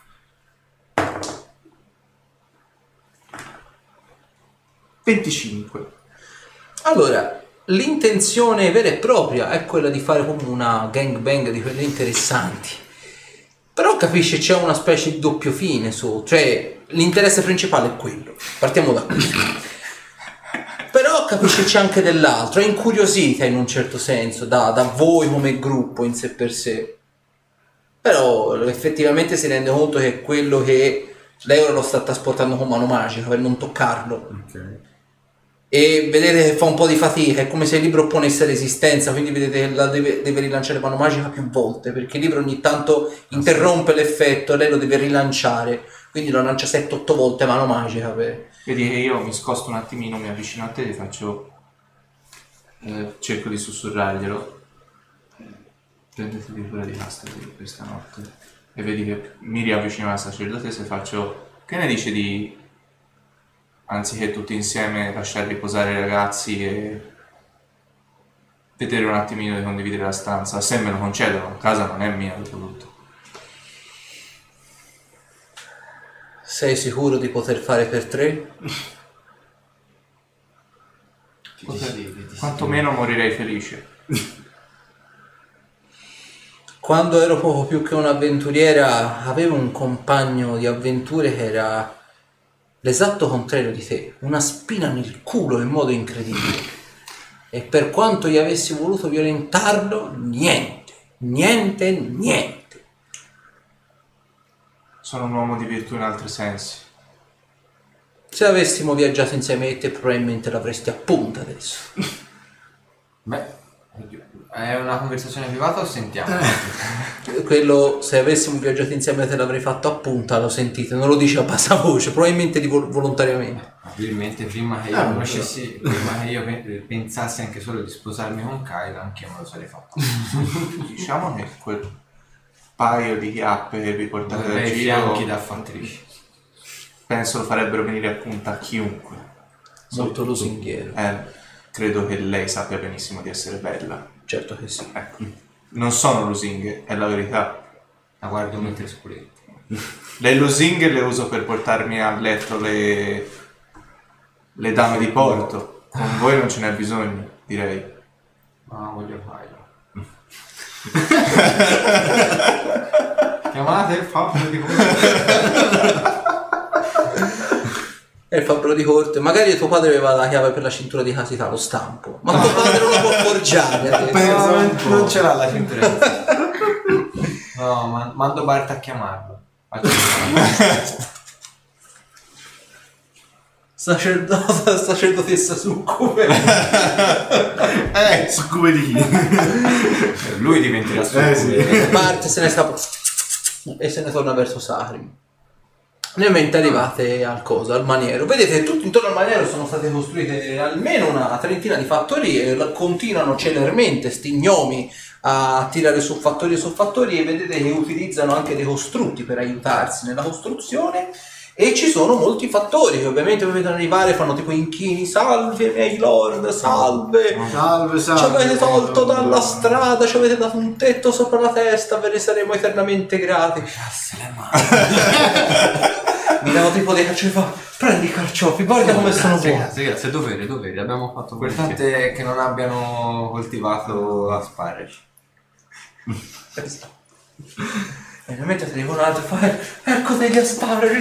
venticinque. allora, l'intenzione vera e propria è quella di fare come una gangbang di quelle interessanti. Però capisci, c'è una specie di doppio fine su, cioè l'interesse principale è quello. Partiamo da qui. Però capisci c'è anche dell'altro, è incuriosita in un certo senso da, da voi come gruppo in sé per sé. Però effettivamente si rende conto che quello che lei ora lo sta trasportando con mano magica per non toccarlo. Ok. E vedete che fa un po' di fatica, è come se il libro opponesse resistenza, quindi vedete che la deve, deve rilanciare mano magica più volte, perché il libro ogni tanto interrompe l'effetto e lei lo deve rilanciare, quindi lo lancia sette otto volte mano magica. Per... Vedi che io mi scosto un attimino, mi avvicino a te e faccio... eh, cerco di sussurrarglielo. Prendetevi cura di Asta di questa notte. E vedi che mi riavvicino alla sacerdotessa e faccio... Che ne dice di... anziché tutti insieme lasciare riposare i ragazzi e... vedere un attimino di condividere la stanza? Se me lo concedono, casa non è mia dopo tutto. Sei sicuro di poter fare per tre? Quantomeno morirei felice. Quando ero poco più che un'avventuriera avevo un compagno di avventure che era l'esatto contrario di te, una spina nel culo in modo incredibile. E per quanto io avessi voluto violentarlo, niente, niente, niente. Sono un uomo di virtù in altri sensi. Se avessimo viaggiato insieme a te probabilmente l'avresti a punta adesso. Beh, è una conversazione privata o sentiamo? Quello, se avessimo viaggiato insieme te l'avrei fatto a punta, lo sentite, non lo dice a bassa voce, probabilmente di vol- volontariamente. Probabilmente prima che io Ah, conoscessi, prima che io pe- pensassi anche solo di sposarmi con Kyla, anche io me lo sarei fatto. Diciamo che quel paio di chiappe che vi portate da Vorrei giro fianchi da fattrice. penso lo farebbero venire a punta a chiunque. Molto lusinghiero. Eh, credo che lei sappia benissimo di essere bella. Certo che sì. Ecco. non sono lusinghe, è la verità. La guardo mentre scuretta. Le lusinghe le uso per portarmi a letto le, le dame di porto. Con voi non ce n'è bisogno, direi. Ma voglio farlo. Chiamate il fabbro di corte. È il fabbro di corte. Magari tuo padre aveva la chiave per la cintura di casità, lo stampo. Ma tuo padre non lo può forgiare. No, non ce l'ha la cintura. No, ma mando Bart a chiamarlo. A chiamarlo. Sacerdota, sacerdotessa succube. Eh, succube di chi? Lui diventerà Eh, succube. sì. Parte, se ne scappa e se ne torna verso Sahrim. Ovviamente arrivate al cosa, al maniero. Vedete, tutto intorno al maniero sono state costruite almeno una trentina di fattorie, continuano celermente sti gnomi a tirare su fattorie su fattorie, e vedete che utilizzano anche dei costrutti per aiutarsi nella costruzione. E ci sono molti fattori che ovviamente vi vedono arrivare, fanno tipo inchini, salve miei lord, salve, Salve, salve. ci avete tolto dalla strada, ci avete dato un tetto sopra la testa, ve ne saremo eternamente grati. Grazie le mani. Mi danno tipo dei carciofi, fa, prendi i carciofi, guarda come sono buoni. Grazie, grazie, dovere, dovere, abbiamo fatto L'importante è che non abbiano coltivato asparagi. Esatto. E ovviamente arriva un altro e fa, ecco degli asparagi.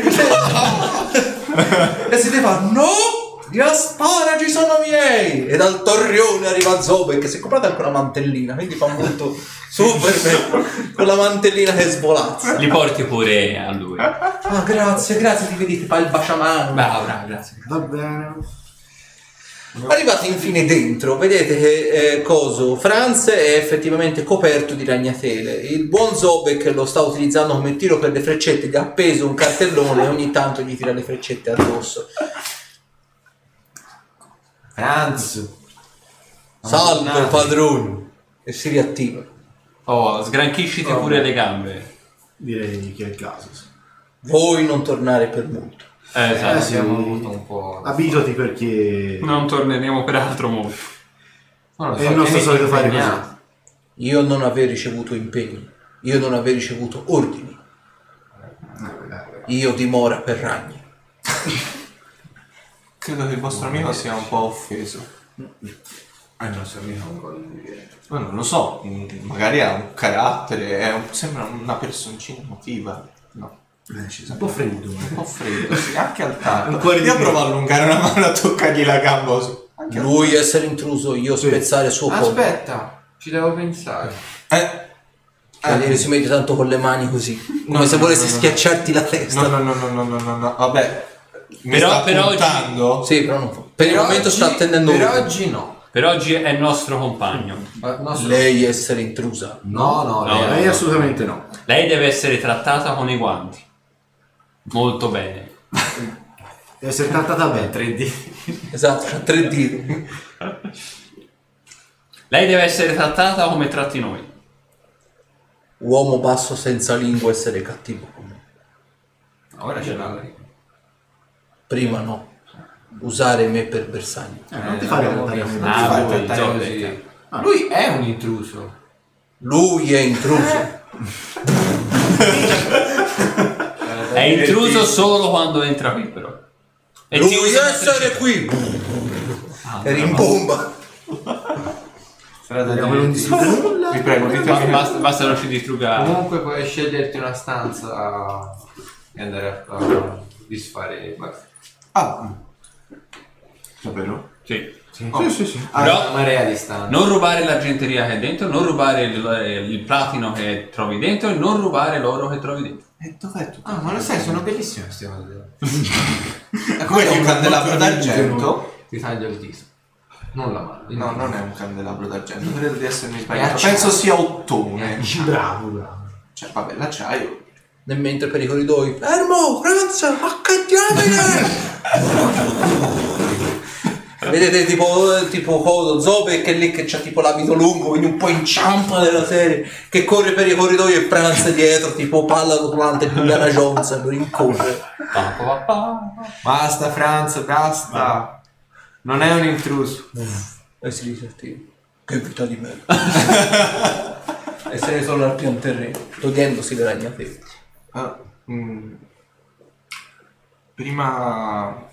E si fa, no, gli asparagi sono miei. E dal torrione arriva Zobe, che si è comprato anche una mantellina, quindi fa molto super bene, con la mantellina che svolazza. Li porti pure a lui. Ah, grazie, grazie, ti vedi, ti fa il baciamano. Bravo, bravo, grazie. Va bene. Arrivati infine dentro, vedete che eh, coso, Franz è effettivamente coperto di ragnatele. Il buon Zobek lo sta utilizzando come tiro per le freccette, gli ha appeso un cartellone e ogni tanto gli tira le freccette addosso. Franz. Salve padrone! E si riattiva. Oh, sgranchisciti Oh, pure beh. le gambe. Direi che è il caso. Sì. Vuoi non tornare per molto. Eh, Eh, esatto. sì. abbiamo avuto un po'. Abituati perché Non torneremo per altro molto. Non lo è il nostro tieniti solito fare impegnato. così. Io non aver ricevuto impegni, io non aver ricevuto ordini, io dimora per ragni. Credo che il vostro amico sia un po' offeso. Eh, non so, mica un po' di dire. Ma non lo so, mh, magari ha un carattere, è un- sembra una personcina emotiva. No, Eh, ci sono un po' freddo. un po' freddo, sì, anche al tatto. Un cuore di Io più. provo a allungare una mano a toccargli la gamba. su- Anche al- Lui essere intruso, io Sì. spezzare il suo collo. Aspetta, ci devo pensare. Eh, Vedere si mette tanto con le mani così, come No, se no, volessi no, no, no. schiacciarti la testa. no, no, no, no, no, no, no, no, vabbè. Mi Però- sta però oggi- puntando? Sì, però non fa. Per il momento oggi- sta attendendo Per ordini. oggi no. Per oggi è il nostro compagno. Ma non so- Lei essere intrusa. No, no, No, lei- Lei assolutamente no. Lei deve essere trattata con i guanti. Molto bene. Deve essere trattata bene. tre D. Esatto, c'ha tre dita. Lei deve essere trattata come tratti noi. Uomo basso senza lingua essere cattivo con me. Ora ce l'ha lei. Prima no. Usare me per bersaglio. Eh, non ti fare abbiamo trattare visto. bene. Ah, Non ti fare lui, trattare Zodek. così. Lui è un intruso. Lui è intruso. È intruso solo quando entra qui, però. E Lui ti usa essere qui. E rimbomba. Strada Vediamo, non distrugge nulla. Vi prego, Ba- ditemi. Basta, basta non ci distrugga. Comunque puoi sceglierti una stanza e andare a, a disfare. Ah, davvero? Sì. Sì, Sì, sì, sì. Ah, Però- una marea di stanze. Non rubare l'argenteria che è dentro, non rubare il, il platino che trovi dentro e non rubare l'oro che trovi dentro. E dov'è tutto? Ah, ma lo sai, sono bellissime queste cose. È come un candelabro d'argento. Ti taglio il dito. Non la mano. No, non è un candelabro d'argento, credo di essermi È sbagliato. acciaio. Penso sia ottone. Bravo, bravo. Cioè, vabbè, l'acciaio. Nel mentre per i corridoi. Fermo, Franz, ma che diamine! Vedete tipo, tipo coso, Zobe che è lì che c'ha tipo l'abito lungo, quindi un po' inciampa della serie, che corre per i corridoi e Franz dietro, tipo palla volante di Indiana Jones, lo rincorre. Pa, pa, pa. Basta, Franz, basta. Non è un intruso. E si dice, che vita di merda. e se ne sono al pian terreno, togliendosi le ragnatele. Ah, mm. Prima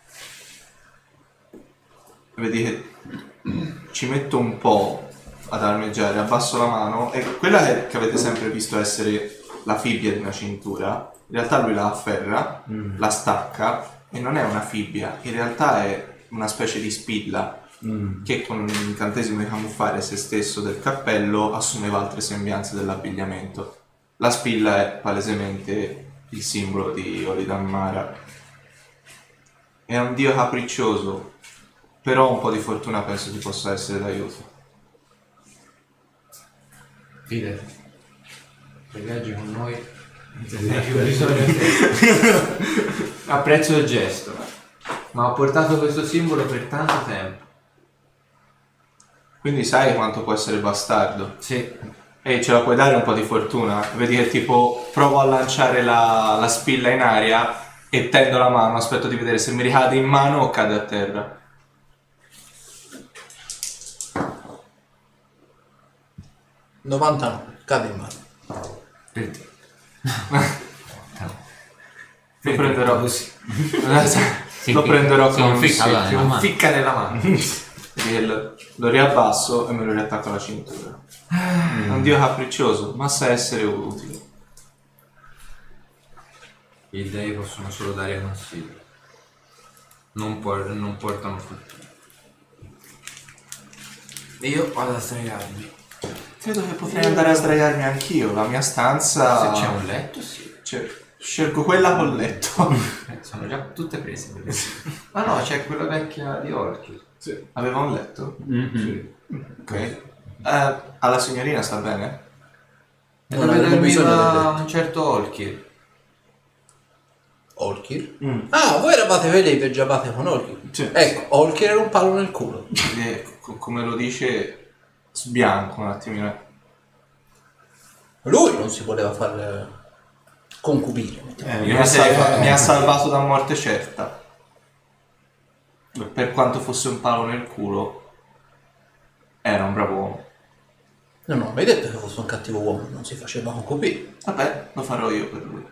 vedi che ci metto un po' ad armeggiare, abbasso la mano e quella che, che avete sempre visto essere la fibbia di una cintura, in realtà lui la afferra, mm. la stacca e non è una fibbia, in realtà è una specie di spilla mm. che con l'incantesimo di camuffare se stesso del cappello assumeva altre sembianze dell'abbigliamento. La spilla è palesemente il simbolo di Olidammara. È un dio capriccioso, però un po' di fortuna penso ti possa essere d'aiuto. Fidati, se viaggi con noi hai più bisogno di te. Apprezzo il gesto, ma ho portato questo simbolo per tanto tempo. Quindi sai quanto può essere bastardo? Sì. E ce la puoi dare un po' di fortuna? Vedi che tipo provo a lanciare la, la spilla in aria e tendo la mano, aspetto di vedere se mi ricade in mano o cade a terra. novantanove, cade in mano. Per te. Lo prenderò così. Lo prenderò si con un conficca sì, nella sì, mano. Ficca nella mano. e lo, lo riabbasso e me lo riattacco alla cintura. È un dio capriccioso, ma sa essere utile. I dei possono solo dare consigli. Non, por- non portano fortuna. E io vado a sdraiarmi. Credo che potrei andare a sdraiarmi anch'io. La mia stanza. Se c'è un letto, sì. Cioè, scelgo quella col letto. Eh, sono già tutte prese. Ah no, c'è quella vecchia di Orchi. Sì. Aveva un letto? Mm-hmm. Sì. Ok. Eh, alla signorina sta bene? E Non dove avevo bisogno del dormiva letto. un certo Orchi. Olkir? Mm. Ah, voi eravate quelli che viaggiavate con Olkir? Sì. Ecco, Olkir era un palo nel culo. E, co- come lo dice, sbianco un attimino. Lui non si voleva fare concubine. mettiamo. Eh, Io mi, ha non sei- salva- mi ha salvato da morte certa. Per quanto fosse un palo nel culo, era un bravo uomo. No, no, mi hai detto che fosse un cattivo uomo, non si faceva concubine. Vabbè, lo farò io per lui.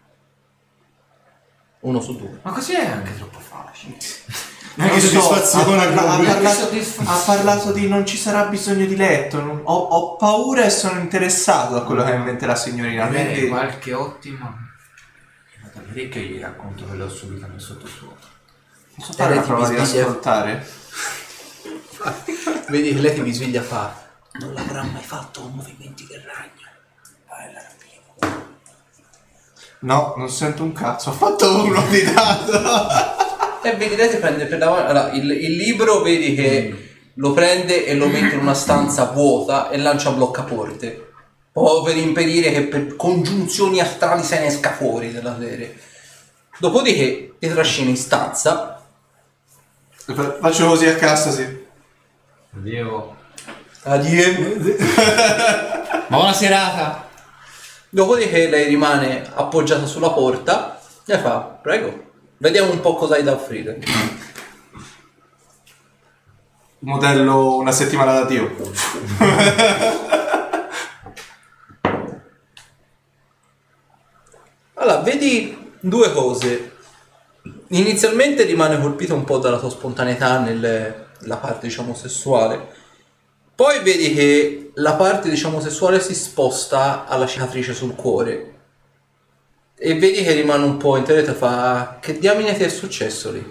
Uno su due. Ma così è anche troppo facile. Che Non so, soddisfazione ha, parla- ha proprio. parlato, soddisfazione. ha parlato di non ci sarà bisogno di letto. non- ho, ho paura e sono interessato a quello che ha in mente la signorina. Bene, Quindi, qualche ottima. Vado a vedere che gli racconto che l'ho subito nel sottosuolo. posso fare Eh, una ti prova di sveglia- ascoltare? Vedi che lei ti risveglia a fa. Non l'avrà mai fatto con movimenti del ragno. Vai alla rapina. No, non sento un cazzo. Ho fatto uno di dato. E vedi, lei ti prende per davanti. Allora, il, il libro vedi che lo prende e lo mette in una stanza vuota e lancia bloccaporte. Proprio per impedire che per congiunzioni astrali se ne esca fuori della serie. Dopodiché ti trascina in stanza. Fa- Faccio così a cassa, sì. Addio. Addio. Buona serata! Dopodiché lei rimane appoggiata sulla porta e fa, prego, vediamo un po' cosa hai da offrire. Modello una settimana da Dio. Allora, vedi due cose. Inizialmente rimane colpito un po' dalla tua spontaneità nella parte, diciamo, sessuale. Poi vedi che la parte, diciamo, sessuale si sposta alla cicatrice sul cuore. E vedi che rimane un po' interessato e fa, che diamine ti è successo lì?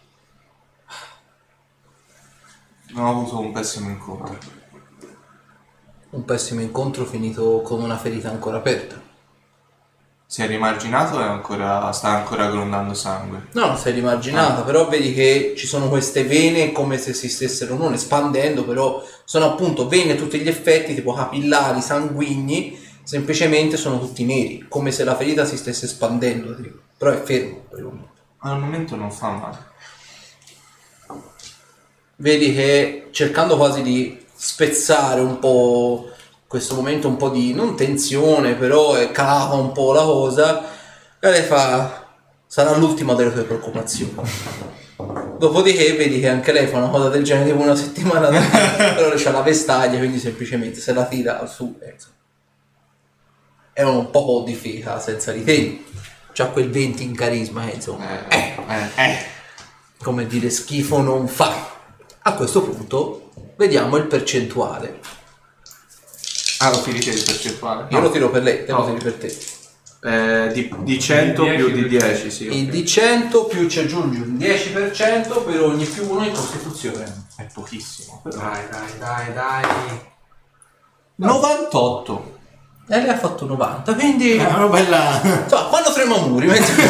Non ho avuto un pessimo incontro. Un pessimo incontro finito con una ferita ancora aperta. Si è rimarginato e ancora, sta ancora grondando sangue. No, non sei rimarginata, però vedi che ci sono queste vene come se si stessero non espandendo, però sono appunto vene a tutti gli effetti, tipo capillari, sanguigni, semplicemente sono tutti neri, come se la ferita si stesse espandendo, tipo. Però è fermo per il momento. Al momento non fa male. Vedi che cercando quasi di spezzare un po' questo momento un po' di non tensione, però è calata un po' la cosa, e lei fa, sarà l'ultima delle tue preoccupazioni. Dopodiché vedi che anche lei fa una cosa del genere tipo una settimana da però lei c'ha la vestaglia, quindi semplicemente se la tira su e è un po' difesa senza di te. C'ha quel venti in carisma, eh, insomma. Eh, eh, eh. Come dire, schifo non fa. A questo punto vediamo il percentuale. Ah, lo tiri te il percentuale? Io lo tiro per lei, te No. lo tiri per te. Eh, di, di cento Di più dieci di dieci, sì. Il ok. di cento più ci aggiungi un dieci per cento per ogni più uno in costituzione. È pochissimo. Però. Dai, dai, dai, dai. novantotto. E lei ha fatto novanta, quindi... È una bella... Insomma, quando trema muri,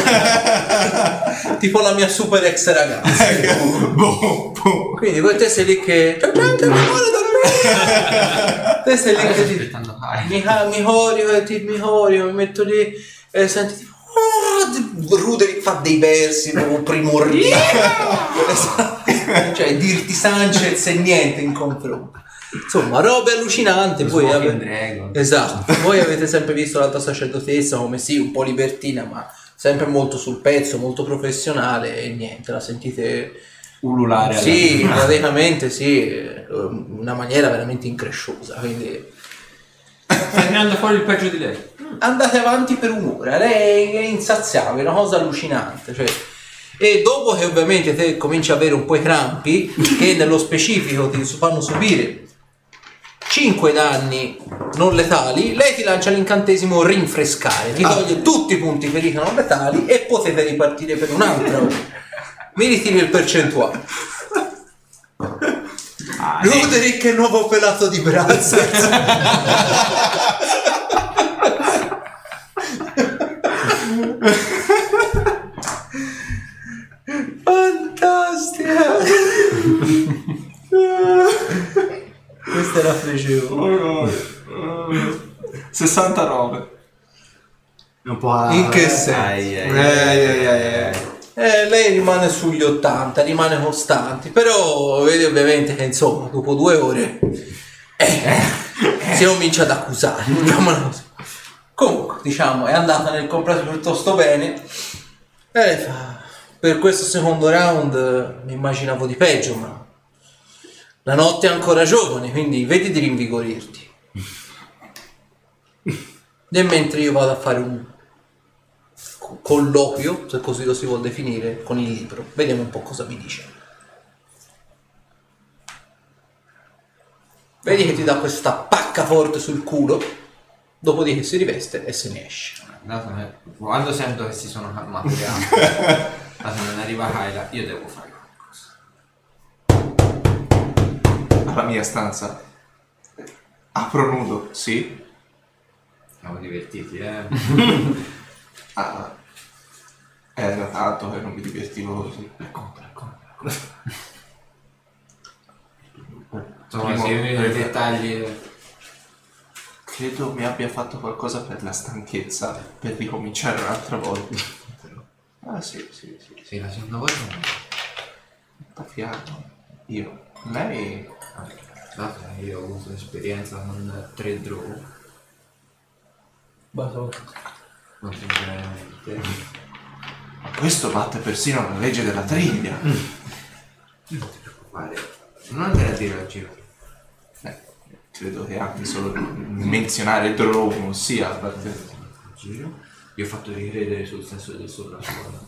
tipo la mia super ex ragazza. boh, boh. Quindi poi te sei lì che... C'è gente che vuole dormire! Te sei lì che ti... Aspettando Hai. Mi, mi odio, e ti mi odio, mi metto lì e senti tipo... Oh, Ruderick fa dei versi proprio primordiali. Esatto. Cioè dirti Sanchez e niente in confronto. Insomma, robe allucinanti. Voi Smoking avete... Dragon. Esatto, voi avete sempre visto l'alta sacerdotessa come sì, un po' libertina, ma sempre molto sul pezzo, molto professionale e niente, la sentite... Ululare. Sì, praticamente sì, eh, una maniera veramente incresciosa, quindi Stai tirando fuori il peggio di lei. andate avanti per un'ora, lei è insaziabile, è una cosa allucinante, cioè. E dopo che ovviamente te cominci a avere un po' i crampi, che nello specifico ti fanno subire cinque danni non letali, lei ti lancia l'incantesimo rinfrescare, ti toglie tutti i punti ferita non letali e potete ripartire per un'altra ora. Mi ritiri il percentuale. Ruderick è il nuovo pelato di Brazzers. Fantastica. Questa era piacevole. sessantanove. È un po' a... In che eh, senso? Ai, ai, Eh, eh, eh, eh. Eh, lei rimane sugli ottanta, rimane costante, però vedi ovviamente che insomma dopo due ore eh, si comincia ad accusare, diciamola così. Comunque diciamo è andata nel completo piuttosto bene e lei fa, per questo secondo round eh, mi immaginavo di peggio, ma la notte è ancora giovane, quindi vedi di rinvigorirti. E mentre io vado a fare un colloquio, se così lo si vuol definire, con il libro. Vediamo un po' cosa mi dice. Vedi che ti dà questa pacca forte sul culo, dopodiché si riveste e se ne esce. Dato che- Quando sento che si sono calmati le altre, ma se non arriva Kyla, io devo fare qualcosa. Alla mia stanza. Apro nudo, sì. Siamo divertiti, eh. Ah, era tanto che non mi divertivo così. Insomma, Primo- se io mi dai dettagli. Credo mi abbia fatto qualcosa per la stanchezza, per ricominciare un'altra volta. Ah sì, sì, sì. Sì, la seconda volta no. Tafiato. Io. Lei... Dato che io ho avuto esperienza con tre draw, non sinceramente. Questo batte persino la legge della triglia. Non ti preoccupare, non andare a dire al giro. Eh, credo che anche solo menzionare il draw non sia a parte... Al giro. Vi ho fatto ricredere sul senso del soprassuolo.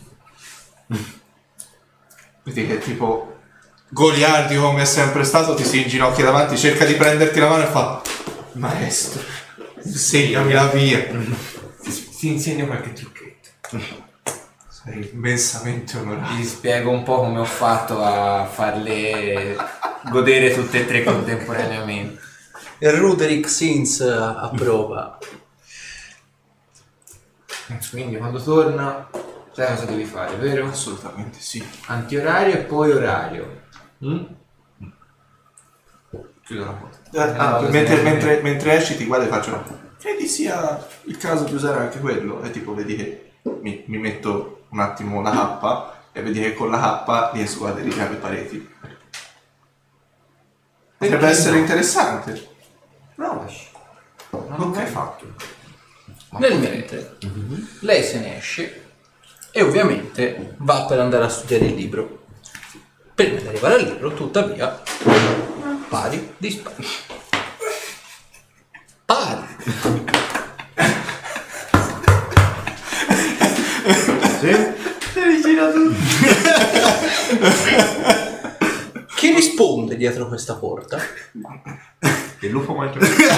Vedi che tipo Goliardi come è sempre stato ti si inginocchia davanti, cerca di prenderti la mano e fa maestro, insegnami la via. Ti, ti insegno qualche trucchetto. Sei immensamente onorato. Vi spiego un po' come ho fatto a farle godere tutte e tre contemporaneamente. E Ruderick Sins approva. Quindi quando torna, sai cosa devi fare, vero? Assolutamente sì. Antiorario e poi orario. Mm? Chiudo la porta. Ah, Eh, mentre, se- mentre, mentre esci ti guardo e faccio credi sia il caso di usare anche quello? E tipo vedi che mi, mi metto un attimo la H e vedi che con la H riesco a aderire alle pareti. Potrebbe essere no? interessante. Provaci. Non l'ho Ok. mai fatto. Ma Nel potrei. mentre lei se ne esce e ovviamente va per andare a studiare il libro. Prima di arrivare al libro, tuttavia, pari dispari. Pari. dietro questa porta. Il lupo mangia.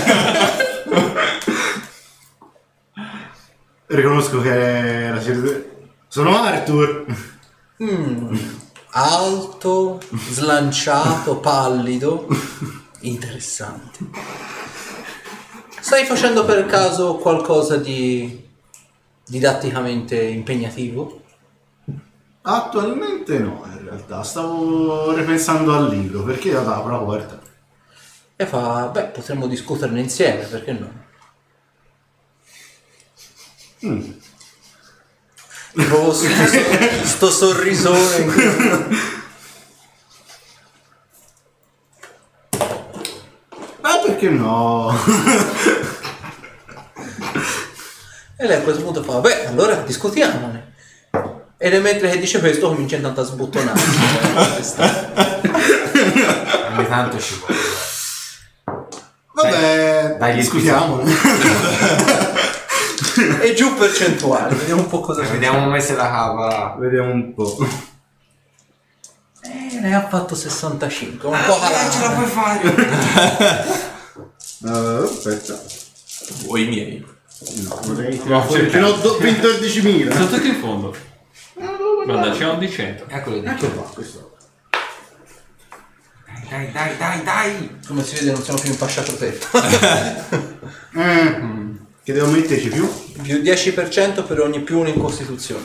Riconosco che la sono Arthur. Mm, alto, slanciato, pallido, interessante. Stai facendo per caso qualcosa di didatticamente impegnativo? Attualmente no, in realtà. Stavo ripensando al libro, perché io apro la porta. E fa, beh, potremmo discuterne insieme, perché no? Mm. Tipo sto, sto sorrisone in cui- Ah, perché no? E lei a questo punto fa, beh, allora discutiamone. E nel mentre che dice questo comincia intanto a sbottonare. Ogni tanto ci vuole. Vabbè, dai gli discutiamo. E giù percentuali, vediamo un po' cosa c'è. Vediamo come se la cava. Vediamo un po'. Eh, ne ha fatto sessantacinque, un po' calato. Ce la puoi fare. Uh, aspetta. Vuoi i miei? No, vorrei No, perché cercare. ne ho do- quattordicimila. Sono tutti in fondo. Guarda, c'è un di cento. Eccolo di Ecco qua, questo. Dai, dai, dai, dai. Come si vede non sono più impasciato te. Mm. Che devo metterci più? Più dieci per cento per ogni più uno in Costituzione.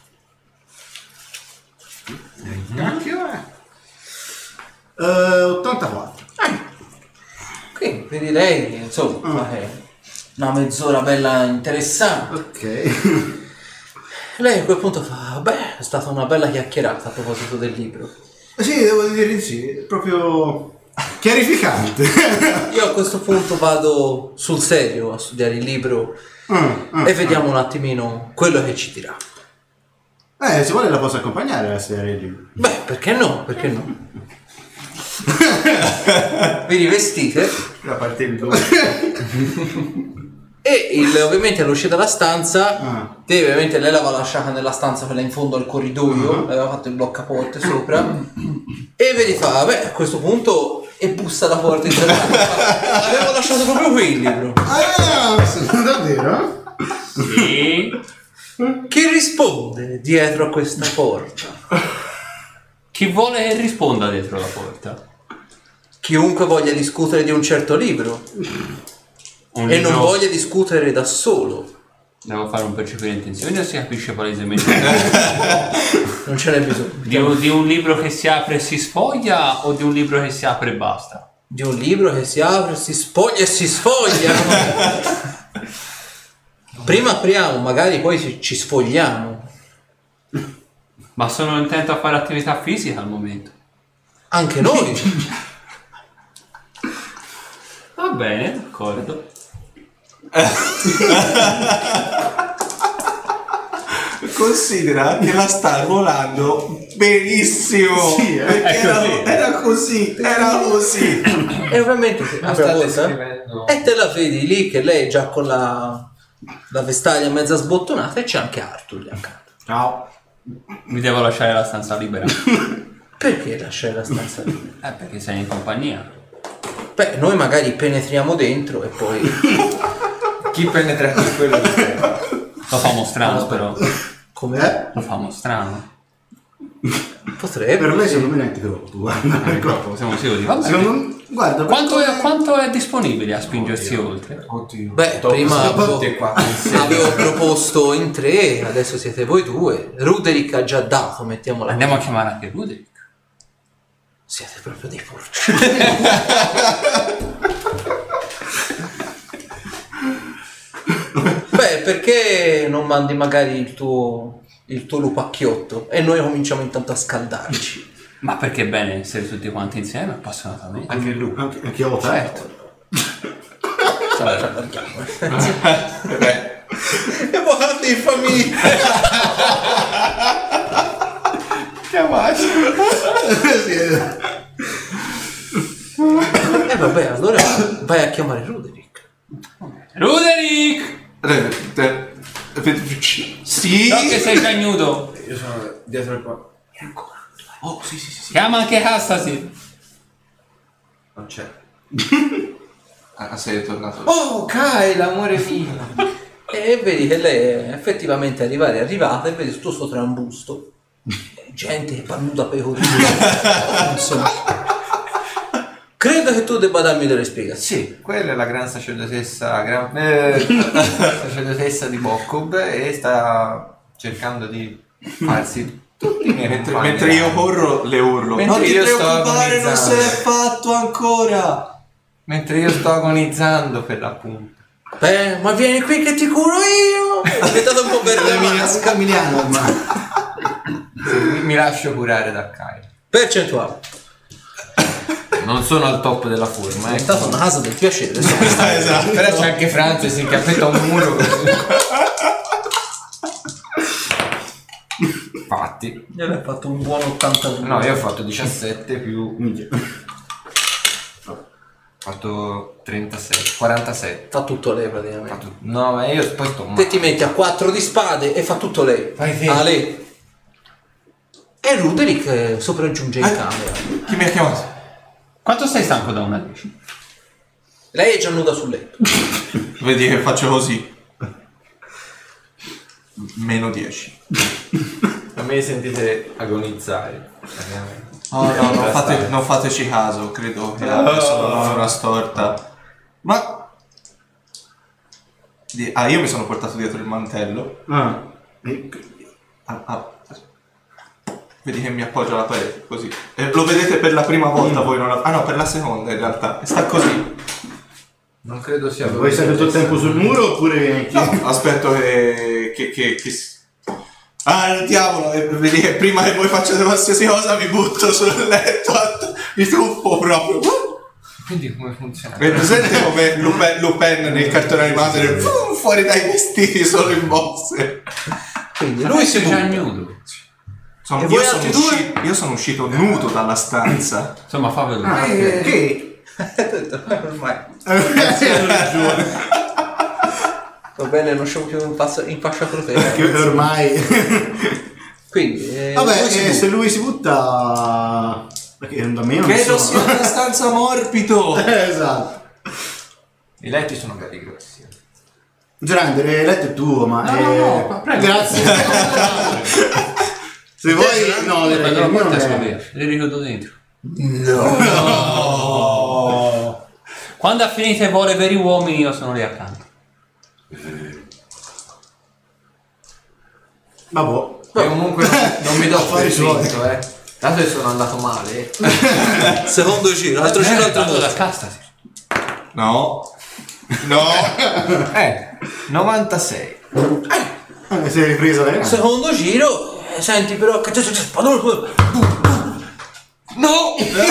Cacchio è? Uh, ottantaquattro. Quindi vi direi, insomma, è una mezz'ora bella interessante. Ok. Lei a quel punto fa, beh, è stata una bella chiacchierata a proposito del libro. Sì, devo dire di sì, è proprio chiarificante. Io a questo punto vado sul serio a studiare il libro Mm, mm, e vediamo un attimino quello che ci dirà. Eh, se vuole la posso accompagnare a studiare il libro. Beh, perché no? Perché no? Vi rivestite Da parte il due. e il, ovviamente all'uscita dalla stanza, Ah. te ovviamente lei l'aveva lasciata nella stanza quella in fondo al corridoio, aveva fatto il bloccaporte sopra e vedi fa, beh, a questo punto e bussa alla porta in terra. Avevo lasciato proprio qui il libro. Ah, sono davvero? Sì. Chi risponde dietro a questa porta? Chi vuole che risponda dietro la porta? Chiunque voglia discutere di un certo libro Un e libro- non voglia discutere da solo. Devo fare un percepire intenzioni o si capisce palesemente? Non ce n'è bisogno. di, un, di un libro che si apre e si sfoglia o di un libro che si apre e basta? Di un libro che si apre, si spoglia e si sfoglia. Prima apriamo, magari poi ci- ci sfogliamo. Ma sono intento a fare attività fisica al momento. Anche noi. Va bene, d'accordo. Considera che la sta ruolando benissimo. Sì, eh, perché è era, così. era così, era così. E ovviamente apri la state porta scrivendo. e te la vedi lì che lei è già con la, la vestaglia mezza sbottonata e c'è anche Arthur lì accanto. Ciao. Mi devo lasciare la stanza libera. Perché lasciare la stanza lì? Eh, perché sei in compagnia. Beh, noi magari penetriamo dentro e poi... Chi penetra in quello che sei? Lo famo strano, però. Come? Eh? Lo famo strano. Potrebbe. Per me sì. secondo me neanche troppo, guarda. Troppo, siamo sicuri. Va bene. Secondo me, guarda, Quanto è, perché- quanto è disponibile a spingersi oltre? Oddio. Beh, Dopo prima siamo avevo, tutti qua. avevo proposto in tre, adesso siete voi due. Ruderick ha già dato, mettiamola. Andiamo a chiamare anche Rudy. Siete proprio dei porci. Beh, perché non mandi magari il tuo, il tuo lupacchiotto e noi cominciamo intanto a scaldarci? Ma perché è bene essere tutti quanti insieme, appassionatamente. Anche lui. Anche, anche io ho Certo. Ce la allarghiamo. Beh, E poi in famiglia. E vabbè, allora vai a chiamare Ruderick. Ruderick! eh, eh, eh, sì. So che sei già nudo. Io sono... sono dietro il qua. Oh, sì, sì, sì, sì. Chiama anche Hastasi. Non c'è. Ah, sei tornato. Oh, Kyle, amore mio. E vedi che lei effettivamente arrivare è arrivata e vedi tutto sto trambusto. Gente pannuda pecorina. Insomma. Credo che tu debba darmi delle spiegazioni. Sì, quella è la gran sacerdotessa, gran, eh, sacerdotessa di Bokob e sta cercando di farsi tutti i miei Mentre, compagni mentre io là. corro, le urlo. Mentre non ti io sto preoccupare, non se l'è agonizzando. fatto ancora. Mentre io sto agonizzando per l'appunto. Beh, ma vieni qui che ti curo io. È diventato un po' bergamasca. Emiliano ormai. Sì, mi, mi lascio curare da Kyle. Percentuale. Non sono al top della forma, È eh. diventata una casa del piacere. Esatto. Però c'è anche Franz, si incappetta a un muro così. Infatti. Io ho fatto un buon ottantadue. No, io ho fatto diciassette più... Minchia. Ho fatto trentasei, quarantasette. Fa tutto lei praticamente. Fatto- No, ma io poi sto Te male. ti metti a quattro di spade e fa tutto lei. Fai te. Ah, lei. E Ruderick eh, sopraggiunge in camera. Chi mi ha chiamato? Quanto sei stanco da una a dieci? Lei è già nuda sul letto. Vedi che faccio così. Meno dieci. A me sentite agonizzare. veramente. Oh no, non, fate, non fateci caso, credo che abbia solo una storta. Ma... Di- Ah, io mi sono portato dietro il mantello. Ah. E- Ah, ah. Vedi che mi appoggio alla parete, così. E lo vedete per la prima volta, voi non la... Ah no, per la seconda in realtà. E sta così. Non credo sia... Vuoi stare tutto il tempo sul muro oppure vieni qui? No, aspetto che... che, che, che si- Ah, il diavolo, e vedi che prima che voi facciate qualsiasi cosa mi butto sul letto, mi tuffo proprio. Quindi come funziona? E presente come Lupin, Lupin nel cartone animato del fu- fuori dai vestiti solo in boxe. Quindi lui si già butta. nudo. Sono- E io, voi sono altri due? usci- io sono uscito nudo dalla stanza. Insomma, fa veloce. Ah, ok. Che? Ormai. Va bene, non siamo più in, passo, in fascia protetta. Che ormai... Quindi, eh, Vabbè, lui si eh, butta. se lui si butta... Perché da me non Credo sono... sia abbastanza morbido. Eh, esatto. I letti sono belli grossi. Grande, il letto è tuo, ma... No, eh, no, no, ma prego. Grazie. Se vuoi... No, direi che Quando la il mio non porta è- sono via. Le ricordo dentro. Oh. Quando ha finito i voli veri uomini, io sono lì accanto. Vabbè. E comunque non mi do per Affari suoi. vinto, eh. Tanto che sono andato male. Secondo giro, altro giro, altro Tanto da giro. castasi. No. No. Eh, novantasei. Eh, sei ripreso, eh? Secondo giro, eh, senti però che c'è c'è spadone. No!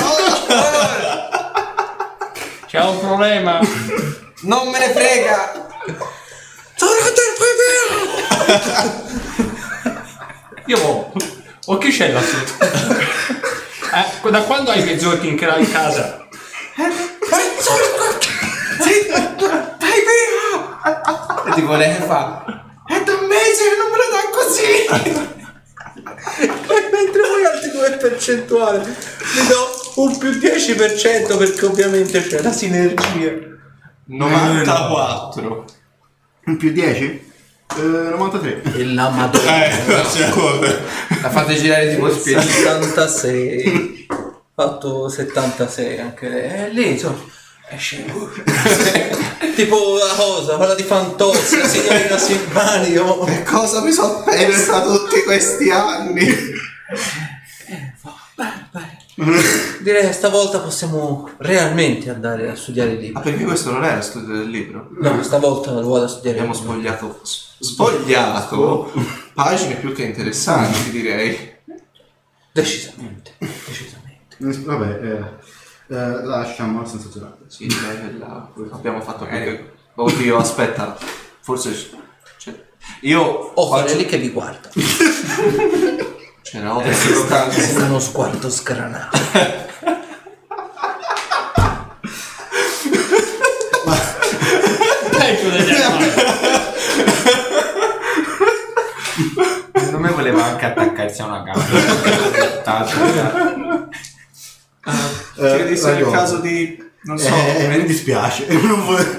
C'è un problema. Non me ne frega! Io ho. O chi c'è là sotto? Eh, da quando hai mezz'orca in, ca- in casa? Dai via! E tipo lei che fa? È da un mese che non me lo dà così! Mentre voi altri come percentuale vi do un più dieci per cento perché ovviamente c'è la sinergia. novantaquattro. Un più dieci? Eh, novantatré. E la madonna. Eh, cioè, come? La fate girare tipo spiedi. settantasei. Fatto settantasei anche lei. E lì insomma esce. Tipo la cosa, quella di Fantozzi, la signorina Silvanio. Che cosa mi sono persa tutti questi anni? Direi che stavolta possiamo realmente andare a studiare il Ah, libro. perché questo non era studio del libro? No, stavolta lo vado a studiare. Abbiamo spogliato, spogliato pagine più che interessanti, direi. Decisamente, decisamente. Vabbè, eh, eh, lasciamo la sensazione. Sì, direi che là abbiamo fatto più che... Oddio, aspetta, forse... Cioè, io... Ho faccio- quelli lì che vi guarda. C'era ovvio locale. Uno sguardo sgranato. Peggio degli animali. Secondo me voleva anche attaccarsi a una gamba. Che visto nel Raiola. caso di... non so... Eh, mi dispiace. Non, vo-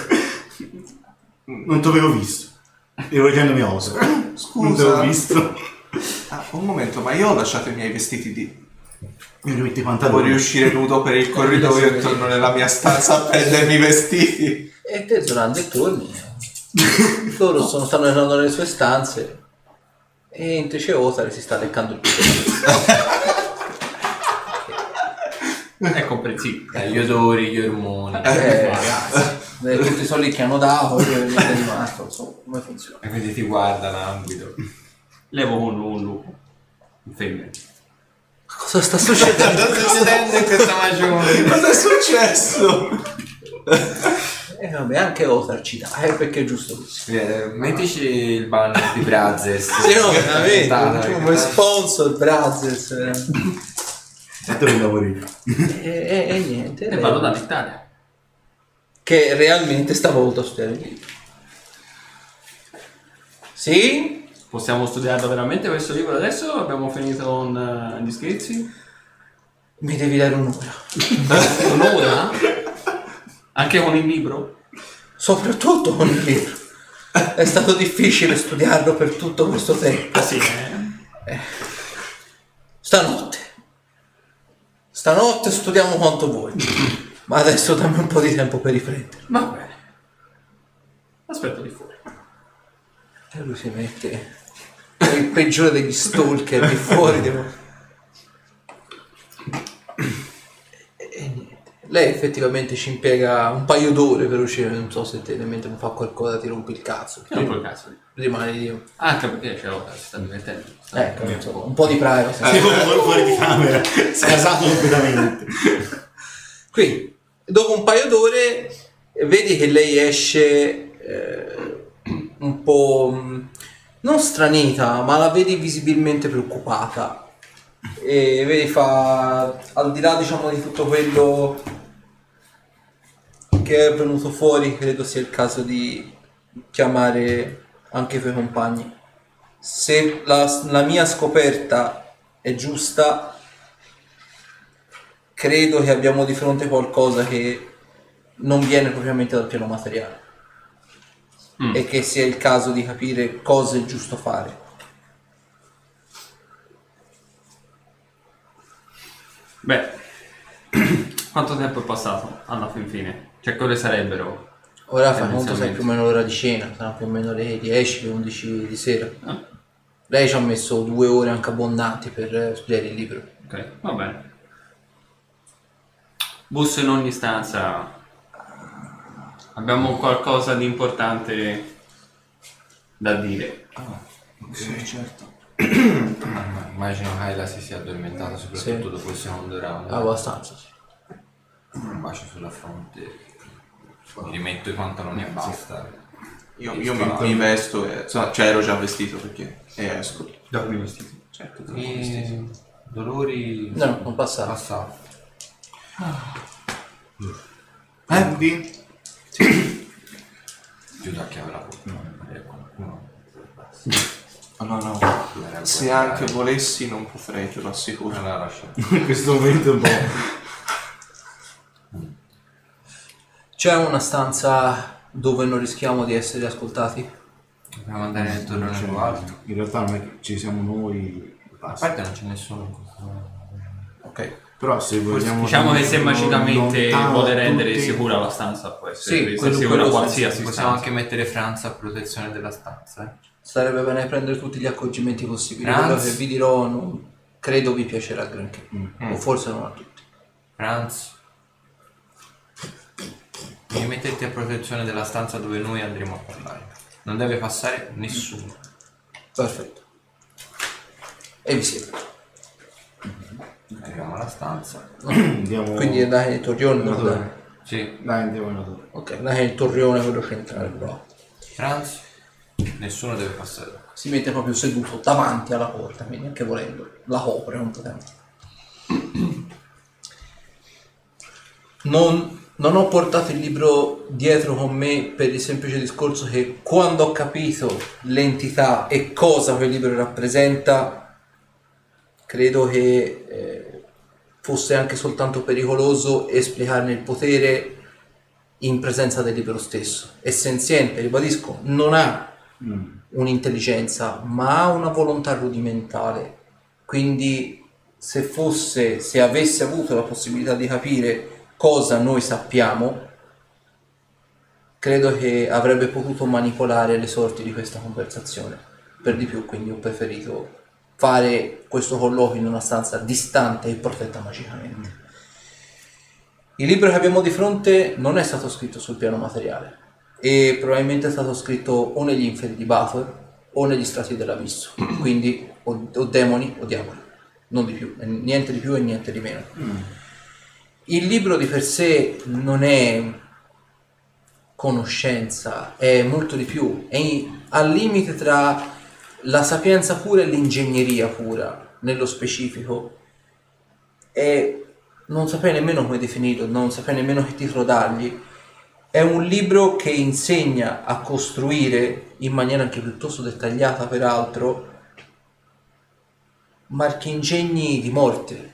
non ti avevo visto. Ero rivolgendomi a Osa. Scusa. Non ti avevo visto. Ah, un momento, ma io ho lasciato i miei vestiti di... Mi rimetti i Devo pantaloni. riuscire nudo per il corridoio e torno nella mia stanza a prendermi i vestiti. E te durante i turni loro sono, stanno entrando nelle sue stanze e invece Otare si sta leccando il piede. È comprensibile. Eh, gli odori, gli ormoni. Eh, ragazzi, eh, tutti i soldi che hanno dato, io mi è rimasto, non so come funziona. E quindi ti guarda languido. Levo un, un lupo. Un femmine. Cosa sta succedendo? Cosa sta succedendo in questa magione? Cosa è successo? E vabbè, anche Otar ci dà, eh, perché è giusto così. Eh, Mettici il banner di Brazers. Sì, no, veramente, Dai, come dai. sponsor Brazers. eh. E dove lavori? E, e, e niente. E vado dall'Italia. Che realmente stavolta studiare il libro. Sì? Possiamo studiarlo veramente questo libro adesso? Abbiamo finito con uh, gli scherzi? Mi devi dare un'ora. Un'ora? Anche con il libro? Soprattutto con il libro. È stato difficile studiarlo per tutto questo tempo. Ah sì, eh? Stanotte. Stanotte studiamo quanto vuoi. Ma adesso dammi un po' di tempo per riflettere. Va bene. Aspetto di fuori. E lui si mette il peggiore degli stalker di fuori. Devo... E, e niente. Lei effettivamente ci impiega un paio d'ore per uscire. Non so se te mentre mi fa qualcosa ti rompi il cazzo. Io non col cazzo. Rimane io. Anche perché ce l'ho, si sta divertendo. Sta Ecco, insomma, un po' di privacy. Sei fuori, fuori di camera. Sei casato completamente. Quindi, dopo un paio d'ore, vedi che lei esce eh, un po' mh, non stranita, ma la vedi visibilmente preoccupata. E vedi, fa al di là, diciamo, di tutto quello che è venuto fuori, credo sia il caso di chiamare anche i tuoi compagni. Se la, la mia scoperta è giusta, credo che abbiamo di fronte qualcosa che non viene propriamente dal piano materiale Mm. e che sia il caso di capire cosa è giusto fare. Beh, quanto tempo è passato alla fin fine? Cioè, quelle sarebbero? Ora fa conto, sai Tendenzialmente. più o meno l'ora di cena, saranno più o meno le dieci, le undici di sera. Ah, Lei ci ha messo due ore anche abbondanti per eh, studiare il libro. ok, va bene. Busso in ogni stanza. Abbiamo qualcosa di importante da dire. Sì, certo. Immagino che Ayla si sia addormentata, soprattutto Sì. dopo il secondo round. Abbastanza, sì. Un bacio sulla fronte. Mi rimetto i pantaloni e basta. Io, io mi, mi vesto e... Cioè, ero già vestito perché... E esco. Dopo i vestiti. Certo, dopo i vestiti. I dolori No, non passare. passati. Andy? Chiudo a chiave la porta. Magari qualcuno. Oh, no, no. Era Se guardare. anche volessi non potrei, te lo assicuro. Non la lascio. In questo momento è un po'. C'è una stanza dove non rischiamo di essere ascoltati? Dobbiamo andare nel tornone più alto. In realtà non è che ci siamo noi. A Basta. parte non c'è nessuno in questo. Ok. Però se vogliamo. Diciamo che se magicamente lontano vuole da rendere tutti- sicura la stanza può essere Sì, resa quello- sicura quello sì. qualsiasi Possiamo stanza. anche mettere Franz a protezione della stanza. Eh? Sarebbe bene prendere tutti gli accorgimenti possibili. Franz? Quello che vi dirò non credo vi piacerà granché. Mm. O forse non a tutti. Franz, devi metterti a protezione della stanza dove noi andremo a parlare. Non deve passare nessuno. Perfetto. E vi siete. Arriviamo alla stanza. Andiamo. Quindi andate nel torrione. non Natore. dai. Sì, Dai, andiamo in natore. Ok, andate nel torrione, quello centrale. Però. Franz, nessuno deve passare da qua. Si mette proprio seduto davanti alla porta, quindi anche volendo la copre un po' tempo. Non, non ho portato il libro dietro con me per il semplice discorso che quando ho capito l'entità e cosa quel libro rappresenta, credo che eh, fosse anche soltanto pericoloso esplicarne il potere in presenza del libro stesso. È senziente, ribadisco, non ha un'intelligenza, ma ha una volontà rudimentale. Quindi se fosse, se avesse avuto la possibilità di capire cosa noi sappiamo, credo che avrebbe potuto manipolare le sorti di questa conversazione. Per di più, quindi ho preferito fare questo colloquio in una stanza distante e protetta magicamente. Il libro che abbiamo di fronte non è stato scritto sul piano materiale e probabilmente è stato scritto o negli inferi di Bator o negli strati dell'abisso, quindi o, o demoni o diavoli, non di più, niente di più e niente di meno. Mm. Il libro di per sé non è conoscenza, è molto di più, è in, al limite tra la sapienza pura e l'ingegneria pura, nello specifico. È, non saprei nemmeno come definirlo, non saprei nemmeno che titolo dargli. È un libro che insegna a costruire, in maniera anche piuttosto dettagliata peraltro, marchingegni di morte,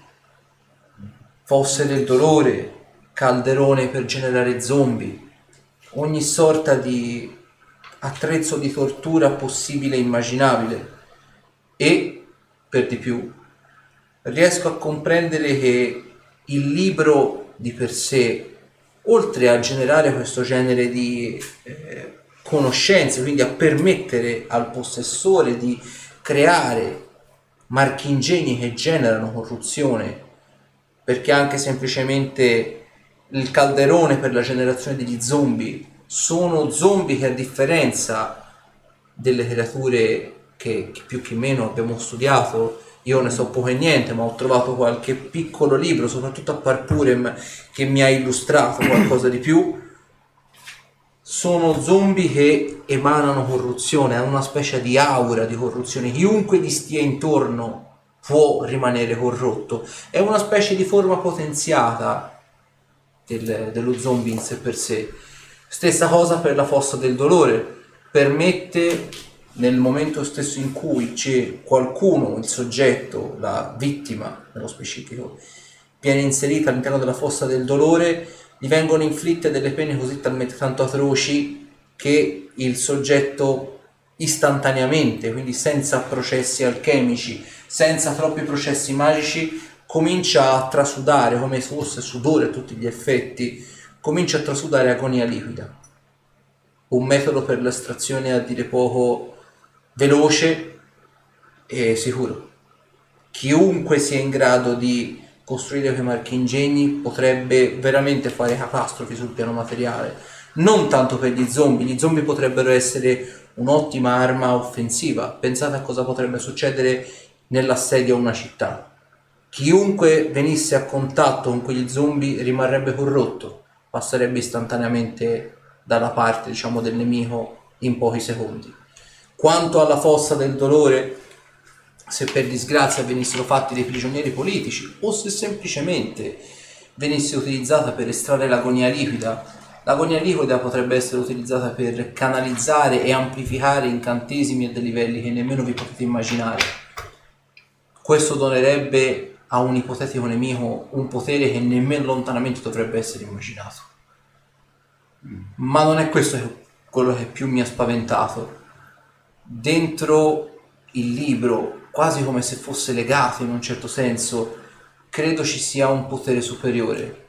fosse del dolore, calderone per generare zombie, ogni sorta di attrezzo di tortura possibile e immaginabile. E, per di più, riesco a comprendere che il libro di per sé, oltre a generare questo genere di eh, conoscenze, quindi a permettere al possessore di creare marchingegni che generano corruzione, perché anche semplicemente il calderone per la generazione degli zombie sono zombie che, a differenza delle creature che, che più che meno abbiamo studiato, io ne so poco e niente, ma ho trovato qualche piccolo libro, soprattutto a Parpurem, che mi ha illustrato qualcosa di più. Sono zombie che emanano corruzione, hanno una specie di aura di corruzione. Chiunque gli stia intorno può rimanere corrotto. È una specie di forma potenziata del, dello zombie in sé per sé. Stessa cosa per la fossa del dolore. Permette, nel momento stesso in cui c'è qualcuno, il soggetto, la vittima nello specifico, viene inserita all'interno della fossa del dolore, gli vengono inflitte delle pene così talmente tanto atroci che il soggetto istantaneamente, quindi senza processi alchemici, senza troppi processi magici, comincia a trasudare, come se fosse sudore a tutti gli effetti, comincia a trasudare agonia liquida. Un metodo per l'estrazione, a dire poco, veloce e sicuro. Chiunque sia in grado di costruire quei marchingegni potrebbe veramente fare catastrofi sul piano materiale, non tanto per gli zombie. Gli zombie potrebbero essere un'ottima arma offensiva. Pensate a cosa potrebbe succedere nell'assedio a una città. Chiunque venisse a contatto con quegli zombie rimarrebbe corrotto, passerebbe istantaneamente dalla parte, diciamo, del nemico in pochi secondi. Quanto alla fossa del dolore, se per disgrazia venissero fatti dei prigionieri politici o se semplicemente venisse utilizzata per estrarre l'agonia liquida, l'agonia liquida potrebbe essere utilizzata per canalizzare e amplificare incantesimi a dei livelli che nemmeno vi potete immaginare. Questo donerebbe a un ipotetico nemico un potere che nemmeno lontanamente dovrebbe essere immaginato. Ma non è questo quello che più mi ha spaventato. Dentro il libro, quasi come se fosse legato in un certo senso, credo ci sia un potere superiore,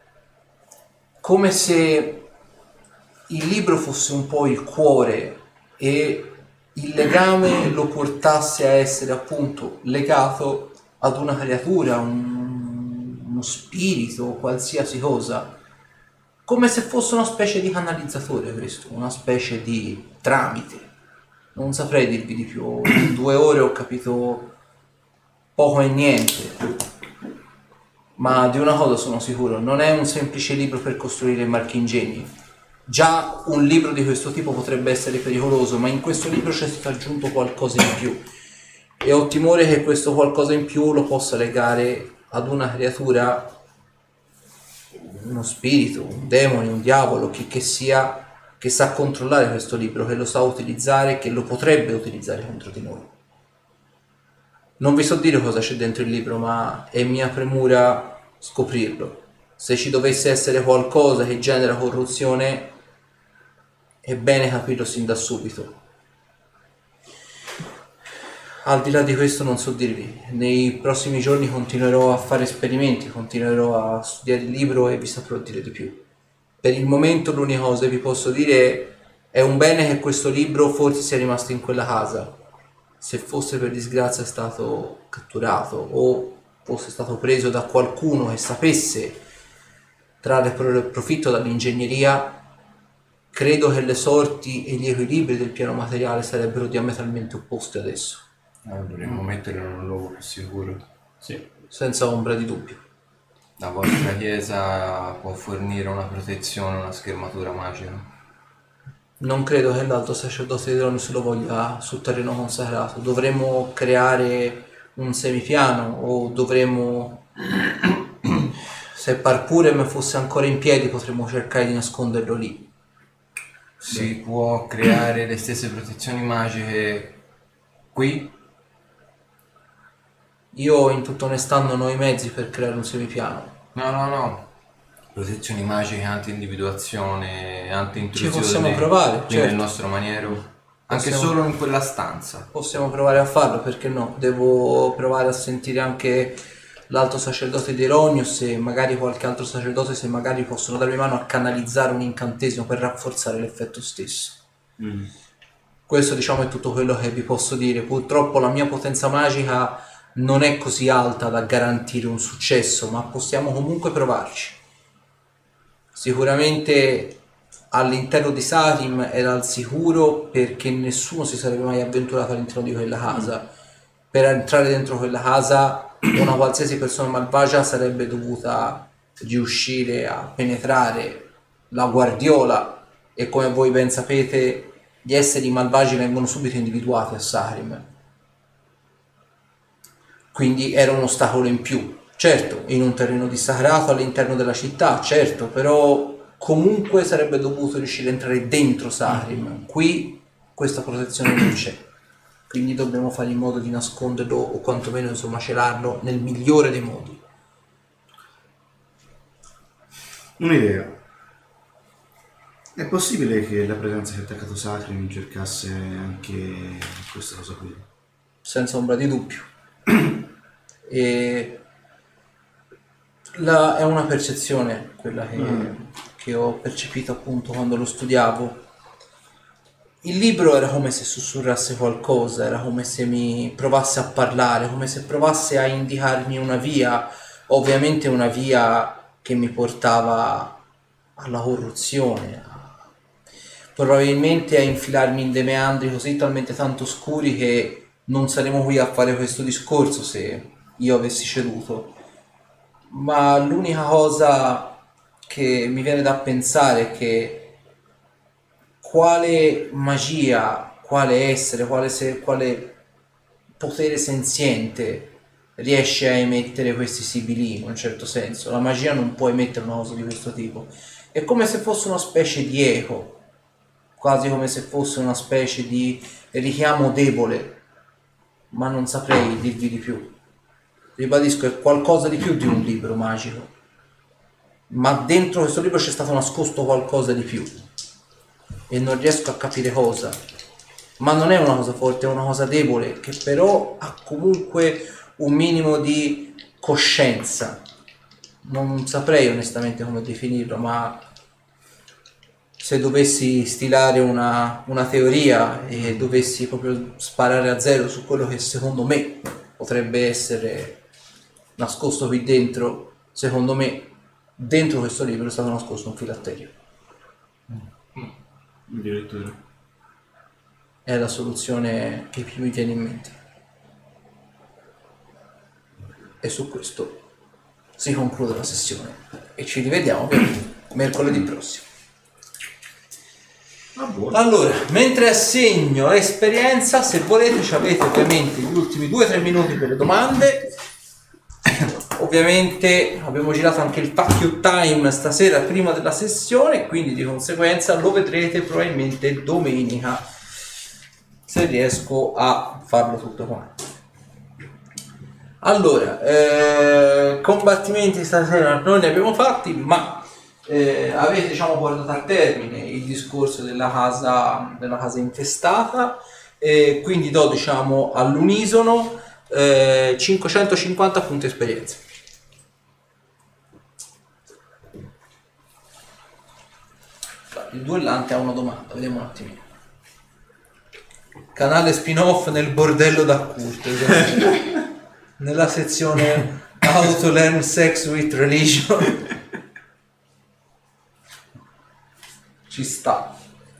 come se il libro fosse un po' il cuore e il legame lo portasse a essere appunto legato ad una creatura, un, uno spirito, qualsiasi cosa, come se fosse una specie di canalizzatore questo, una specie di tramite. Non saprei dirvi di più, in due ore ho capito poco e niente, ma di una cosa sono sicuro: non è un semplice libro per costruire marchingegni. Già un libro di questo tipo potrebbe essere pericoloso, ma in questo libro c'è stato aggiunto qualcosa in più e ho timore che questo qualcosa in più lo possa legare ad una creatura, uno spirito, un demone, un diavolo, che, che sia, che sa controllare questo libro, che lo sa utilizzare, che lo potrebbe utilizzare contro di noi. Non vi so dire cosa c'è dentro il libro, ma è mia premura scoprirlo. Se ci dovesse essere qualcosa che genera corruzione, è bene capirlo sin da subito. Al di là di questo non so dirvi. Nei prossimi giorni continuerò a fare esperimenti, continuerò a studiare il libro e vi saprò dire di più. Per il momento l'unica cosa che vi posso dire è un bene che questo libro forse sia rimasto in quella casa. Se fosse per disgrazia stato catturato o fosse stato preso da qualcuno che sapesse trarre pro- profitto dall'ingegneria, credo che le sorti e gli equilibri del piano materiale sarebbero diametralmente opposti adesso. Eh, dovremmo metterlo in un luogo più sicuro. Sì. Senza ombra di dubbio. La vostra chiesa può fornire una protezione, una schermatura magica. Non credo che l'alto sacerdote di Ronius lo voglia sul terreno consacrato. Dovremmo creare un semipiano o dovremmo... Se Parpurem fosse ancora in piedi potremmo cercare di nasconderlo lì. Si può creare le stesse protezioni magiche qui? Io in tutta onestà non ho i mezzi per creare un semipiano. No, no, no. Protezioni magiche, anti-individuazione, anti-intrusione. Ci possiamo provare, qui certo. nel nostro maniero. Anche Possiamo- solo in quella stanza. Possiamo provare a farlo, perché no? Devo provare a sentire anche l'alto sacerdote di Eronius e magari qualche altro sacerdote, se magari possono darmi mano a canalizzare un incantesimo per rafforzare l'effetto stesso. Questo diciamo è tutto quello che vi posso dire. Purtroppo la mia potenza magica non è così alta da garantire un successo, ma possiamo comunque provarci. Sicuramente all'interno di Sarim era al sicuro perché nessuno si sarebbe mai avventurato all'interno di quella casa. Per entrare dentro quella casa una qualsiasi persona malvagia sarebbe dovuta riuscire a penetrare la guardiola e, come voi ben sapete, gli esseri malvagi vengono subito individuati a Sarim. Quindi era un ostacolo in più. Certo, in un terreno dissacrato all'interno della città, certo, però comunque sarebbe dovuto riuscire a entrare dentro Sarim. Qui questa protezione non c'è. Quindi dobbiamo fare in modo di nasconderlo o quantomeno insomma celarlo nel migliore dei modi. Un'idea. È possibile che la presenza che ha attaccato Sacrim cercasse anche questa cosa qui? Senza ombra di dubbio. E la, è una percezione quella che, Mm. che ho percepito appunto quando lo studiavo. Il libro era come se sussurrasse qualcosa, era come se mi provasse a parlare, come se provasse a indicarmi una via, ovviamente una via che mi portava alla corruzione, a- probabilmente a infilarmi in dei meandri così talmente tanto oscuri che non saremo qui a fare questo discorso se io avessi ceduto. Ma l'unica cosa che mi viene da pensare è che quale magia, quale essere, quale, se- quale potere senziente riesce a emettere questi sibili in un certo senso. La magia non può emettere una cosa di questo tipo. È come se fosse una specie di eco, quasi come se fosse una specie di richiamo debole, ma non saprei dirvi di più. Ribadisco, è qualcosa di più di un libro magico, ma dentro questo libro c'è stato nascosto qualcosa di più e non riesco a capire cosa. Ma non è una cosa forte, è una cosa debole che però ha comunque un minimo di coscienza. Non saprei onestamente come definirlo, ma se dovessi stilare una, una teoria e dovessi proprio sparare a zero su quello che secondo me potrebbe essere nascosto qui dentro, secondo me dentro questo libro è stato nascosto un filatterio. Addirittura. È la soluzione che più mi viene in mente. E su questo si conclude la sessione e ci rivediamo ovviamente mercoledì prossimo. Ah, buono. Allora, mentre assegno esperienza, se volete ci avete ovviamente gli ultimi due tre minuti per le domande. Ovviamente abbiamo girato anche il fuck you time stasera prima della sessione, quindi di conseguenza lo vedrete probabilmente domenica, se riesco a farlo tutto quanto. Allora, eh, combattimenti stasera non ne abbiamo fatti, ma eh, avete diciamo portato a termine il discorso della casa, della casa infestata, e quindi do diciamo all'unisono eh, cinquecentocinquanta punti esperienza. Il duellante ha una domanda, vediamo un attimino. Canale spin-off nel bordello da Kurt, nella sezione How to Learn Sex with Religion. Ci sta.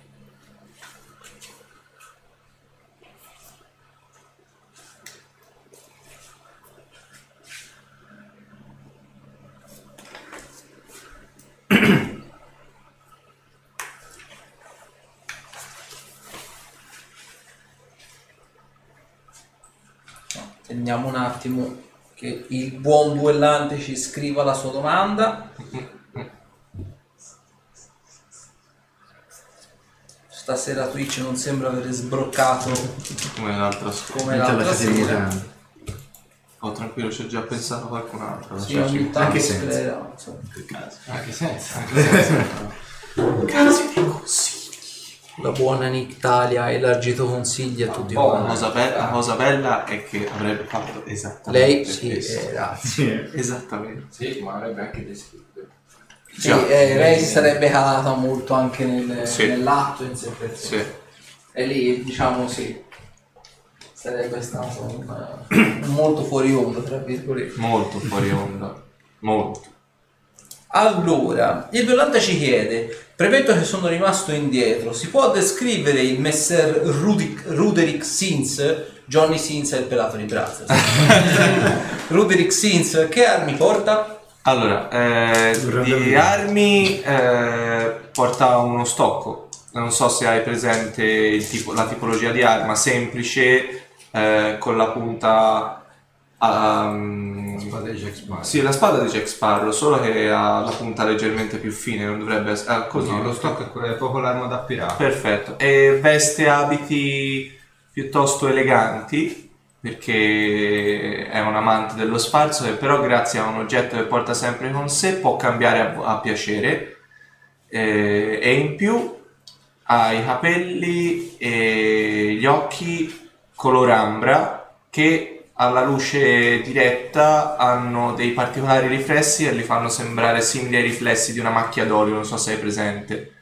Teniamo un attimo che il buon duellante ci scriva la sua domanda. Stasera Twitch non sembra aver sbroccato Come l'altra scuola. come l'altra sera. Oh, tranquillo, ci ho già pensato a qualcun altro. Sì, ogni tanto anche si senza. crea, insomma. Anche senza. Casi di consigli. La buona Nictalia ha elargito consigli a tutti La quanti. cosa, be- la cosa bella è che avrebbe fatto esattamente Lei sì, questo. eh, grazie. Sì. Esattamente. Sì, ma avrebbe anche descritto. Sì, Già. eh, lei si sarebbe calata molto anche nel- Sì. nell'atto in sé per sé. Sì. E lì diciamo sì, sarebbe stato un, un molto fuori onda tra virgolette. Molto fuori onda. Molto. Allora, il duellante ci chiede: premetto che sono rimasto indietro, si può descrivere il messer Rudik, Ruderick Sins? Johnny Sins è il pelato di Brazos. Ruderick Sins che armi porta? Allora, eh, di armi eh, porta uno stocco. Non so se hai presente il tipo, la tipologia di arma semplice eh, con la punta. Um, Spada di Jack Sparrow. sì, la spada di Jack Sparrow, solo che ha la punta leggermente più fine, non dovrebbe essere. Ah, così. No, lo stock è quello- è proprio l'arma da pirata. Perfetto. E veste abiti piuttosto eleganti, perché è un amante dello sfarzo e però grazie a un oggetto che porta sempre con sé può cambiare a, a piacere. Eh, e in più ha i capelli e gli occhi color ambra che alla luce diretta hanno dei particolari riflessi e li fanno sembrare simili ai riflessi di una macchia d'olio, non so se hai presente.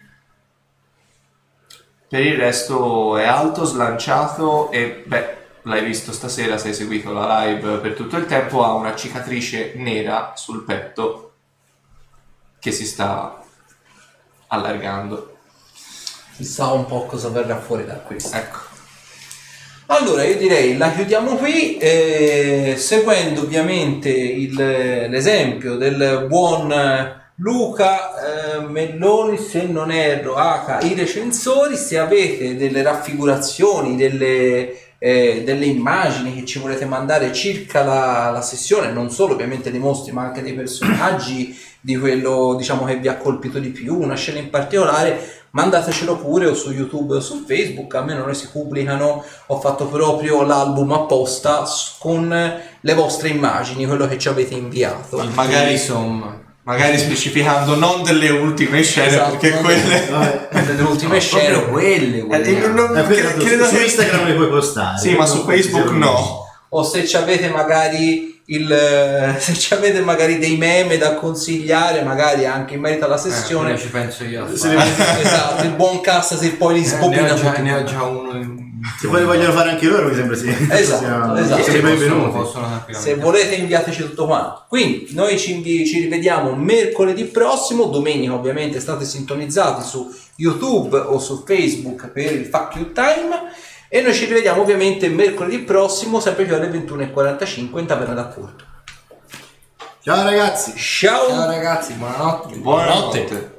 Per il resto è alto, slanciato e, beh, l'hai visto stasera, se hai seguito la live per tutto il tempo, ha una cicatrice nera sul petto che si sta allargando. Chissà un po' cosa verrà fuori da questo. Ecco. Allora io direi la chiudiamo qui, eh, seguendo ovviamente il- l'esempio del buon Luca eh, Melloni, se non erro, H, i recensori. Se avete delle raffigurazioni, delle, eh, delle immagini che ci volete mandare circa la, la sessione, non solo ovviamente dei mostri ma anche dei personaggi, di quello diciamo che vi ha colpito di più, una scena in particolare, mandatecelo pure o su YouTube o su Facebook. Almeno noi si pubblicano, ho fatto proprio l'album apposta s- con le vostre immagini, quello che ci avete inviato. Magari, insomma. magari specificando non delle ultime scene, Esatto, perché non quelle... Vabbè. delle ultime Proprio scene. quelle, Eh, quelle. non- non- Eh, poi, cre- tanto credo su che- Instagram li puoi postare. Sì, ma su Non Facebook si no. O se ci avete magari il se ci avete magari dei meme da consigliare, magari anche in merito alla Eh, sessione. ci penso io a Se fare. Esatto, il buon cassa se poi li Eh, ne, sbobina ho già, tutti. ne ho già uno in... Se poi li vogliono fare anche loro, mi sembra sì. Esatto, Sia- esatto. siete possono, benvenuti. possono tranquillamente. Se volete inviateci tutto quanto. Quindi noi ci, invi- ci rivediamo mercoledì prossimo, domenica ovviamente state sintonizzati su YouTube o su Facebook per il Fuck You Time, e noi ci rivediamo ovviamente mercoledì prossimo sempre più alle ventuno e quarantacinque in Taverna da Corto. Ciao ragazzi. Ciao! Ciao ragazzi, buonanotte. Buonanotte.